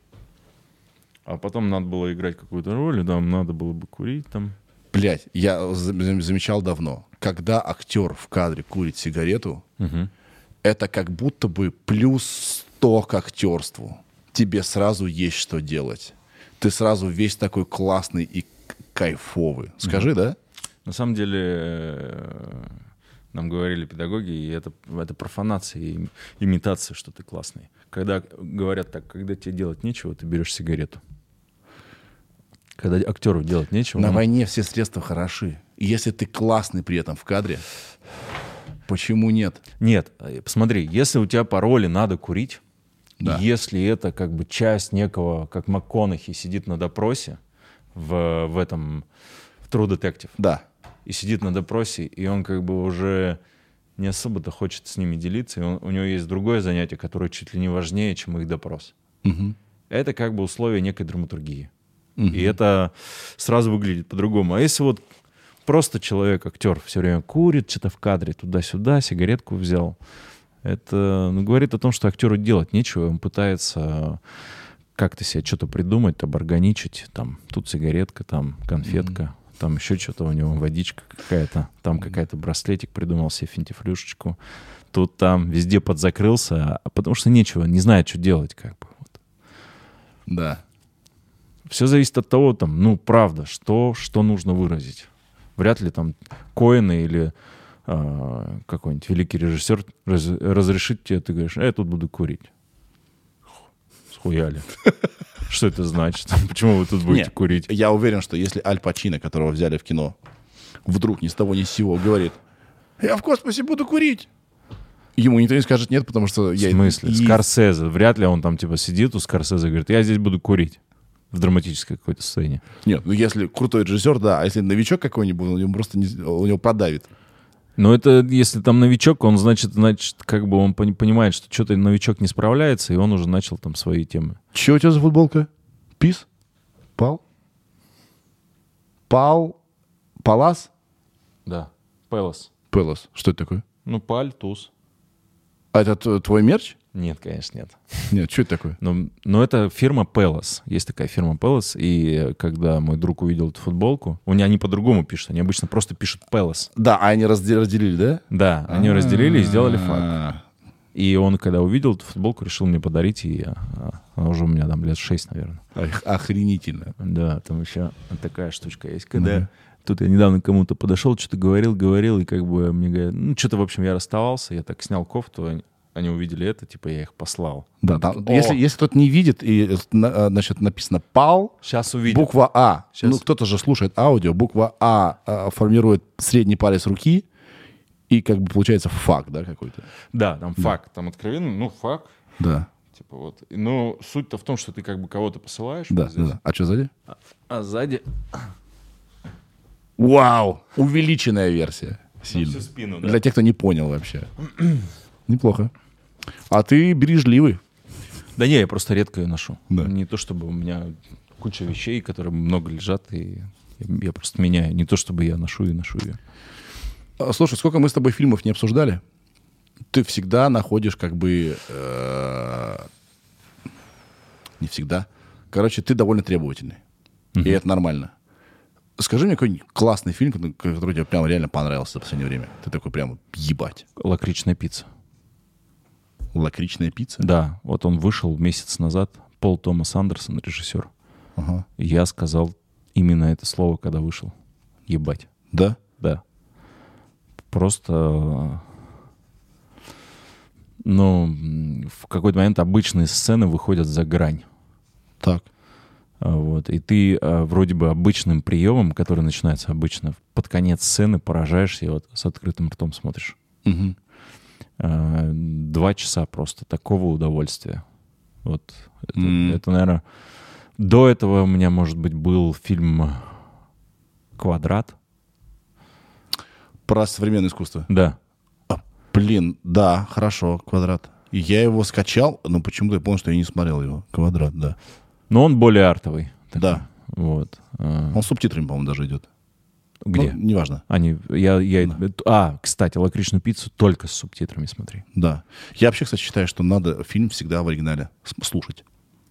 А потом надо было играть какую-то роль, и там надо было бы курить там. Блять, я за- за- замечал давно. Когда актер в кадре курит сигарету, Мгм. это как будто бы плюс сто к актерству. Тебе сразу есть что делать. Ты сразу весь такой классный и к- кайфовый. Скажи, да? На самом деле, э, нам говорили педагоги, и это, это профанация и им- имитация, что ты классный. Когда говорят так, когда тебе делать нечего, ты берешь сигарету. Когда актеру делать нечего, На он- войне все средства хороши. И если ты классный при этом в кадре, почему нет? Нет, э, посмотри, если у тебя по роли надо курить, Да. если это как бы часть некого, как МакКонахи сидит на допросе в, в этом, в True Detective, Да. и сидит на допросе, и он как бы уже не особо-то хочет с ними делиться, и он- у него есть другое занятие, которое чуть ли не важнее, чем их допрос. Мгм. Это как бы условие некой драматургии. И это сразу выглядит по-другому. А если вот просто человек, актер, все время курит, что-то в кадре, туда-сюда, сигаретку взял, это ну, говорит о том, что актеру делать нечего, он пытается как-то себе что-то придумать, оборганичить, там, тут сигаретка, там, конфетка, там еще что-то у него, водичка какая-то, там какая-то браслетик придумал себе, финтифлюшечку, тут там везде подзакрылся, а потому что нечего, не знает, что делать, как бы. Вот. Да. Все зависит от того, там, ну, правда, что, что нужно выразить. Вряд ли там Коэн или а, какой-нибудь великий режиссер раз- разрешит тебе, ты говоришь, а я тут буду курить. Ху- Схуяли. Что это значит? Почему вы тут будете Не, курить? Я уверен, что если Аль Пачино, которого взяли в кино, вдруг ни с того ни с сего говорит, я в космосе буду курить, ему никто не скажет нет, потому что В я... смысле? и- Скорсезе. Вряд ли он там типа сидит у Скорсезе и говорит, я здесь буду курить. В драматической какой-то сцене. Нет, ну если крутой режиссер, да, а если новичок какой-нибудь, он ему просто не, у него продавит. Но это, если там новичок, он, значит, значит, как бы он пони- понимает, что что-то новичок не справляется, и он уже начал там свои темы. Че у тебя за футболка? Пис? Пал? Пал? Палас? Да. Пелос. Пелос. Что это такое? Ну, паль, туз. А это т- твой мерч? Нет, конечно, нет. Нет, что это такое? Но, но это фирма Pelos. Есть такая фирма Pelos. И когда мой друг увидел эту футболку, у них они по-другому пишут. Они обычно просто пишут Pelos. Да, а они разде- разделили, да? Да, они разделили и сделали факт. А, И он, когда увидел эту футболку, решил мне подарить. И я, а, она уже у меня там лет шесть, наверное. ох- Охренительно. Да, там еще вот такая штучка есть. Когда тут я недавно кому-то подошел, что-то говорил, говорил, и как бы мне говорят, ну, что-то, в общем, я расставался, я так снял кофту, они, они увидели это, типа, я их послал. Да, там, О! если, если кто-то не видит, и э, на- э, значит, написано «пал», Сейчас увидим. буква А, Щас. ну кто-то же слушает аудио, буква А э, формирует средний палец руки, и как бы получается фак, да, какой-то. Да, там факт, там откровенно, ну, факт. Да, Типа вот. Но суть-то в том, что ты как бы кого-то посылаешь. да, вот здесь, да, да. А что сзади? А сзади Вау! Увеличенная версия. Сильно. всю спину, да. Для тех, кто не понял вообще. Неплохо. А ты бережливый. Да не, я просто редко ее ношу. Да. Не то, чтобы у меня куча вещей, которые много лежат, и я, я просто меняю. Не то, чтобы я ношу и ношу ее. А, Слушай, сколько мы с тобой фильмов не обсуждали, ты всегда находишь как бы... э, Не всегда. Короче, ты довольно требовательный. И это нормально. Скажи мне какой-нибудь классный фильм, который который тебе прям реально понравился за последнее время. Ты такой прям ебать. «Лакричная пицца». «Лакричная пицца»? Да, вот он вышел месяц назад. Пол Томас Андерсон, режиссер. Ага. Я сказал именно это слово, когда вышел. Ебать. Да? Да. Просто... Ну, в какой-то момент обычные сцены выходят за грань. Так. А, Вот. И ты а, вроде бы обычным приемом, который начинается обычно, под конец сцены поражаешься и вот с открытым ртом смотришь. Угу. А, Два часа просто такого удовольствия. Вот. Это, М. это, наверное... До этого у меня, может быть, был фильм «Квадрат». Про современное искусство. Да. А, блин, да, хорошо, «Квадрат». И я его скачал, но почему-то я понял, что я не смотрел его. «Квадрат», да. Но он более артовый. такой. Да. Вот. А, Он с субтитрами, по-моему, даже идет. Где? Ну, неважно. Они, я, я, Да. А, кстати, «Лакричную пиццу» только с субтитрами смотри. Да. Я вообще, кстати, считаю, что надо фильм всегда в оригинале с- слушать.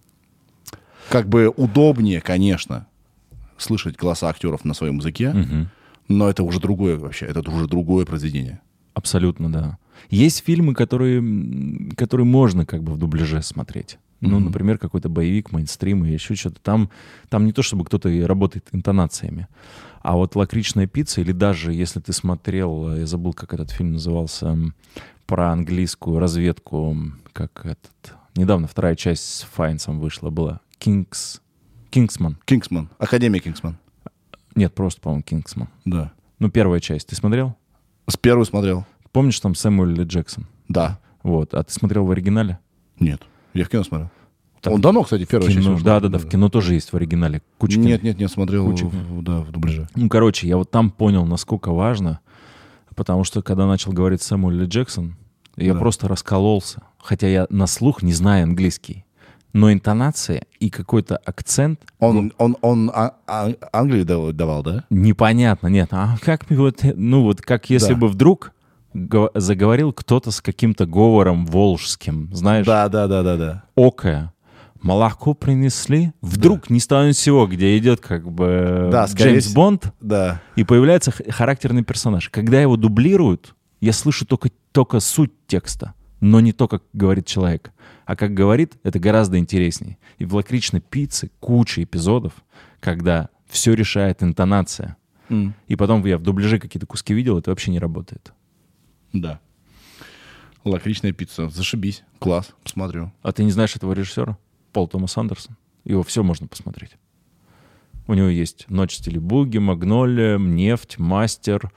Как бы удобнее, конечно, слышать голоса актеров на своем языке, Мгм. но это уже другое вообще, это уже другое произведение. Абсолютно, да. Есть фильмы, которые, м, которые можно как бы в дубляже смотреть. Ну, Мгм. например, какой-то боевик, мейнстрим или еще что-то. Там, там не то, чтобы кто-то и работает интонациями. А вот «Лакричная пицца» или даже, если ты смотрел, я забыл, как этот фильм назывался, м, про английскую разведку, м, как этот... Недавно вторая часть с Файнсом вышла, была. «Кингс». «Кингсман». «Кингсман», «Академия Кингсман». Нет, просто, по-моему, «Кингсман». Да. Ну, первая часть. Ты смотрел? С первой смотрел. Помнишь, там Сэмюэл Л. Джексон? Да. Вот. А ты смотрел в оригинале? Нет. Я в кино смотрел. Там Он давно, кстати, первая часть Кино, вышла. да, да, да, в кино тоже есть в оригинале. Кучка. Нет, нет, нет, смотрел Куча. в, да, в дубляже. Ну, короче, я вот там понял, насколько важно, потому что когда начал говорить Сэмюэл Л. Джексон, я Да. просто раскололся. Хотя я на слух не знаю английский. Но интонация и какой-то акцент Он, он, он а- а- Англии дав- давал, да? непонятно. Нет, а как мне вот, ну вот как если Да. бы вдруг го- заговорил кто-то с каким-то говором волжским, знаешь, Да, да, да, да, да. окая. Молоко принесли. Вдруг ни с того ни с сего, где идет как бы Да, скорее Джеймс всего- Бонд, Да. и появляется х- характерный персонаж. Когда его дублируют, я слышу только, только суть текста, но не то, как говорит человек. А как говорит, это гораздо интереснее. И в «Лакричной пицце» куча эпизодов, когда все решает интонация. М. И потом я в дубляже какие-то куски видел, это вообще не работает. Да. «Лакричная пицца». Зашибись. Класс. Посмотрю. А ты не знаешь этого режиссера? Пол Томас Андерсон. Его все можно посмотреть. У него есть «Ночь в стиле буги», «Магнолия», «Нефть», «Мастер»,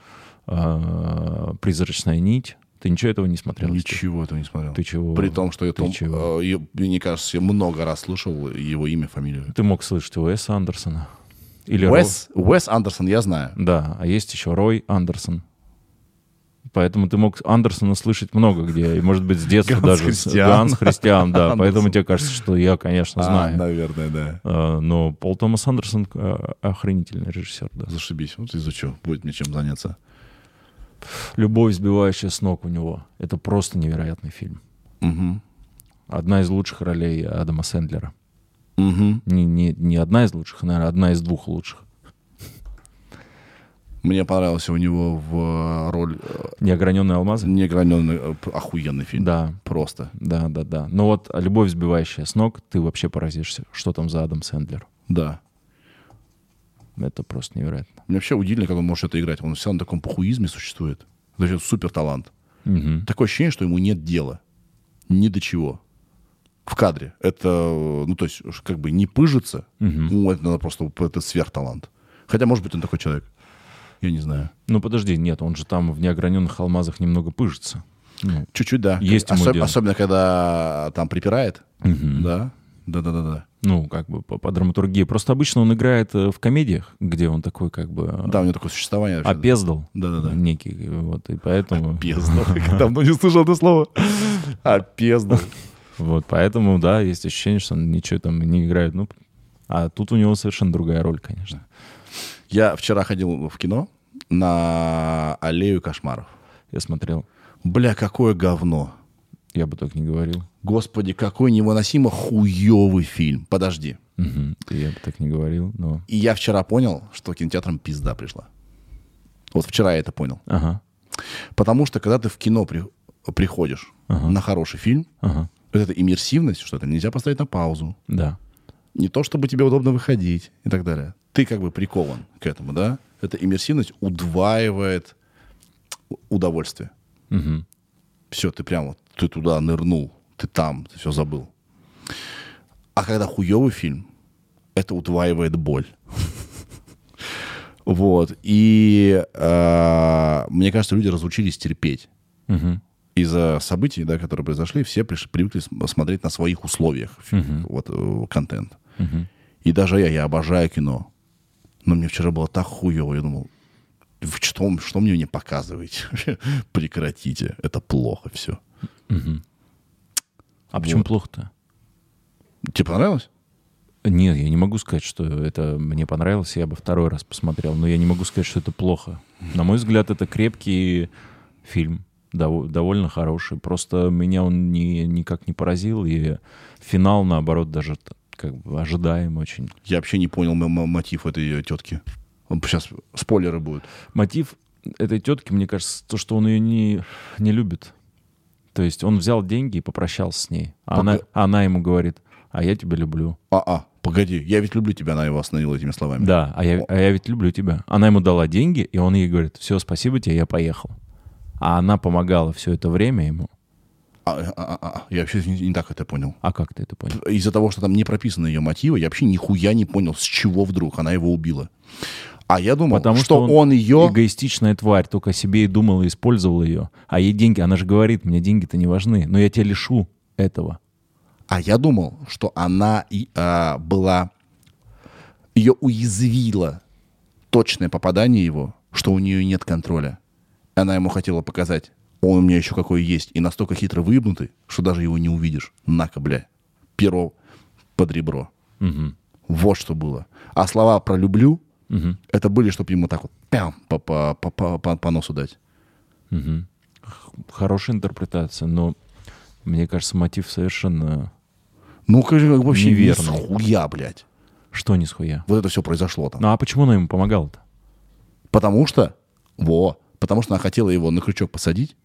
э, «Призрачная нить». Ты ничего этого не смотрел? Ничего этого не смотрел. Ты чего? При том, что я, Ты том, чего? э, я- мне кажется, я много раз слышал его имя, фамилию. Ты мог слышать Уэса Андерсона. Или Уэс, Уэс Андерсон, я знаю. Ро- Да, а есть еще Рой Андерсон. Поэтому ты мог Андерсона слышать много где, и, может быть, с детства Ганс даже. Христиан. Ганс Христиан, да. Андерсон. Поэтому тебе кажется, что я, конечно, А, знаю. наверное, да. А, Но Пол Томас Андерсон э, охренительный режиссер, да. Зашибись. Вот изучу. Будет мне чем заняться. «Любовь, сбивающая с ног» у него. Это просто невероятный фильм. Угу. Одна из лучших ролей Адама Сэндлера. Угу. Не, не, не одна из лучших, а, наверное, одна из двух лучших. Мне понравился у него в роль э, «Неограненные алмазы»? неграненный, э, охуенный фильм. Да, Просто. да, да, да. Но вот «Любовь, сбивающая с ног», ты вообще поразишься, что там за Адам Сэндлер. Да. Это просто невероятно. Мне вообще удивительно, как он может это играть. Он все на таком похуизме существует. Это вообще супер талант. Мгм. Такое ощущение, что ему нет дела. Ни до чего. В кадре. Это, ну, то есть, уж как бы не пыжится. Мгм. Ну, это надо просто, это сверхталант. Хотя, может быть, он такой человек. Я не знаю. Ну подожди, нет, он же там в «Неограненных алмазах» немного пыжится. Ну, Чуть-чуть, да. Есть ему Особ- дело. Особенно, когда там припирает. мгм. Да. Да-да-да-да. Ну, как бы по, по драматургии. Просто обычно он играет э, в комедиях, где он такой как бы э, Да, у него такое существование. вообще. опездал Да-да-да. некий. Вот, и поэтому... Опездал. Давно не слышал это слово. Опездал. Вот, поэтому, да, есть ощущение, что он ничего там не играет. Ну, а тут у него совершенно другая роль, конечно. Я вчера ходил в кино на «Аллею кошмаров». Я смотрел. Бля, какое говно. Я бы так не говорил. Господи, какой невыносимо хуёвый фильм. Подожди. Угу. Я бы так не говорил, но... И я вчера понял, что кинотеатрам пизда пришла. Вот вчера я это понял. Ага. Потому что, когда ты в кино при... приходишь ага. на хороший фильм, ага. вот эта иммерсивность, что это нельзя поставить на паузу. Да. Не то, чтобы тебе удобно выходить и так далее. Ты как бы прикован к этому, да? Эта иммерсивность удваивает удовольствие. Угу. Все, ты прям вот, ты туда нырнул, ты там, ты все забыл. А когда хуёвый фильм, это удваивает боль. Вот. И э, мне кажется, люди разучились терпеть. Угу. Из-за событий, да, которые произошли, все пришли, привыкли смотреть на своих условиях Угу. вот, э, контент. Угу. И даже я, я обожаю кино. Но мне вчера было так хуёво. Я думал, что, что мне не показываете? Прекратите. Это плохо все. Угу. А почему вот. Плохо-то? Тебе понравилось? Нет, я не могу сказать, что это мне понравилось, я бы второй раз посмотрел, но я не могу сказать, что это плохо. На мой взгляд, это крепкий фильм, дов- довольно хороший. Просто меня он не, никак не поразил, и финал, наоборот, даже как бы ожидаем очень. Я вообще не понял м- м- мотив этой тетки. Сейчас спойлеры будут. Мотив этой тетки, мне кажется, то, что он ее не, не любит. То есть он взял деньги и попрощался с ней. А она, она ему говорит: а я тебя люблю. А-а, погоди, я ведь люблю тебя, она его остановила этими словами. Да, а я, а я ведь люблю тебя. Она ему дала деньги, и он ей говорит: все, спасибо тебе, я поехал. А она помогала все это время ему. А, а, а, я вообще не, не так это понял. А как ты это понял? Из-за того, что там не прописаны ее мотивы, я вообще нихуя не понял, с чего вдруг она его убила. А я думал, Потому что, что он, он ее... эгоистичная тварь, только о себе и думал, и использовал ее. А ей деньги, она же говорит: мне деньги-то не важны, но я тебя лишу этого. А я думал, что она и, а, была... Ее уязвило точное попадание его, что у нее нет контроля. Она ему хотела показать: он у меня еще какой есть. И настолько хитро выебнутый, что даже его не увидишь. На-ка, бля. Перо под ребро. Угу. Вот что было. А слова про «люблю» угу. это были, чтобы ему так вот пям, по, по, по, по, по, по носу дать. Угу. Хорошая интерпретация, но мне кажется, мотив совершенно ну, конечно, вообще неверный. Не с хуя, блядь. Что не с хуя? Вот это все произошло там. Ну а почему она ему помогала-то? Потому что, во, потому что она хотела его на крючок посадить,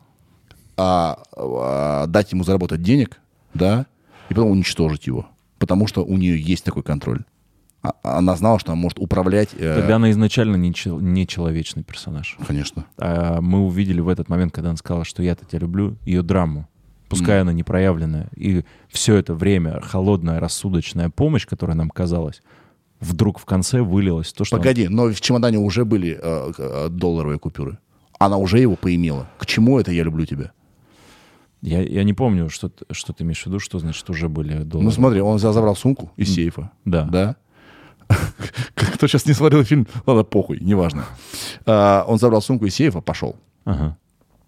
а, а дать ему заработать денег, да, и потом уничтожить его. Потому что у нее есть такой контроль. А, она знала, что она может управлять... Э... Тогда она изначально не, чел- не человечный персонаж. Конечно. А мы увидели в этот момент, когда она сказала, что я-то тебя люблю, ее драму. Пускай mm. она непроявленная. И все это время холодная, рассудочная помощь, которая нам казалась, вдруг в конце вылилась в то, что... Погоди, он... но в чемодане уже были э, э, долларовые купюры. Она уже его поимела. К чему это «я люблю тебя»? Я, я не помню, что, что ты имеешь в виду, что значит уже были доллары. Ну смотри, он забрал сумку из сейфа. Да. Да? Кто сейчас не смотрел фильм, ладно, похуй, неважно. Он забрал сумку из сейфа, пошел. Ага.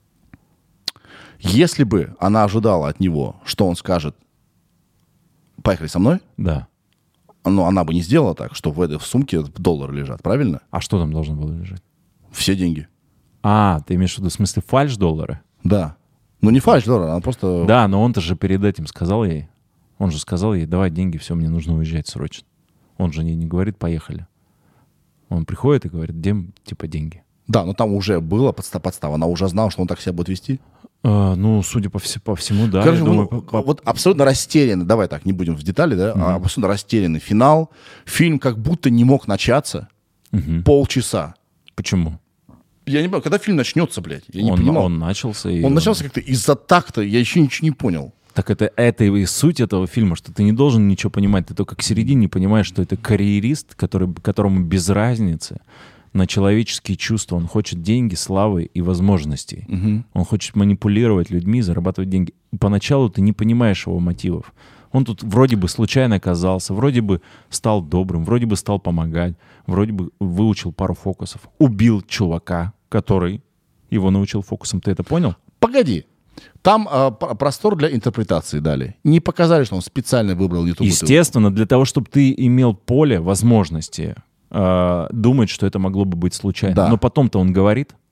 Если бы она ожидала от него, что он скажет: поехали со мной, да. Но она бы не сделала так, что в этой в сумке доллары лежат, правильно? А что там должно было лежать? Все деньги. А, ты имеешь в виду, в смысле, фальш-доллары? Да. Ну не фальш-доллары, она просто... Да, но он-то же перед этим сказал ей, он же сказал ей: давай деньги, все, мне нужно уезжать срочно. Он же ей не говорит: поехали. Он приходит и говорит: где, типа, деньги? Да, но там уже была подстава, подстава. Она уже знала, что он так себя будет вести. А, ну, судя по, вс- по всему, да. Короче, я думаю, ну, по- вот абсолютно растерянный, давай так, не будем в детали, да, Угу. а абсолютно растерянный финал. Фильм как будто не мог начаться Угу. полчаса. Почему? Я не понимаю, когда фильм начнется, блядь? Я не он, понимал. он начался. И Он начался как-то из-за такта, я еще ничего не понял. Так это, это и суть этого фильма, что ты не должен ничего понимать. Ты только к середине понимаешь, что это карьерист, который, которому без разницы на человеческие чувства. Он хочет деньги, славы и возможностей. Угу. Он хочет манипулировать людьми, зарабатывать деньги. И поначалу ты не понимаешь его мотивов. Он тут вроде бы случайно оказался, вроде бы стал добрым, вроде бы стал помогать, вроде бы выучил пару фокусов. Убил чувака, который его научил фокусам. Ты это понял? Погоди. Там э, простор для интерпретации дали. Не показали, что он специально выбрал не ту бутылку. Естественно, для того, чтобы ты имел поле возможности э, думать, что это могло бы быть случайно. Да. Но потом-то он говорит.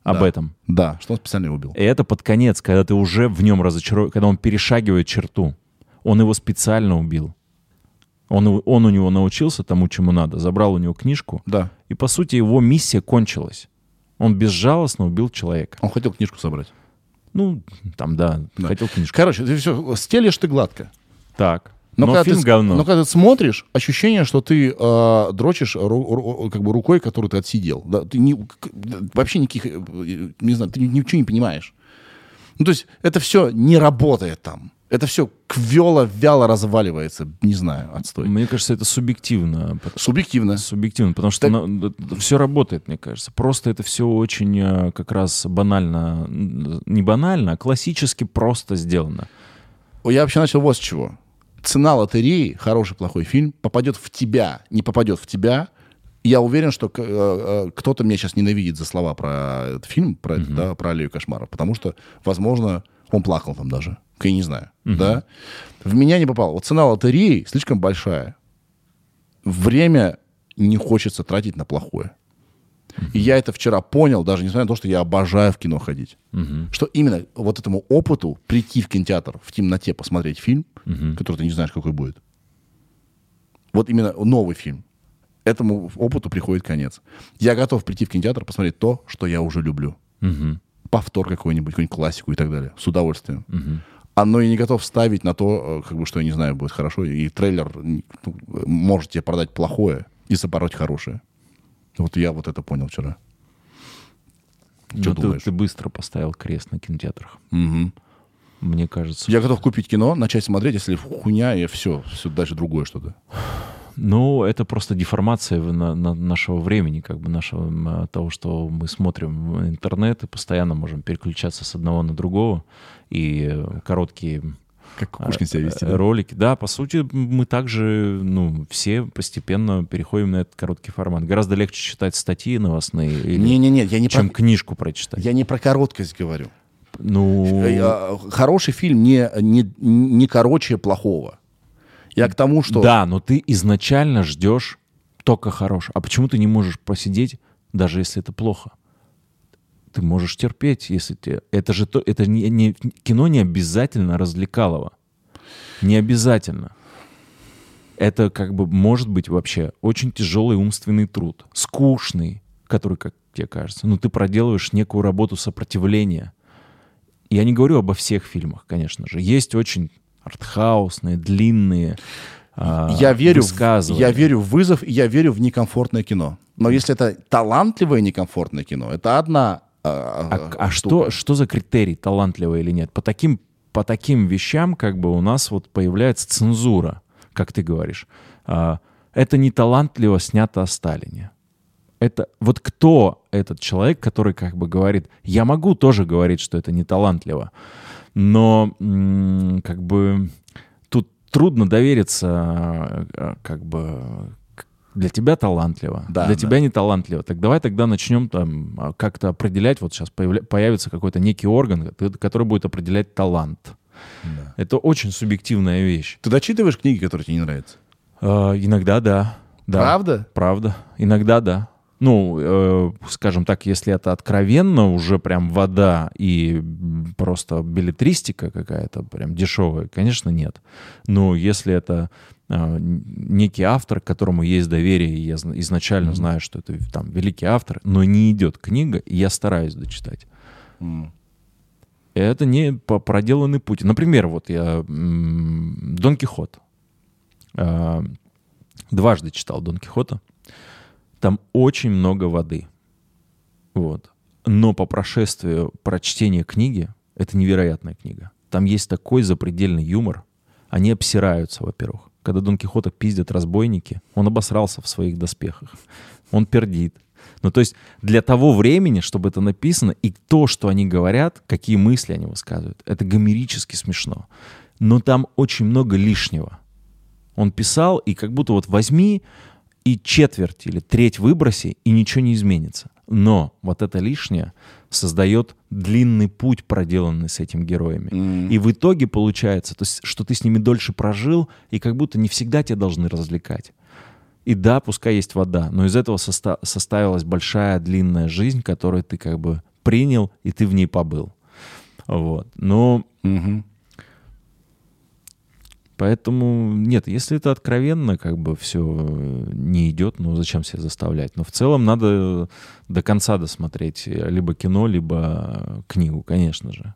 об Да. этом. Да, что он специально его убил. И это под конец, когда ты уже в нем разочарован, когда он перешагивает черту. Он его специально убил. Он, его- он у него научился тому, чему надо, забрал у него книжку, Да. и, по сути, его миссия кончилась. Он безжалостно убил человека. Он хотел книжку собрать. Ну, там, да, Да. хотел книжку. Короче, ты все, стелишь ты гладко. Так. Но, Но, когда фильм ты, говно. но когда ты смотришь, ощущение, что ты э, дрочишь ру- ру- как бы рукой, которую ты отсидел. Да, ты не, к- вообще никаких, э, не знаю, ты ничего не понимаешь. Ну, то есть это все не работает там. Это все квело, вяло разваливается. Не знаю, отстой. Мне кажется, это субъективно. Субъективно. Субъективно, потому что Так- все работает, мне кажется. Просто это все очень э, как раз банально, н- не банально, а классически просто сделано. Я вообще начал вот с чего. Цена лотереи, хороший, плохой фильм, попадет в тебя, не попадет в тебя. Я уверен, что к- э, э, кто-то меня сейчас ненавидит за слова про этот фильм, про, это, да, про аллею кошмаров, потому что, возможно, он плакал там даже. Я не знаю. Да? В меня не попало. Вот цена лотереи слишком большая. Время не хочется тратить на плохое. И я это вчера понял, даже несмотря на то, что я обожаю в кино ходить. Что именно вот этому опыту прийти в кинотеатр в темноте посмотреть фильм, который ты не знаешь, какой будет. Вот именно новый фильм. Этому опыту приходит конец. Я готов прийти в кинотеатр, посмотреть то, что я уже люблю. Мгм. Повтор какой-нибудь, какую-нибудь классику и так далее. С удовольствием. Мгм. А, но я не готов ставить на то, э, как бы, что я не знаю, будет хорошо. И трейлер м, ну, может тебе продать плохое и запороть хорошее. Вот я вот это понял вчера. Что Ну, ты, думаешь? ты быстро поставил крест на кинотеатрах. Мгм. Мне кажется. Я готов купить кино, начать смотреть, если хуйня, и все, все дальше другое что-то. Ну, это просто деформация в- на- на- нашего времени, как бы нашего м, а, того, что мы смотрим в интернет и постоянно можем переключаться с одного на другого. И э, короткие Как Кукушкин себя вести, э, да? ролики. Да, по сути, мы также, ну, все постепенно переходим на этот короткий формат. Гораздо легче читать статьи новостные, или- Не-не-не, я не чем про... книжку прочитать. Я не про короткость говорю. Ну, Э, а, Хороший фильм не, не, не короче плохого. Я к тому, что... да, но ты изначально ждешь только хорошего. А почему ты не можешь посидеть, даже если это плохо? Ты можешь терпеть, если тебе... Это же то... это не, не... кино не обязательно развлекалово. Не обязательно. Это как бы может быть вообще очень тяжелый умственный труд, скучный, который, как тебе кажется, ну ты проделываешь некую работу сопротивления. Я не говорю обо всех фильмах, конечно же. Есть очень артхаусные, длинные а, Я верю, в, высказывания. я верю в вызов, и я верю в некомфортное кино. Но если это талантливое некомфортное кино, это одна а, А, а штука. что, что за критерий, талантливое или нет? По таким, по таким вещам как бы у нас вот появляется цензура, как ты говоришь. А, это не талантливо снято о Сталине. Это вот кто этот человек, который как бы говорит, я могу тоже говорить, что это не талантливо, но м, как бы тут трудно довериться, э, как бы к- для тебя талантливо, Да, для да. тебя не талантливо. Так давай тогда начнем там а, как-то определять, вот сейчас появля- появится какой-то некий орган, ко- который будет определять талант. Да. Это очень субъективная вещь. Ты дочитываешь книги, которые тебе не нравятся? Э, иногда да. Да. Правда? Правда. Иногда да. Ну, э, скажем так, если это откровенно уже прям вода и м, просто беллетристика какая-то прям дешевая, конечно, нет. Но если это э, н- некий автор, к которому есть доверие, и я зна- изначально Мгм. знаю, что это там великий автор, но не идет книга, и я стараюсь дочитать. М. Это не по- проделанный путь. Например, вот я м, Дон Кихот. Э, Дважды читал Дон Кихота. Там очень много воды. Вот. Но по прошествию прочтения книги, это невероятная книга. Там есть такой запредельный юмор. Они обсираются, во-первых. Когда Дон Кихота пиздят разбойники, он обосрался в своих доспехах. Он пердит. Ну, то есть для того времени, чтобы это написано, и то, что они говорят, какие мысли они высказывают, это гомерически смешно. Но там очень много лишнего. Он писал, и как будто вот возьми и четверть или треть выброси, и ничего не изменится. Но вот это лишнее создает длинный путь, проделанный с этими героями. М. И в итоге получается, то есть, что ты с ними дольше прожил, и как будто не всегда тебя должны развлекать. И да, пускай есть вода, но из этого соста- составилась большая длинная жизнь, которую ты как бы принял, и ты в ней побыл. Вот. Но Угу. поэтому нет, если это откровенно, как бы все не идет, ну зачем себя заставлять? Но в целом надо до конца досмотреть либо кино, либо книгу, конечно же.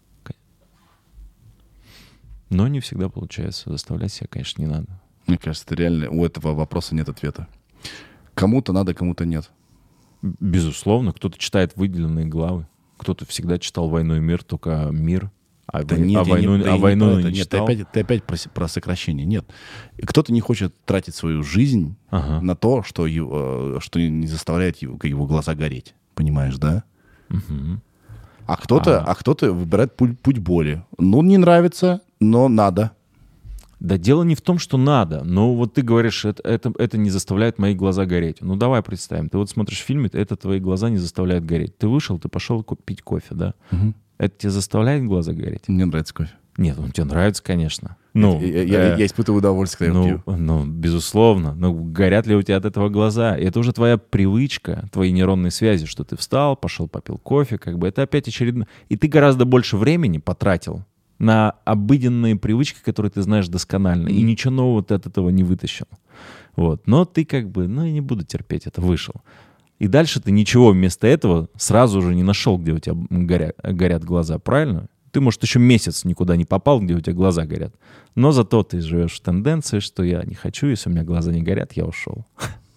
Но не всегда получается. Заставлять себя, конечно, не надо. Мне кажется, это реально у этого вопроса нет ответа. Кому-то надо, кому-то нет. Безусловно, кто-то читает выделенные главы, кто-то всегда читал «Войну и мир», только «Мир», а, Да вой- нет, а я «Войну, не- да а я не войну про не это. Нет, ты читал». опять, ты опять про, с- про сокращение. Нет. Кто-то не хочет тратить свою жизнь Ага. на то, что, его, что не заставляет его, его глаза гореть. Понимаешь, да? Мгм. А кто-то, А. а кто-то выбирает путь, путь боли. Ну, не нравится, но надо. Да дело не в том, что надо, но вот ты говоришь, это, это, это не заставляет мои глаза гореть. Ну давай представим, ты вот смотришь фильм, это твои глаза не заставляют гореть. Ты вышел, ты пошел пить кофе, да? Мгм. Это тебе заставляет глаза гореть? Мне нравится кофе. Нет, он тебе нравится, конечно. Ну, я, я- э, я испытываю удовольствие, когда я ну, пью. ну, безусловно. Но горят ли у тебя от этого глаза? И это уже твоя привычка, твои нейронные связи, что ты встал, пошел, попил кофе, как бы это опять очередно. И ты гораздо больше времени потратил на обыденные привычки, которые ты знаешь досконально, и ничего нового ты от этого не вытащил. Вот. Но ты как бы, ну, я не буду терпеть, это вышел. И дальше ты ничего вместо этого сразу же не нашел, где у тебя горят, горят глаза, правильно? Ты, может, еще месяц никуда не попал, где у тебя глаза горят. Но зато ты живешь в тенденции, что я не хочу, если у меня глаза не горят, я ушел.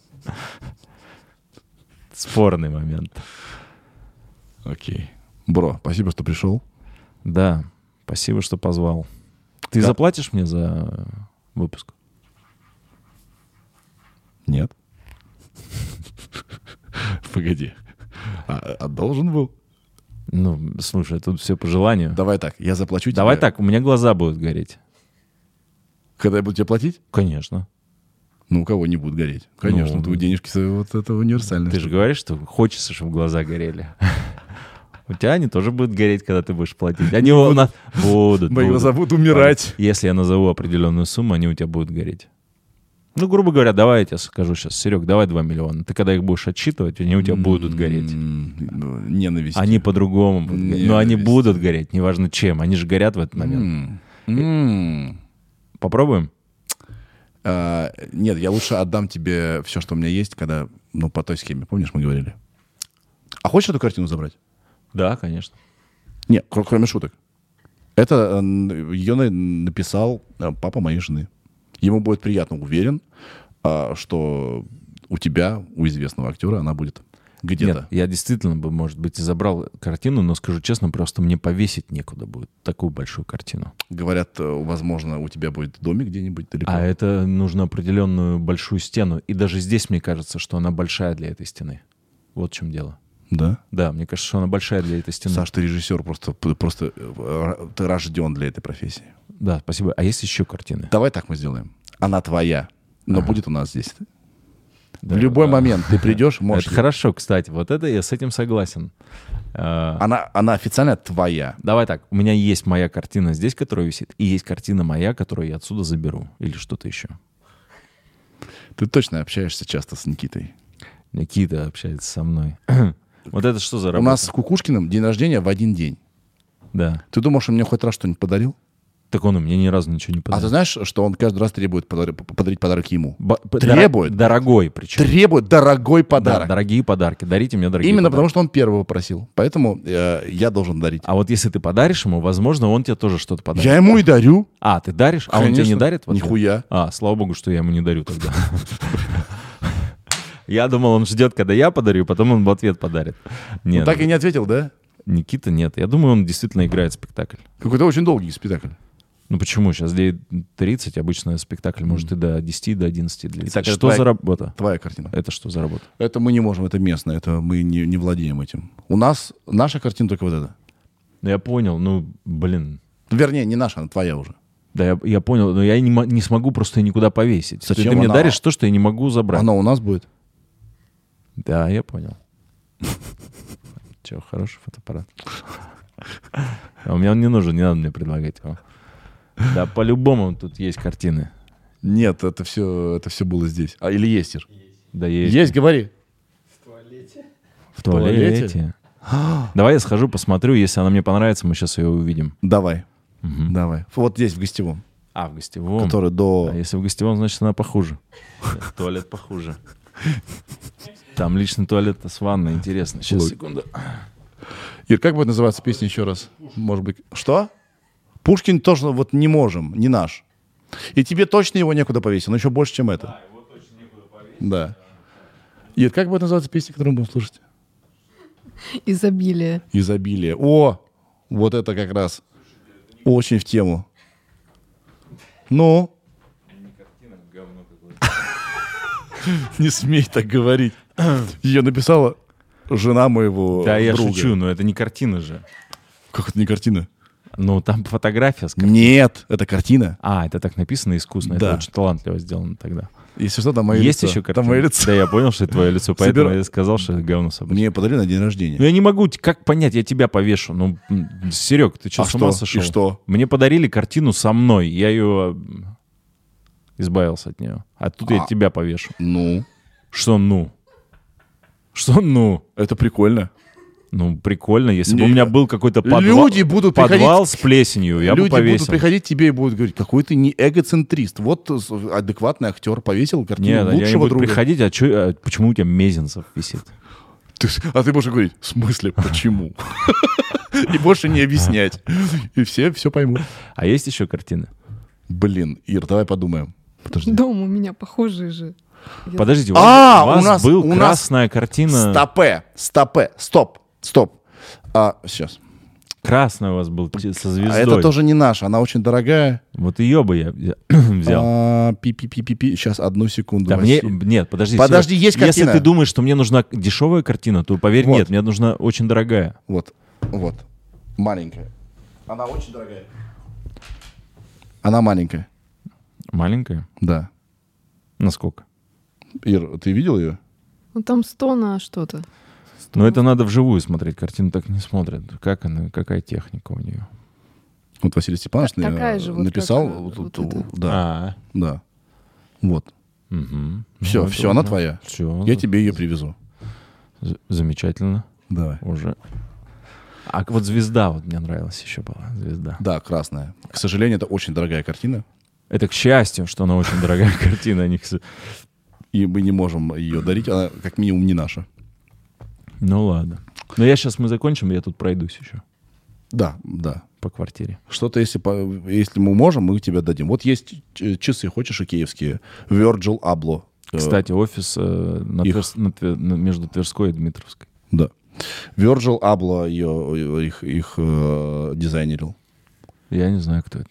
Спорный момент. Окей. Бро, спасибо, что пришел. Да, спасибо, что позвал. Ты Да. заплатишь мне за выпуск? Нет. Погоди. А, а должен был? Ну, слушай, тут все по желанию. Давай так, я заплачу тебе. Давай так, у меня глаза будут гореть. Когда я буду тебе платить? Конечно. Ну, у кого не будут гореть? Конечно, Ну, твои денежки свои, вот это универсальное. Ты же говоришь, что хочется, чтобы глаза горели. У тебя они тоже будут гореть, когда ты будешь платить. Они у нас будут. Мои будут. глаза будут умирать. Если я назову определенную сумму, они у тебя будут гореть. Ну, грубо говоря, давай я тебе скажу сейчас, Серег, давай два миллиона. Ты когда их будешь отсчитывать, они у тебя будут гореть. М, ну, Ненависть. Они по-другому будут гореть. Но они Ненависть. будут гореть, неважно чем. Они же горят в этот момент. М, м. Попробуем? А, Нет, я лучше отдам тебе все, что у меня есть, когда, ну, по той схеме. Помнишь, мы говорили? А хочешь эту картину забрать? Да, конечно. Нет, кр- кроме шуток. Это э, ее на- написал э, папа моей жены. Ему будет приятно, уверен, а, что у тебя, у известного актера, она будет где-то. Нет, я действительно бы, может быть, и забрал картину, но скажу честно, просто мне повесить некуда будет такую большую картину. Говорят, э, возможно, у тебя будет домик где-нибудь далеко. А это нужно определенную большую стену. И даже здесь мне кажется, что она большая для этой стены. Вот в чем дело. Да? Да, мне кажется, что она большая для этой стены. Саш, ты режиссер, просто, просто э, ты рожден для этой профессии. Да, спасибо. А есть еще картины? Давай так мы сделаем. Она твоя, но Ага. будет у нас здесь. Да, В любой да. момент ты придешь, можешь... Это хорошо, кстати. Вот это я с этим согласен. А, Она, она официально твоя. Давай так, у меня есть моя картина здесь, которая висит, и есть картина моя, которую я отсюда заберу. Или что-то еще. Ты точно общаешься часто с Никитой. Никита общается со мной. Вот это что за У работа? нас с Кукушкиным день рождения в один день. Да. Ты думаешь, он мне хоть раз что-нибудь подарил? Так он мне ни разу ничего не А подарил. ты знаешь, что он каждый раз требует подар- подарить подарок ему? Ба- п- Требует. доро- Дорогой причем. Требует дорогой Да, подарок. дорогие подарки. Дарите мне дорогие Именно подарки. потому, что он первого просил. Поэтому э, я должен дарить. А вот если ты подаришь ему, возможно, он тебе тоже что-то подарит. Я ему и дарю. А, ты даришь? А он тебе не Конечно. дарит? в ответ? Нихуя. А, слава богу, что я ему не дарю тогда. Я думал, он ждет, когда я подарю, потом он в ответ подарит. Нет, Ну, так и не ответил, да? Никита нет. Я думаю, он действительно играет спектакль. Какой-то очень долгий спектакль. Ну почему? Сейчас девять тридцать, обычно спектакль может и до десяти, до одиннадцати длиться. Итак, это Что твоя- за работа? Твоя картина. Это что за работа? Это мы не можем, это местно, это мы не, не владеем этим. У нас наша картина только вот эта. Ну я понял, ну блин. Вернее, не наша, она твоя уже. Да, я, я понял, но я не, мо- не смогу просто никуда повесить. Ты- Зачем ты мне она- даришь то, что я не могу забрать. Она у нас будет. Да, я понял. Че, хороший фотоаппарат. А у меня он не нужен, не надо мне предлагать его. Да, по-любому тут есть картины. Нет, это все, это все было здесь. А или есть, Ир? Да есть. Есть, говори. В туалете. Давай я схожу, посмотрю, если она мне понравится, мы сейчас ее увидим. Давай, Мгм. давай. Вот здесь, в гостевом, А, в гостевом. который до... А если в гостевом, значит, она похуже. Туалет похуже. Там личный туалет с ванной, интересно. Сейчас, Ой. секунду. Ир, как будет называться песня еще раз? Может быть... Что? Пушкин тоже вот не можем, не наш. И тебе точно его некуда повесить, но еще больше, чем это. Да, его точно некуда повесить. Да. Ир, как будет называться песня, которую мы будем слушать? Изобилие. Изобилие. О, вот это как раз очень в тему. Ну? Не смей так говорить. Ее написала жена моего Да, я друга. шучу, но это не картина же. Как это не картина? Ну, там фотография с картиной. Нет, это картина. А, это так написано искусно. Да. Это очень талантливо сделано тогда. Если что, там мое Есть лицо. еще Там картина? мое лицо. Да, я понял, что это твое лицо, поэтому Собираю. я сказал, что это говно собачье. Мне подарили на день Ну, рождения. я не могу, как понять, я тебя повешу. Ну, м, Серег, ты что, А с ума что? сошел? И что? Мне подарили картину со мной, я ее м, избавился от нее. А тут я А. тебя повешу. Ну, Что ну? Что ну? это прикольно. Ну, прикольно, если бы Не- у меня был какой-то подвал, Люди будут подвал с плесенью, я Люди бы повесил. будут приходить к тебе и будут говорить, какой ты не эгоцентрист. Вот с- адекватный актер повесил картину Нет, они лучшего будут друга. приходить, а, чё- а почему у тебя Мезенцев висит? Ты с- а ты можешь говорить, в смысле, почему? И больше не объяснять. И все все поймут. А есть еще картины? Блин, Ир, давай подумаем. Подожди. Дом у меня похожий же. Я- Подождите, у А, вас, у вас у нас- был у нас- красная картина. Стопе, стопе, стоп, стоп. А, сейчас. Красная у вас был те- со звездой. А это тоже не наша, она очень дорогая. Вот ее бы я взя- взял. А, Пи-пи-пи-пи-пи. Сейчас, одну секунду. Да мне, Василий. нет, подожди. Подожди, Серёг, есть Если картина. ты думаешь, что мне нужна дешевая картина, то поверь, Вот. нет, мне нужна очень дорогая. Вот, вот. Маленькая. Она очень дорогая. Она маленькая, Маленькая? да. Насколько? Ир, ты видел ее? Ну там сто на что-то. Но это надо вживую смотреть, картину так не смотрят. Как она, какая техника у нее? Вот Василий Степанович Так- такая э, же, вот написал. как, э, вот вот тут, это. да, А, да. Вот. мгм. Все, Ну, это все, она уже- твоя. Всё. Я тебе ее привезу. З- Замечательно. Давай. Уже. А вот звезда вот мне нравилась еще была. Звезда. Да, красная. К сожалению, это очень дорогая картина, Это к счастью, что она очень дорогая картина, а не к с- и мы не можем ее дарить. Она как минимум не наша. Ну ладно. Но я сейчас мы закончим, я тут пройдусь еще Да, да. по квартире. Что-то, если, по- если мы можем, мы тебе дадим. Вот есть ч- часы, хочешь, икеевские. Virgil Abloh. Э, Кстати, офис э, на их. Тверс- на Твер- на- между Тверской и Дмитровской. Да. Virgil Abloh ее, их, их э, дизайнерил. Я не знаю, кто это.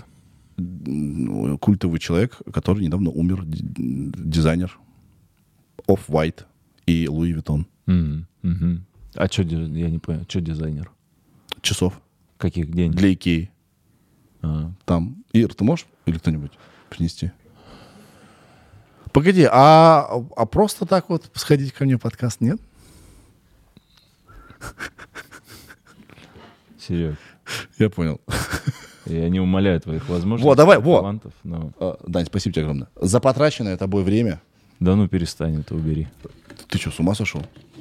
Ну, культовый человек, который недавно умер, д- дизайнер Off-White и Louis Vuitton. Мгм, мгм. А что, я не понял, что дизайнер? Часов Каких денег? для Икеи. А. Там. Ир, ты можешь или кто-нибудь принести? Погоди, а, а просто так вот сходить ко мне в подкаст нет? Серег, Я понял. я не умоляю твоих возможностей. Вот, давай, вот. талантов, но- А, Дань, спасибо тебе огромное. За потраченное тобой время. Да ну перестань, это убери. Ты что, с ума сошел?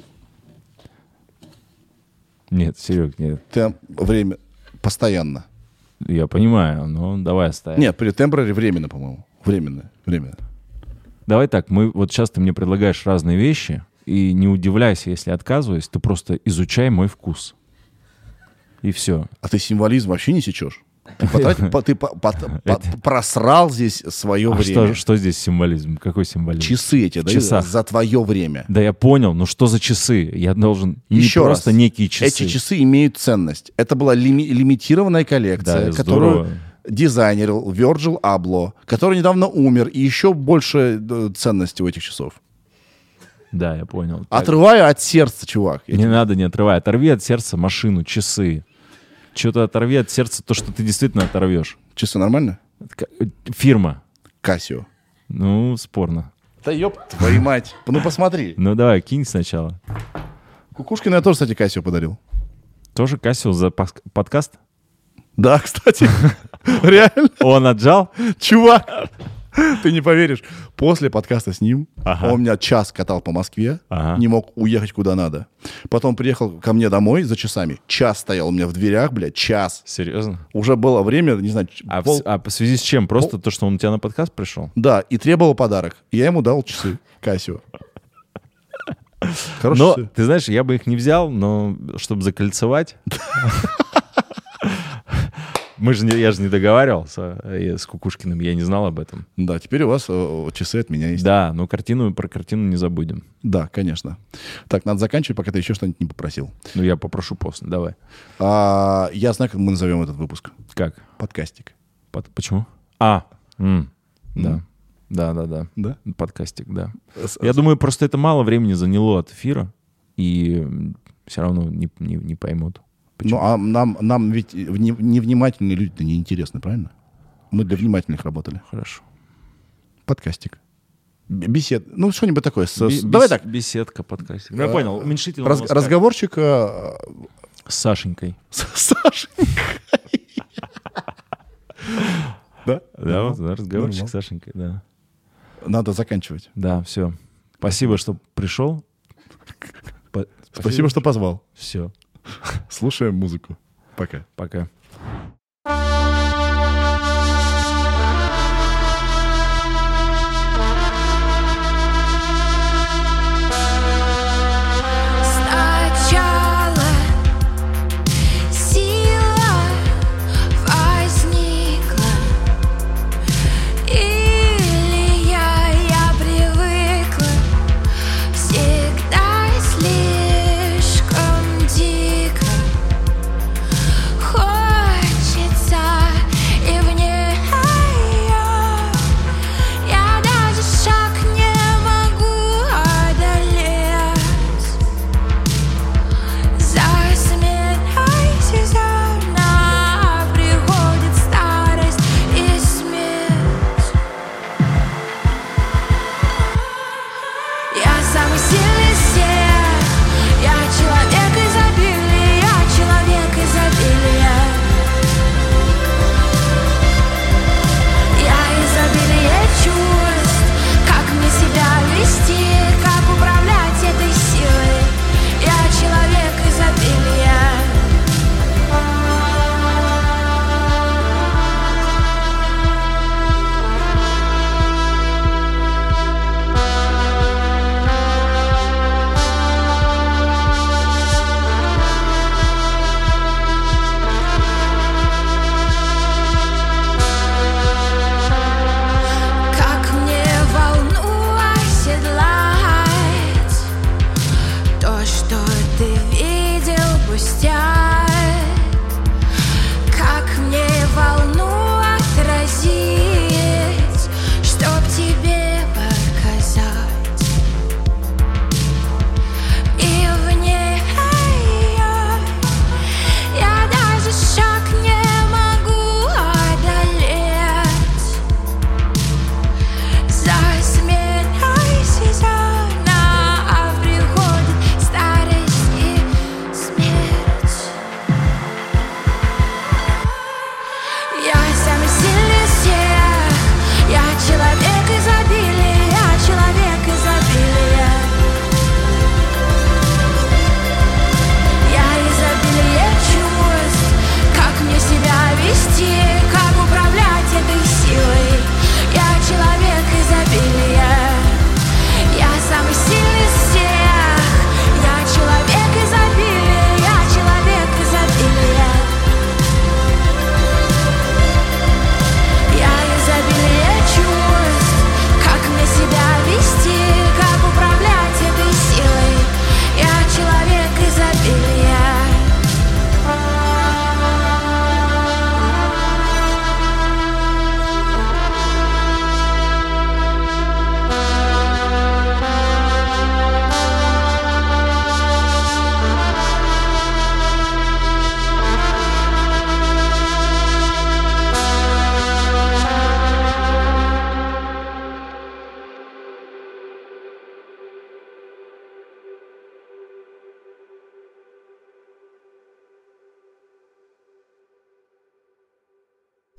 Нет, Серег, нет. Ты время постоянно. Я понимаю, но давай оставим. Нет, при темпорари временно, по-моему. Временно, временно. Давай так, мы вот сейчас ты мне предлагаешь разные вещи, и не удивляйся, если отказываюсь, ты просто изучай мой вкус. И все. А ты символизм вообще не сечешь? Ты, потратил- по- ты по- по- по- просрал здесь свое А время. что, что здесь символизм? Какой символизм? Часы эти, В да, часах. за твое время. Да я понял, но что за часы? Я должен Еще не раз, просто некие часы. эти часы имеют ценность. Это была лими- лимитированная коллекция, Да, которую здорово. дизайнерил Virgil Abloh, который недавно умер, и еще больше э, ценности у этих часов. Да, я понял. Так, Отрываю от сердца, чувак. Я не тебе- надо, не отрывай. Оторви от сердца машину, часы. Что-то оторви от сердца то, что ты действительно оторвешь. Часы нормально? Это ка- э, Фирма. Кассио. Ну, спорно. Да ёб твою мать. Ну посмотри. Ну давай, кинь сначала. Кукушкину я тоже, кстати, Кассио подарил. Тоже Кассио за пас- подкаст? Да, кстати. Реально. Он отжал? Чувак. Ты не поверишь, после подкаста с ним Ага. он меня час катал по Москве, Ага. не мог уехать куда надо. Потом приехал ко мне домой за часами. Час стоял у меня в дверях, блядь, час. Серьезно? Уже было время, не знаю, А, пол- в, а по связи с чем? Просто то, что он у тебя на подкаст пришел? Да, и требовал подарок. И я ему дал часы Casio. Хорошие Но, часы. ты знаешь, я бы их не взял, но чтобы закольцевать... Мы же не, я же не договаривался э, с Кукушкиным, я не знал об этом. Да, теперь у вас э, часы от меня есть. Да, но картину, про картину не забудем. Да, конечно. Так, надо заканчивать, пока ты еще что-нибудь не попросил. Ну, я попрошу после, давай. А, я знаю, как мы назовем этот выпуск. Как? Подкастик. Под- почему? А, м, да. М. Да, да, да. Да? Подкастик, да. С- Я думаю, просто это мало времени заняло от эфира, и все равно не, не, не поймут. Ну, а нам, нам ведь вне- невнимательные люди-то неинтересны, правильно? Мы для внимательных работали. Хорошо. Подкастик. Б- Бесед. Ну, что-нибудь такое. С- с- Би- Давай бес- так. Беседка, подкастик. Ну, я Э, понял, уменьшительно. Раз- разговорчик э, С Сашенькой. с Сашей. Да? Да, вот, да, разговорчик Нормально. с Сашенькой, да. Надо заканчивать. Да, все. Спасибо, что пришел. По- Спасибо, что позвал. Все. Слушаем музыку. Пока. Пока. Сначала сила возникла, или я, я привыкла, всегда слишком дико. Хочется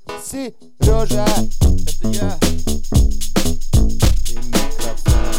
Сережа, это я. И микрофон.